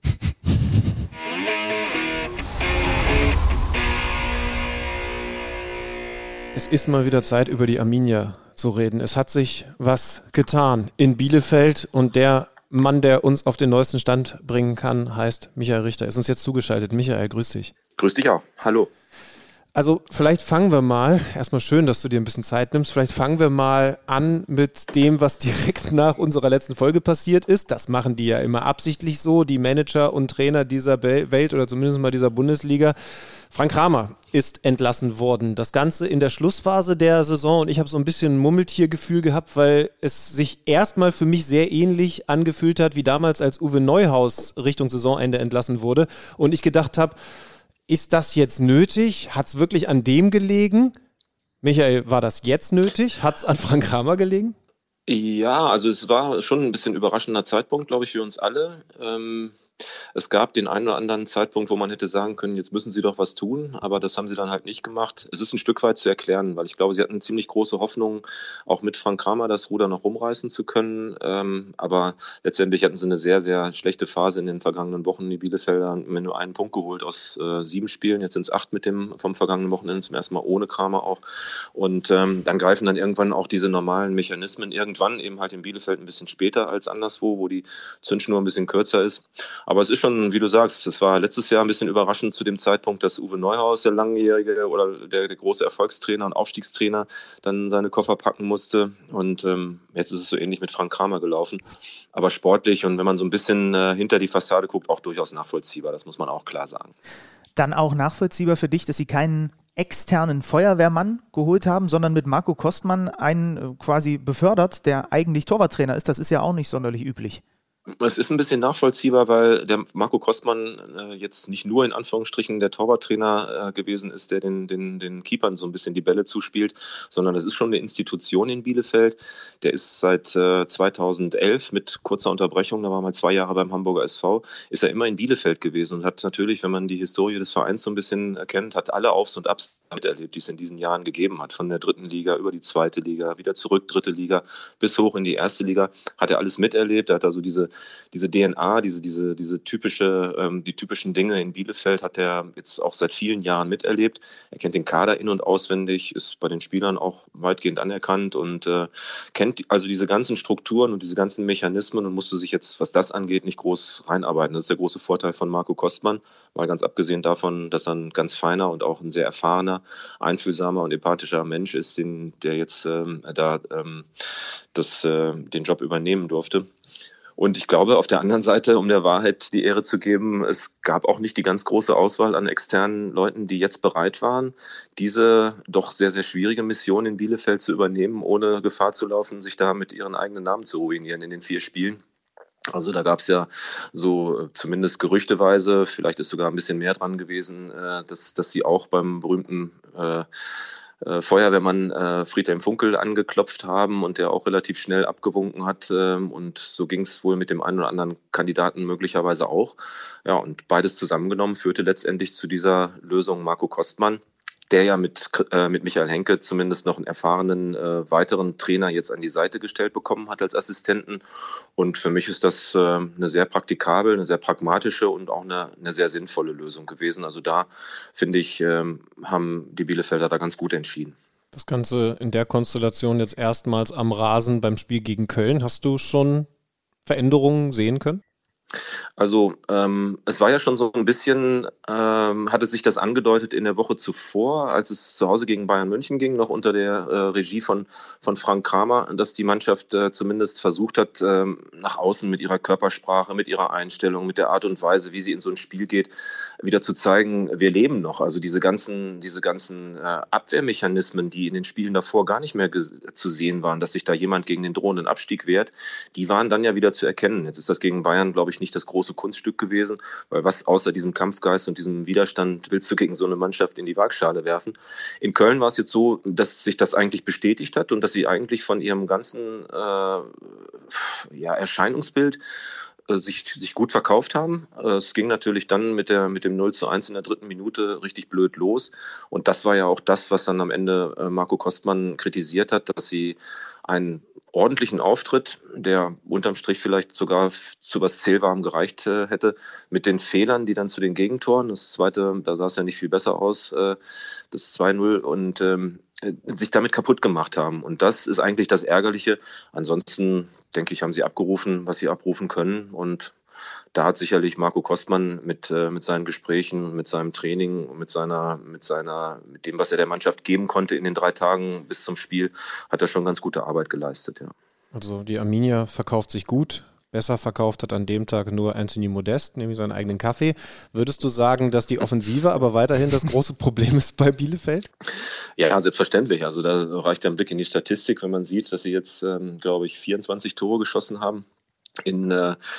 Es ist mal wieder Zeit, über die Arminia zu reden. Es hat sich was getan in Bielefeld und der Mann, der uns auf den neuesten Stand bringen kann, heißt Michael Richter. Ist uns jetzt zugeschaltet. Michael, grüß dich. Grüß dich auch. Hallo. Also vielleicht fangen wir mal, erstmal schön, dass du dir ein bisschen Zeit nimmst, vielleicht fangen wir mal an mit dem, was direkt nach unserer letzten Folge passiert ist. Das machen die ja immer absichtlich so, die Manager und Trainer dieser Welt oder zumindest mal dieser Bundesliga. Frank Kramer ist entlassen worden. Das Ganze in der Schlussphase der Saison und ich habe so ein bisschen ein Murmeltiergefühl gehabt, weil es sich erstmal für mich sehr ähnlich angefühlt hat, wie damals, als Uwe Neuhaus Richtung Saisonende entlassen wurde und ich gedacht habe, ist das jetzt nötig? Hat es wirklich an dem gelegen? Michael, war das jetzt nötig? Hat es an Frank Kramer gelegen? Ja, also es war schon ein bisschen überraschender Zeitpunkt, glaube ich, für uns alle. Es gab den einen oder anderen Zeitpunkt, wo man hätte sagen können, jetzt müssen sie doch was tun, aber das haben sie dann halt nicht gemacht. Es ist ein Stück weit zu erklären, weil ich glaube, sie hatten ziemlich große Hoffnung, auch mit Frank Kramer das Ruder noch rumreißen zu können, aber letztendlich hatten sie eine sehr, sehr schlechte Phase in den vergangenen Wochen. Die Bielefelder haben nur einen Punkt geholt aus 7 Spielen, jetzt sind es 8 vom vergangenen Wochenende, zum ersten Mal ohne Kramer auch und dann greifen dann irgendwann auch diese normalen Mechanismen, irgendwann eben halt in Bielefeld ein bisschen später als anderswo, wo die Zündschnur ein bisschen kürzer ist. Aber es ist schon, wie du sagst, es war letztes Jahr ein bisschen überraschend zu dem Zeitpunkt, dass Uwe Neuhaus, der langjährige oder der große Erfolgstrainer und Aufstiegstrainer, dann seine Koffer packen musste. Und jetzt ist es so ähnlich mit Frank Kramer gelaufen. Aber sportlich und wenn man so ein bisschen hinter die Fassade guckt, auch durchaus nachvollziehbar. Das muss man auch klar sagen. Dann auch nachvollziehbar für dich, dass sie keinen externen Feuerwehrmann geholt haben, sondern mit Marco Kostmann einen quasi befördert, der eigentlich Torwarttrainer ist. Das ist ja auch nicht sonderlich üblich. Es ist ein bisschen nachvollziehbar, weil der Marco Kostmann jetzt nicht nur in Anführungsstrichen der Torwarttrainer gewesen ist, der den Keepern so ein bisschen die Bälle zuspielt, sondern das ist schon eine Institution in Bielefeld. Der ist seit 2011 mit kurzer Unterbrechung, da war mal 2 Jahre beim Hamburger SV, ist er immer in Bielefeld gewesen und hat natürlich, wenn man die Historie des Vereins so ein bisschen erkennt, hat alle Aufs und Abs miterlebt, die es in diesen Jahren gegeben hat. Von der 3. Liga über die 2. Liga, wieder zurück, 3. Liga, bis hoch in die 1. Liga, hat er alles miterlebt. Er hat also diese DNA, die typischen Dinge in Bielefeld hat er jetzt auch seit vielen Jahren miterlebt. Er kennt den Kader in- und auswendig, ist bei den Spielern auch weitgehend anerkannt und kennt also diese ganzen Strukturen und diese ganzen Mechanismen und musste sich jetzt, was das angeht, nicht groß reinarbeiten. Das ist der große Vorteil von Marco Kostmann, mal ganz abgesehen davon, dass er ein ganz feiner und auch ein sehr erfahrener, einfühlsamer und empathischer Mensch ist, der jetzt den Job übernehmen durfte. Und ich glaube, auf der anderen Seite, um der Wahrheit die Ehre zu geben, es gab auch nicht die ganz große Auswahl an externen Leuten, die jetzt bereit waren, diese doch sehr, sehr schwierige Mission in Bielefeld zu übernehmen, ohne Gefahr zu laufen, sich da mit ihren eigenen Namen zu ruinieren in den 4 Spielen. Also da gab es ja so zumindest gerüchteweise, vielleicht ist sogar ein bisschen mehr dran gewesen, dass sie auch beim berühmten Feuerwehrmann Friedhelm Funkel angeklopft haben und der auch relativ schnell abgewunken hat und so ging es wohl mit dem einen oder anderen Kandidaten möglicherweise auch. Ja, und beides zusammengenommen führte letztendlich zu dieser Lösung Marco Kostmann, der ja mit Michael Henke zumindest noch einen erfahrenen weiteren Trainer jetzt an die Seite gestellt bekommen hat als Assistenten. Und für mich ist das eine sehr praktikable, eine sehr pragmatische und auch eine sehr sinnvolle Lösung gewesen. Also da, finde ich, haben die Bielefelder da ganz gut entschieden. Das Ganze in der Konstellation jetzt erstmals am Rasen beim Spiel gegen Köln. Hast du schon Veränderungen sehen können? Also es war ja schon so ein bisschen, hatte sich das angedeutet in der Woche zuvor, als es zu Hause gegen Bayern München ging, noch unter der Regie von Frank Kramer, dass die Mannschaft zumindest versucht hat, nach außen mit ihrer Körpersprache, mit ihrer Einstellung, mit der Art und Weise, wie sie in so ein Spiel geht, wieder zu zeigen, wir leben noch. Also diese ganzen Abwehrmechanismen, die in den Spielen davor gar nicht mehr zu sehen waren, dass sich da jemand gegen den drohenden Abstieg wehrt, die waren dann ja wieder zu erkennen. Jetzt ist das gegen Bayern, glaube ich, nicht das große große Kunststück gewesen, weil was außer diesem Kampfgeist und diesem Widerstand willst du gegen so eine Mannschaft in die Waagschale werfen? In Köln war es jetzt so, dass sich das eigentlich bestätigt hat und dass sie eigentlich von ihrem ganzen Erscheinungsbild sich gut verkauft haben. Es ging natürlich dann mit dem 0:1 in der 3. Minute richtig blöd los. Und das war ja auch das, was dann am Ende Marco Kostmann kritisiert hat, dass sie einen ordentlichen Auftritt, der unterm Strich vielleicht sogar zu was Zählbarem gereicht hätte, mit den Fehlern, die dann zu den Gegentoren, das zweite, da sah es ja nicht viel besser aus, das 2:0 und sich damit kaputt gemacht haben. Und das ist eigentlich das Ärgerliche. Ansonsten, denke ich, haben sie abgerufen, was sie abrufen können. Und da hat sicherlich Marco Kostmann mit seinen Gesprächen, mit seinem Training, mit dem, was er der Mannschaft geben konnte in den 3 Tagen bis zum Spiel, hat er schon ganz gute Arbeit geleistet, ja. Also die Arminia verkauft sich gut. Besser verkauft hat an dem Tag nur Anthony Modest, nämlich seinen eigenen Kaffee. Würdest du sagen, dass die Offensive aber weiterhin das große Problem ist bei Bielefeld? Ja, selbstverständlich. Also da reicht ja ein Blick in die Statistik, wenn man sieht, dass sie jetzt, glaube ich, 24 Tore geschossen haben in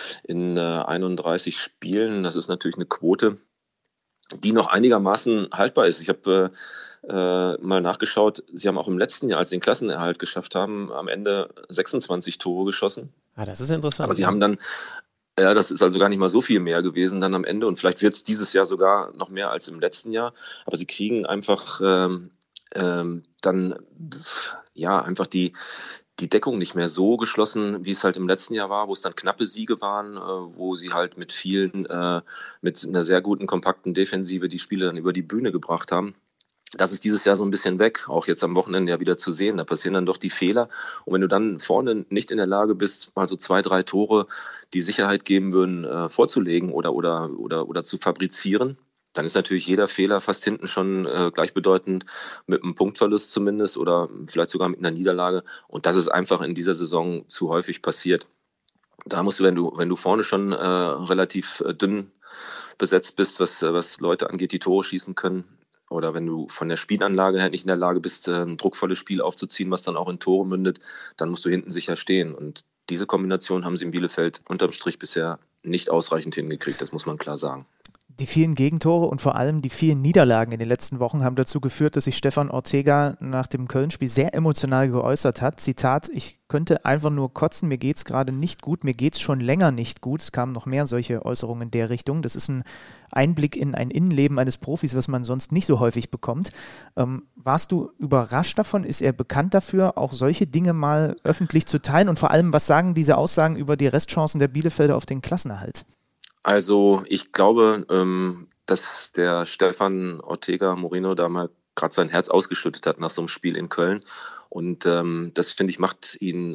31 Spielen. Das ist natürlich eine Quote, die noch einigermaßen haltbar ist. Ich habe mal nachgeschaut, sie haben auch im letzten Jahr, als sie den Klassenerhalt geschafft haben, am Ende 26 Tore geschossen. Ah, das ist interessant. Aber sie haben dann, das ist also gar nicht mal so viel mehr gewesen dann am Ende und vielleicht wird es dieses Jahr sogar noch mehr als im letzten Jahr. Aber sie kriegen einfach einfach die Deckung nicht mehr so geschlossen, wie es halt im letzten Jahr war, wo es dann knappe Siege waren, wo sie halt mit einer sehr guten, kompakten Defensive die Spiele dann über die Bühne gebracht haben. Das ist dieses Jahr so ein bisschen weg, auch jetzt am Wochenende ja wieder zu sehen. Da passieren dann doch die Fehler. Und wenn du dann vorne nicht in der Lage bist, mal so 2, 3 Tore, die Sicherheit geben würden, vorzulegen oder zu fabrizieren, dann ist natürlich jeder Fehler fast hinten schon gleichbedeutend mit einem Punktverlust zumindest oder vielleicht sogar mit einer Niederlage. Und das ist einfach in dieser Saison zu häufig passiert. Da musst du, wenn du vorne schon relativ dünn besetzt bist, was Leute angeht, die Tore schießen können, oder wenn du von der Spielanlage her nicht in der Lage bist, ein druckvolles Spiel aufzuziehen, was dann auch in Tore mündet, dann musst du hinten sicher stehen. Und diese Kombination haben sie in Bielefeld unterm Strich bisher nicht ausreichend hingekriegt, das muss man klar sagen. Die vielen Gegentore und vor allem die vielen Niederlagen in den letzten Wochen haben dazu geführt, dass sich Stefan Ortega nach dem Köln-Spiel sehr emotional geäußert hat. Zitat: Ich könnte einfach nur kotzen, mir geht's gerade nicht gut, mir geht's schon länger nicht gut. Es kamen noch mehr solche Äußerungen in der Richtung. Das ist ein Einblick in ein Innenleben eines Profis, was man sonst nicht so häufig bekommt. Warst du überrascht davon? Ist er bekannt dafür, auch solche Dinge mal öffentlich zu teilen? Und vor allem, was sagen diese Aussagen über die Restchancen der Bielefelder auf den Klassenerhalt? Also ich glaube, dass der Stefan Ortega Moreno da mal gerade sein Herz ausgeschüttet hat nach so einem Spiel in Köln. Und das, finde ich, macht ihn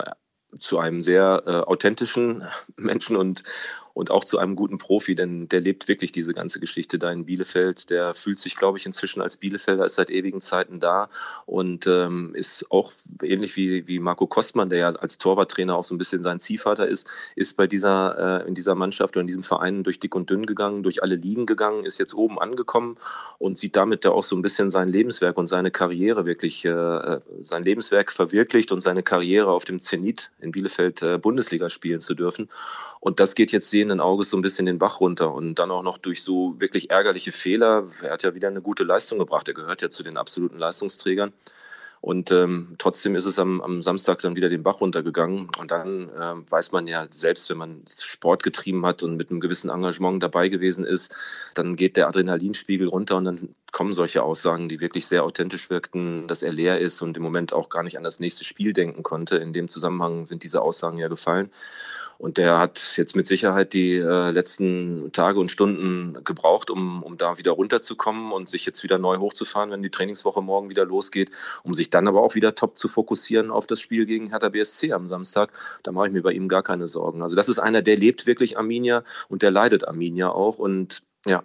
zu einem sehr authentischen Menschen und auch zu einem guten Profi, denn der lebt wirklich diese ganze Geschichte da in Bielefeld. Der fühlt sich, glaube ich, inzwischen als Bielefelder, ist seit ewigen Zeiten da und ist auch ähnlich wie Marco Kostmann, der ja als Torwarttrainer auch so ein bisschen sein Ziehvater ist bei in dieser Mannschaft oder in diesem Verein durch dick und dünn gegangen, durch alle Ligen gegangen, ist jetzt oben angekommen und sieht damit ja auch so ein bisschen sein Lebenswerk und seine Karriere wirklich, sein Lebenswerk verwirklicht und seine Karriere auf dem Zenit in Bielefeld Bundesliga spielen zu dürfen. Und das geht jetzt sehenden Auges so ein bisschen den Bach runter und dann auch noch durch so wirklich ärgerliche Fehler. Er hat ja wieder eine gute Leistung gebracht. Er gehört ja zu den absoluten Leistungsträgern. Und trotzdem ist es am Samstag dann wieder den Bach runtergegangen. Und dann weiß man ja selbst, wenn man Sport getrieben hat und mit einem gewissen Engagement dabei gewesen ist, dann geht der Adrenalinspiegel runter und dann kommen solche Aussagen, die wirklich sehr authentisch wirkten, dass er leer ist und im Moment auch gar nicht an das nächste Spiel denken konnte. In dem Zusammenhang sind diese Aussagen ja gefallen. Und der hat jetzt mit Sicherheit die letzten Tage und Stunden gebraucht, um da wieder runterzukommen und sich jetzt wieder neu hochzufahren, wenn die Trainingswoche morgen wieder losgeht, um sich dann aber auch wieder top zu fokussieren auf das Spiel gegen Hertha BSC am Samstag. Da mache ich mir bei ihm gar keine Sorgen. Also das ist einer, der lebt wirklich Arminia und der leidet Arminia auch. Und ja,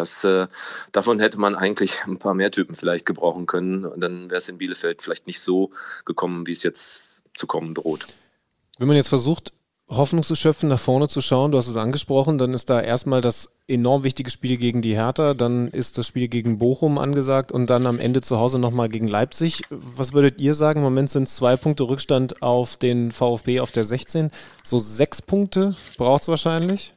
davon hätte man eigentlich ein paar mehr Typen vielleicht gebrauchen können. Und dann wäre es in Bielefeld vielleicht nicht so gekommen, wie es jetzt zu kommen droht. Wenn man jetzt versucht, Hoffnung zu schöpfen, nach vorne zu schauen, du hast es angesprochen, dann ist da erstmal das enorm wichtige Spiel gegen die Hertha, dann ist das Spiel gegen Bochum angesagt und dann am Ende zu Hause nochmal gegen Leipzig. Was würdet ihr sagen? Im Moment sind es 2 Punkte Rückstand auf den VfB auf der 16. So 6 Punkte braucht es wahrscheinlich?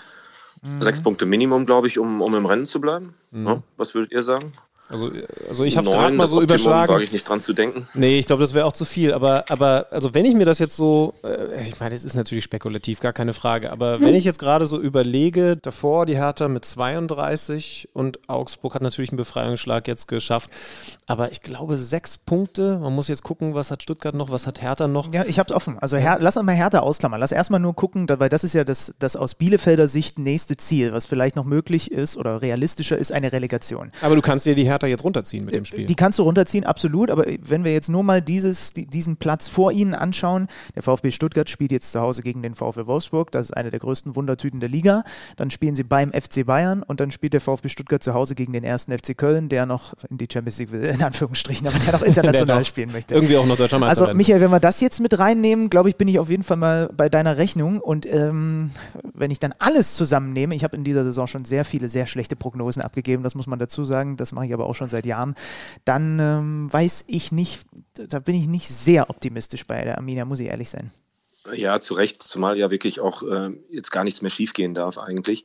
6 Punkte Minimum, glaube ich, um im Rennen zu bleiben. Ja, was würdet ihr sagen? Also ich habe es gerade mal so überschlagen. Wage ich nicht dran zu denken. Nee, ich glaube, das wäre auch zu viel. Aber also wenn ich mir das jetzt so, ich meine, es ist natürlich spekulativ, gar keine Frage, aber wenn ich jetzt gerade so überlege, davor die Hertha mit 32 und Augsburg hat natürlich einen Befreiungsschlag jetzt geschafft, aber ich glaube 6 Punkte, man muss jetzt gucken, was hat Stuttgart noch, was hat Hertha noch. Ja, ich habe es offen. Also lass uns mal Hertha ausklammern. Lass erstmal nur gucken, weil das ist ja das aus Bielefelder Sicht nächste Ziel, was vielleicht noch möglich ist oder realistischer ist, eine Relegation. Aber du kannst dir die Hertha jetzt runterziehen mit dem Spiel. Die kannst du runterziehen, absolut, aber wenn wir jetzt nur mal diesen Platz vor ihnen anschauen, der VfB Stuttgart spielt jetzt zu Hause gegen den VfL Wolfsburg, das ist eine der größten Wundertüten der Liga, dann spielen sie beim FC Bayern und dann spielt der VfB Stuttgart zu Hause gegen den 1. FC Köln, der noch in die Champions League will, in Anführungsstrichen, aber der noch international spielen möchte. Irgendwie auch noch deutscher Meister Also Michael, wenn wir das jetzt mit reinnehmen, glaube ich, bin ich auf jeden Fall mal bei deiner Rechnung und wenn ich dann alles zusammennehme, ich habe in dieser Saison schon sehr viele, sehr schlechte Prognosen abgegeben, das muss man dazu sagen, das mache ich aber auch schon seit Jahren, dann weiß ich nicht, da bin ich nicht sehr optimistisch bei der Arminia, muss ich ehrlich sein. Ja, zu Recht, zumal ja wirklich auch jetzt gar nichts mehr schiefgehen darf eigentlich.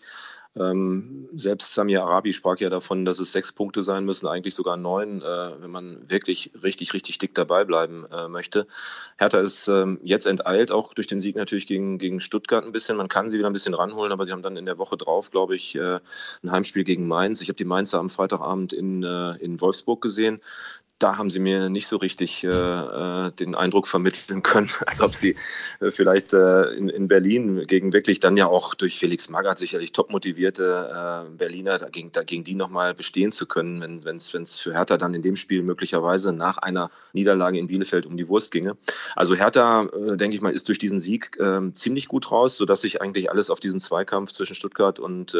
Selbst Samir Arabi sprach ja davon, dass es 6 Punkte sein müssen, eigentlich sogar 9, wenn man wirklich richtig, richtig dick dabei bleiben möchte. Hertha ist jetzt enteilt, auch durch den Sieg natürlich gegen Stuttgart ein bisschen. Man kann sie wieder ein bisschen ranholen, aber sie haben dann in der Woche drauf, glaube ich, ein Heimspiel gegen Mainz. Ich habe die Mainzer am Freitagabend in Wolfsburg gesehen. Da haben sie mir nicht so richtig den Eindruck vermitteln können, als ob sie vielleicht in Berlin gegen wirklich dann ja auch durch Felix Magath sicherlich top motivierte Berliner, dagegen die nochmal bestehen zu können, wenn es für Hertha dann in dem Spiel möglicherweise nach einer Niederlage in Bielefeld um die Wurst ginge. Also Hertha, denke ich mal, ist durch diesen Sieg ziemlich gut raus, sodass sich eigentlich alles auf diesen Zweikampf zwischen Stuttgart und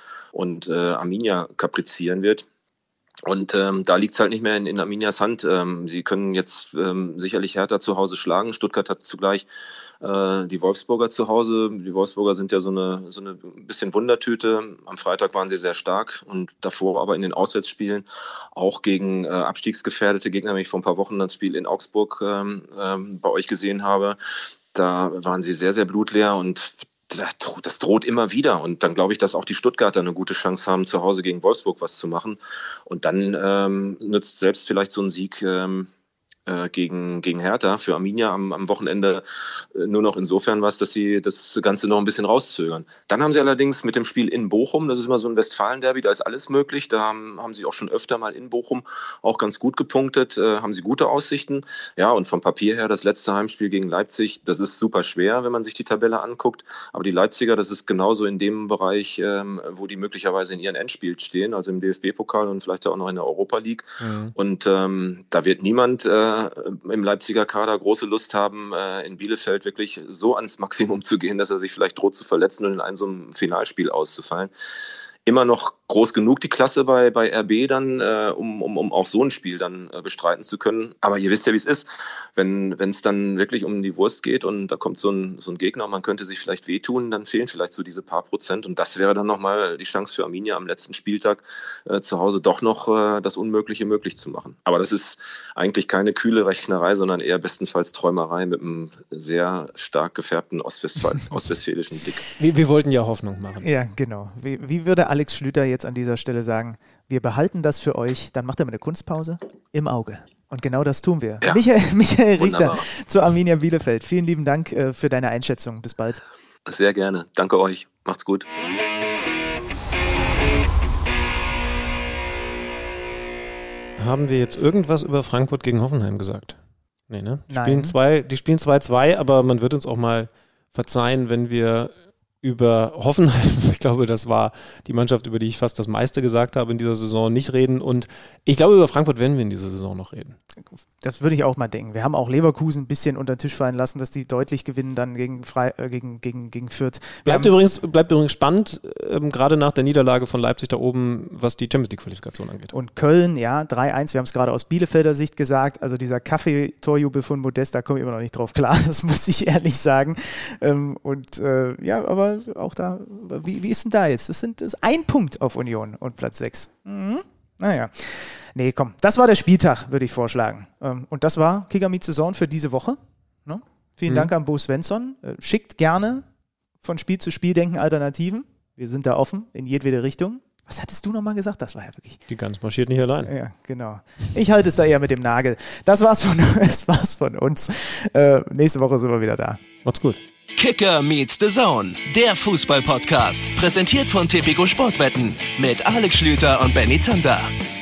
Arminia kaprizieren wird. Und da liegt es halt nicht mehr in Arminias Hand. Sie können jetzt sicherlich Hertha zu Hause schlagen. Stuttgart hat zugleich die Wolfsburger zu Hause. Die Wolfsburger sind ja so eine bisschen Wundertüte. Am Freitag waren sie sehr stark und davor aber in den Auswärtsspielen auch gegen abstiegsgefährdete Gegner, wenn ich vor ein paar Wochen das Spiel in Augsburg bei euch gesehen habe. Da waren sie sehr, sehr blutleer und das droht immer wieder. Und dann glaube ich, dass auch die Stuttgarter eine gute Chance haben, zu Hause gegen Wolfsburg was zu machen. Und dann nützt selbst vielleicht so ein Sieg gegen Hertha für Arminia am Wochenende nur noch insofern was, dass sie das Ganze noch ein bisschen rauszögern. Dann haben sie allerdings mit dem Spiel in Bochum, das ist immer so ein Westfalen-Derby, da ist alles möglich, da haben sie auch schon öfter mal in Bochum auch ganz gut gepunktet, haben sie gute Aussichten. Ja, und vom Papier her das letzte Heimspiel gegen Leipzig, das ist super schwer, wenn man sich die Tabelle anguckt, aber die Leipziger, das ist genauso in dem Bereich, wo die möglicherweise in ihren Endspiel stehen, also im DFB-Pokal und vielleicht auch noch in der Europa League. Mhm. Und da wird niemand im Leipziger Kader große Lust haben, in Bielefeld wirklich so ans Maximum zu gehen, dass er sich vielleicht droht zu verletzen und in so einem Finalspiel auszufallen. Immer noch groß genug die Klasse bei RB dann, um auch so ein Spiel dann bestreiten zu können. Aber ihr wisst ja, wie es ist, wenn es dann wirklich um die Wurst geht und da kommt so ein Gegner und man könnte sich vielleicht wehtun, dann fehlen vielleicht so diese paar Prozent und das wäre dann nochmal die Chance für Arminia am letzten Spieltag zu Hause doch noch das Unmögliche möglich zu machen. Aber das ist eigentlich keine kühle Rechnerei, sondern eher bestenfalls Träumerei mit einem sehr stark gefärbten ostwestfälischen Blick. Wir wollten ja Hoffnung machen. Ja, genau. Wie würde Alex Schlüter jetzt an dieser Stelle sagen, wir behalten das für euch, dann macht er mal eine Kunstpause im Auge. Und genau das tun wir. Ja. Michael Richter zu Arminia Bielefeld. Vielen lieben Dank für deine Einschätzung. Bis bald. Sehr gerne. Danke euch. Macht's gut. Haben wir jetzt irgendwas über Frankfurt gegen Hoffenheim gesagt? Nee, ne? Die Nein. spielen 2-2, aber man wird uns auch mal verzeihen, wenn wir über Hoffenheim, ich glaube, das war die Mannschaft, über die ich fast das meiste gesagt habe in dieser Saison, nicht reden. Und ich glaube, über Frankfurt werden wir in dieser Saison noch reden. Das würde ich auch mal denken. Wir haben auch Leverkusen ein bisschen unter den Tisch fallen lassen, dass die deutlich gewinnen dann gegen Fürth. Bleibt übrigens spannend, gerade nach der Niederlage von Leipzig da oben, was die Champions-League-Qualifikation angeht. Und Köln, ja, 3-1, wir haben es gerade aus Bielefelder Sicht gesagt, also dieser Kaffee-Torjubel von Modest, da komme ich immer noch nicht drauf klar, das muss ich ehrlich sagen. Aber auch da, wie ist denn da jetzt? Das ist ein Punkt auf Union und Platz 6. Naja. Nee, komm, das war der Spieltag, würde ich vorschlagen. Und das war Kicker Meets the Zone für diese Woche. Ne? Vielen Dank an Bo Svensson. Schickt gerne von Spiel zu Spiel denken Alternativen. Wir sind da offen in jedwede Richtung. Was hattest du nochmal gesagt? Das war ja wirklich... Die Gans marschiert nicht allein. Ja, genau. Ich halte es da eher mit dem Nagel. Das war's von uns. Nächste Woche sind wir wieder da. Macht's gut. Kicker meets the Zone, der Fußball-Podcast. Präsentiert von Tipico Sportwetten mit Alex Schlüter und Benny Zander.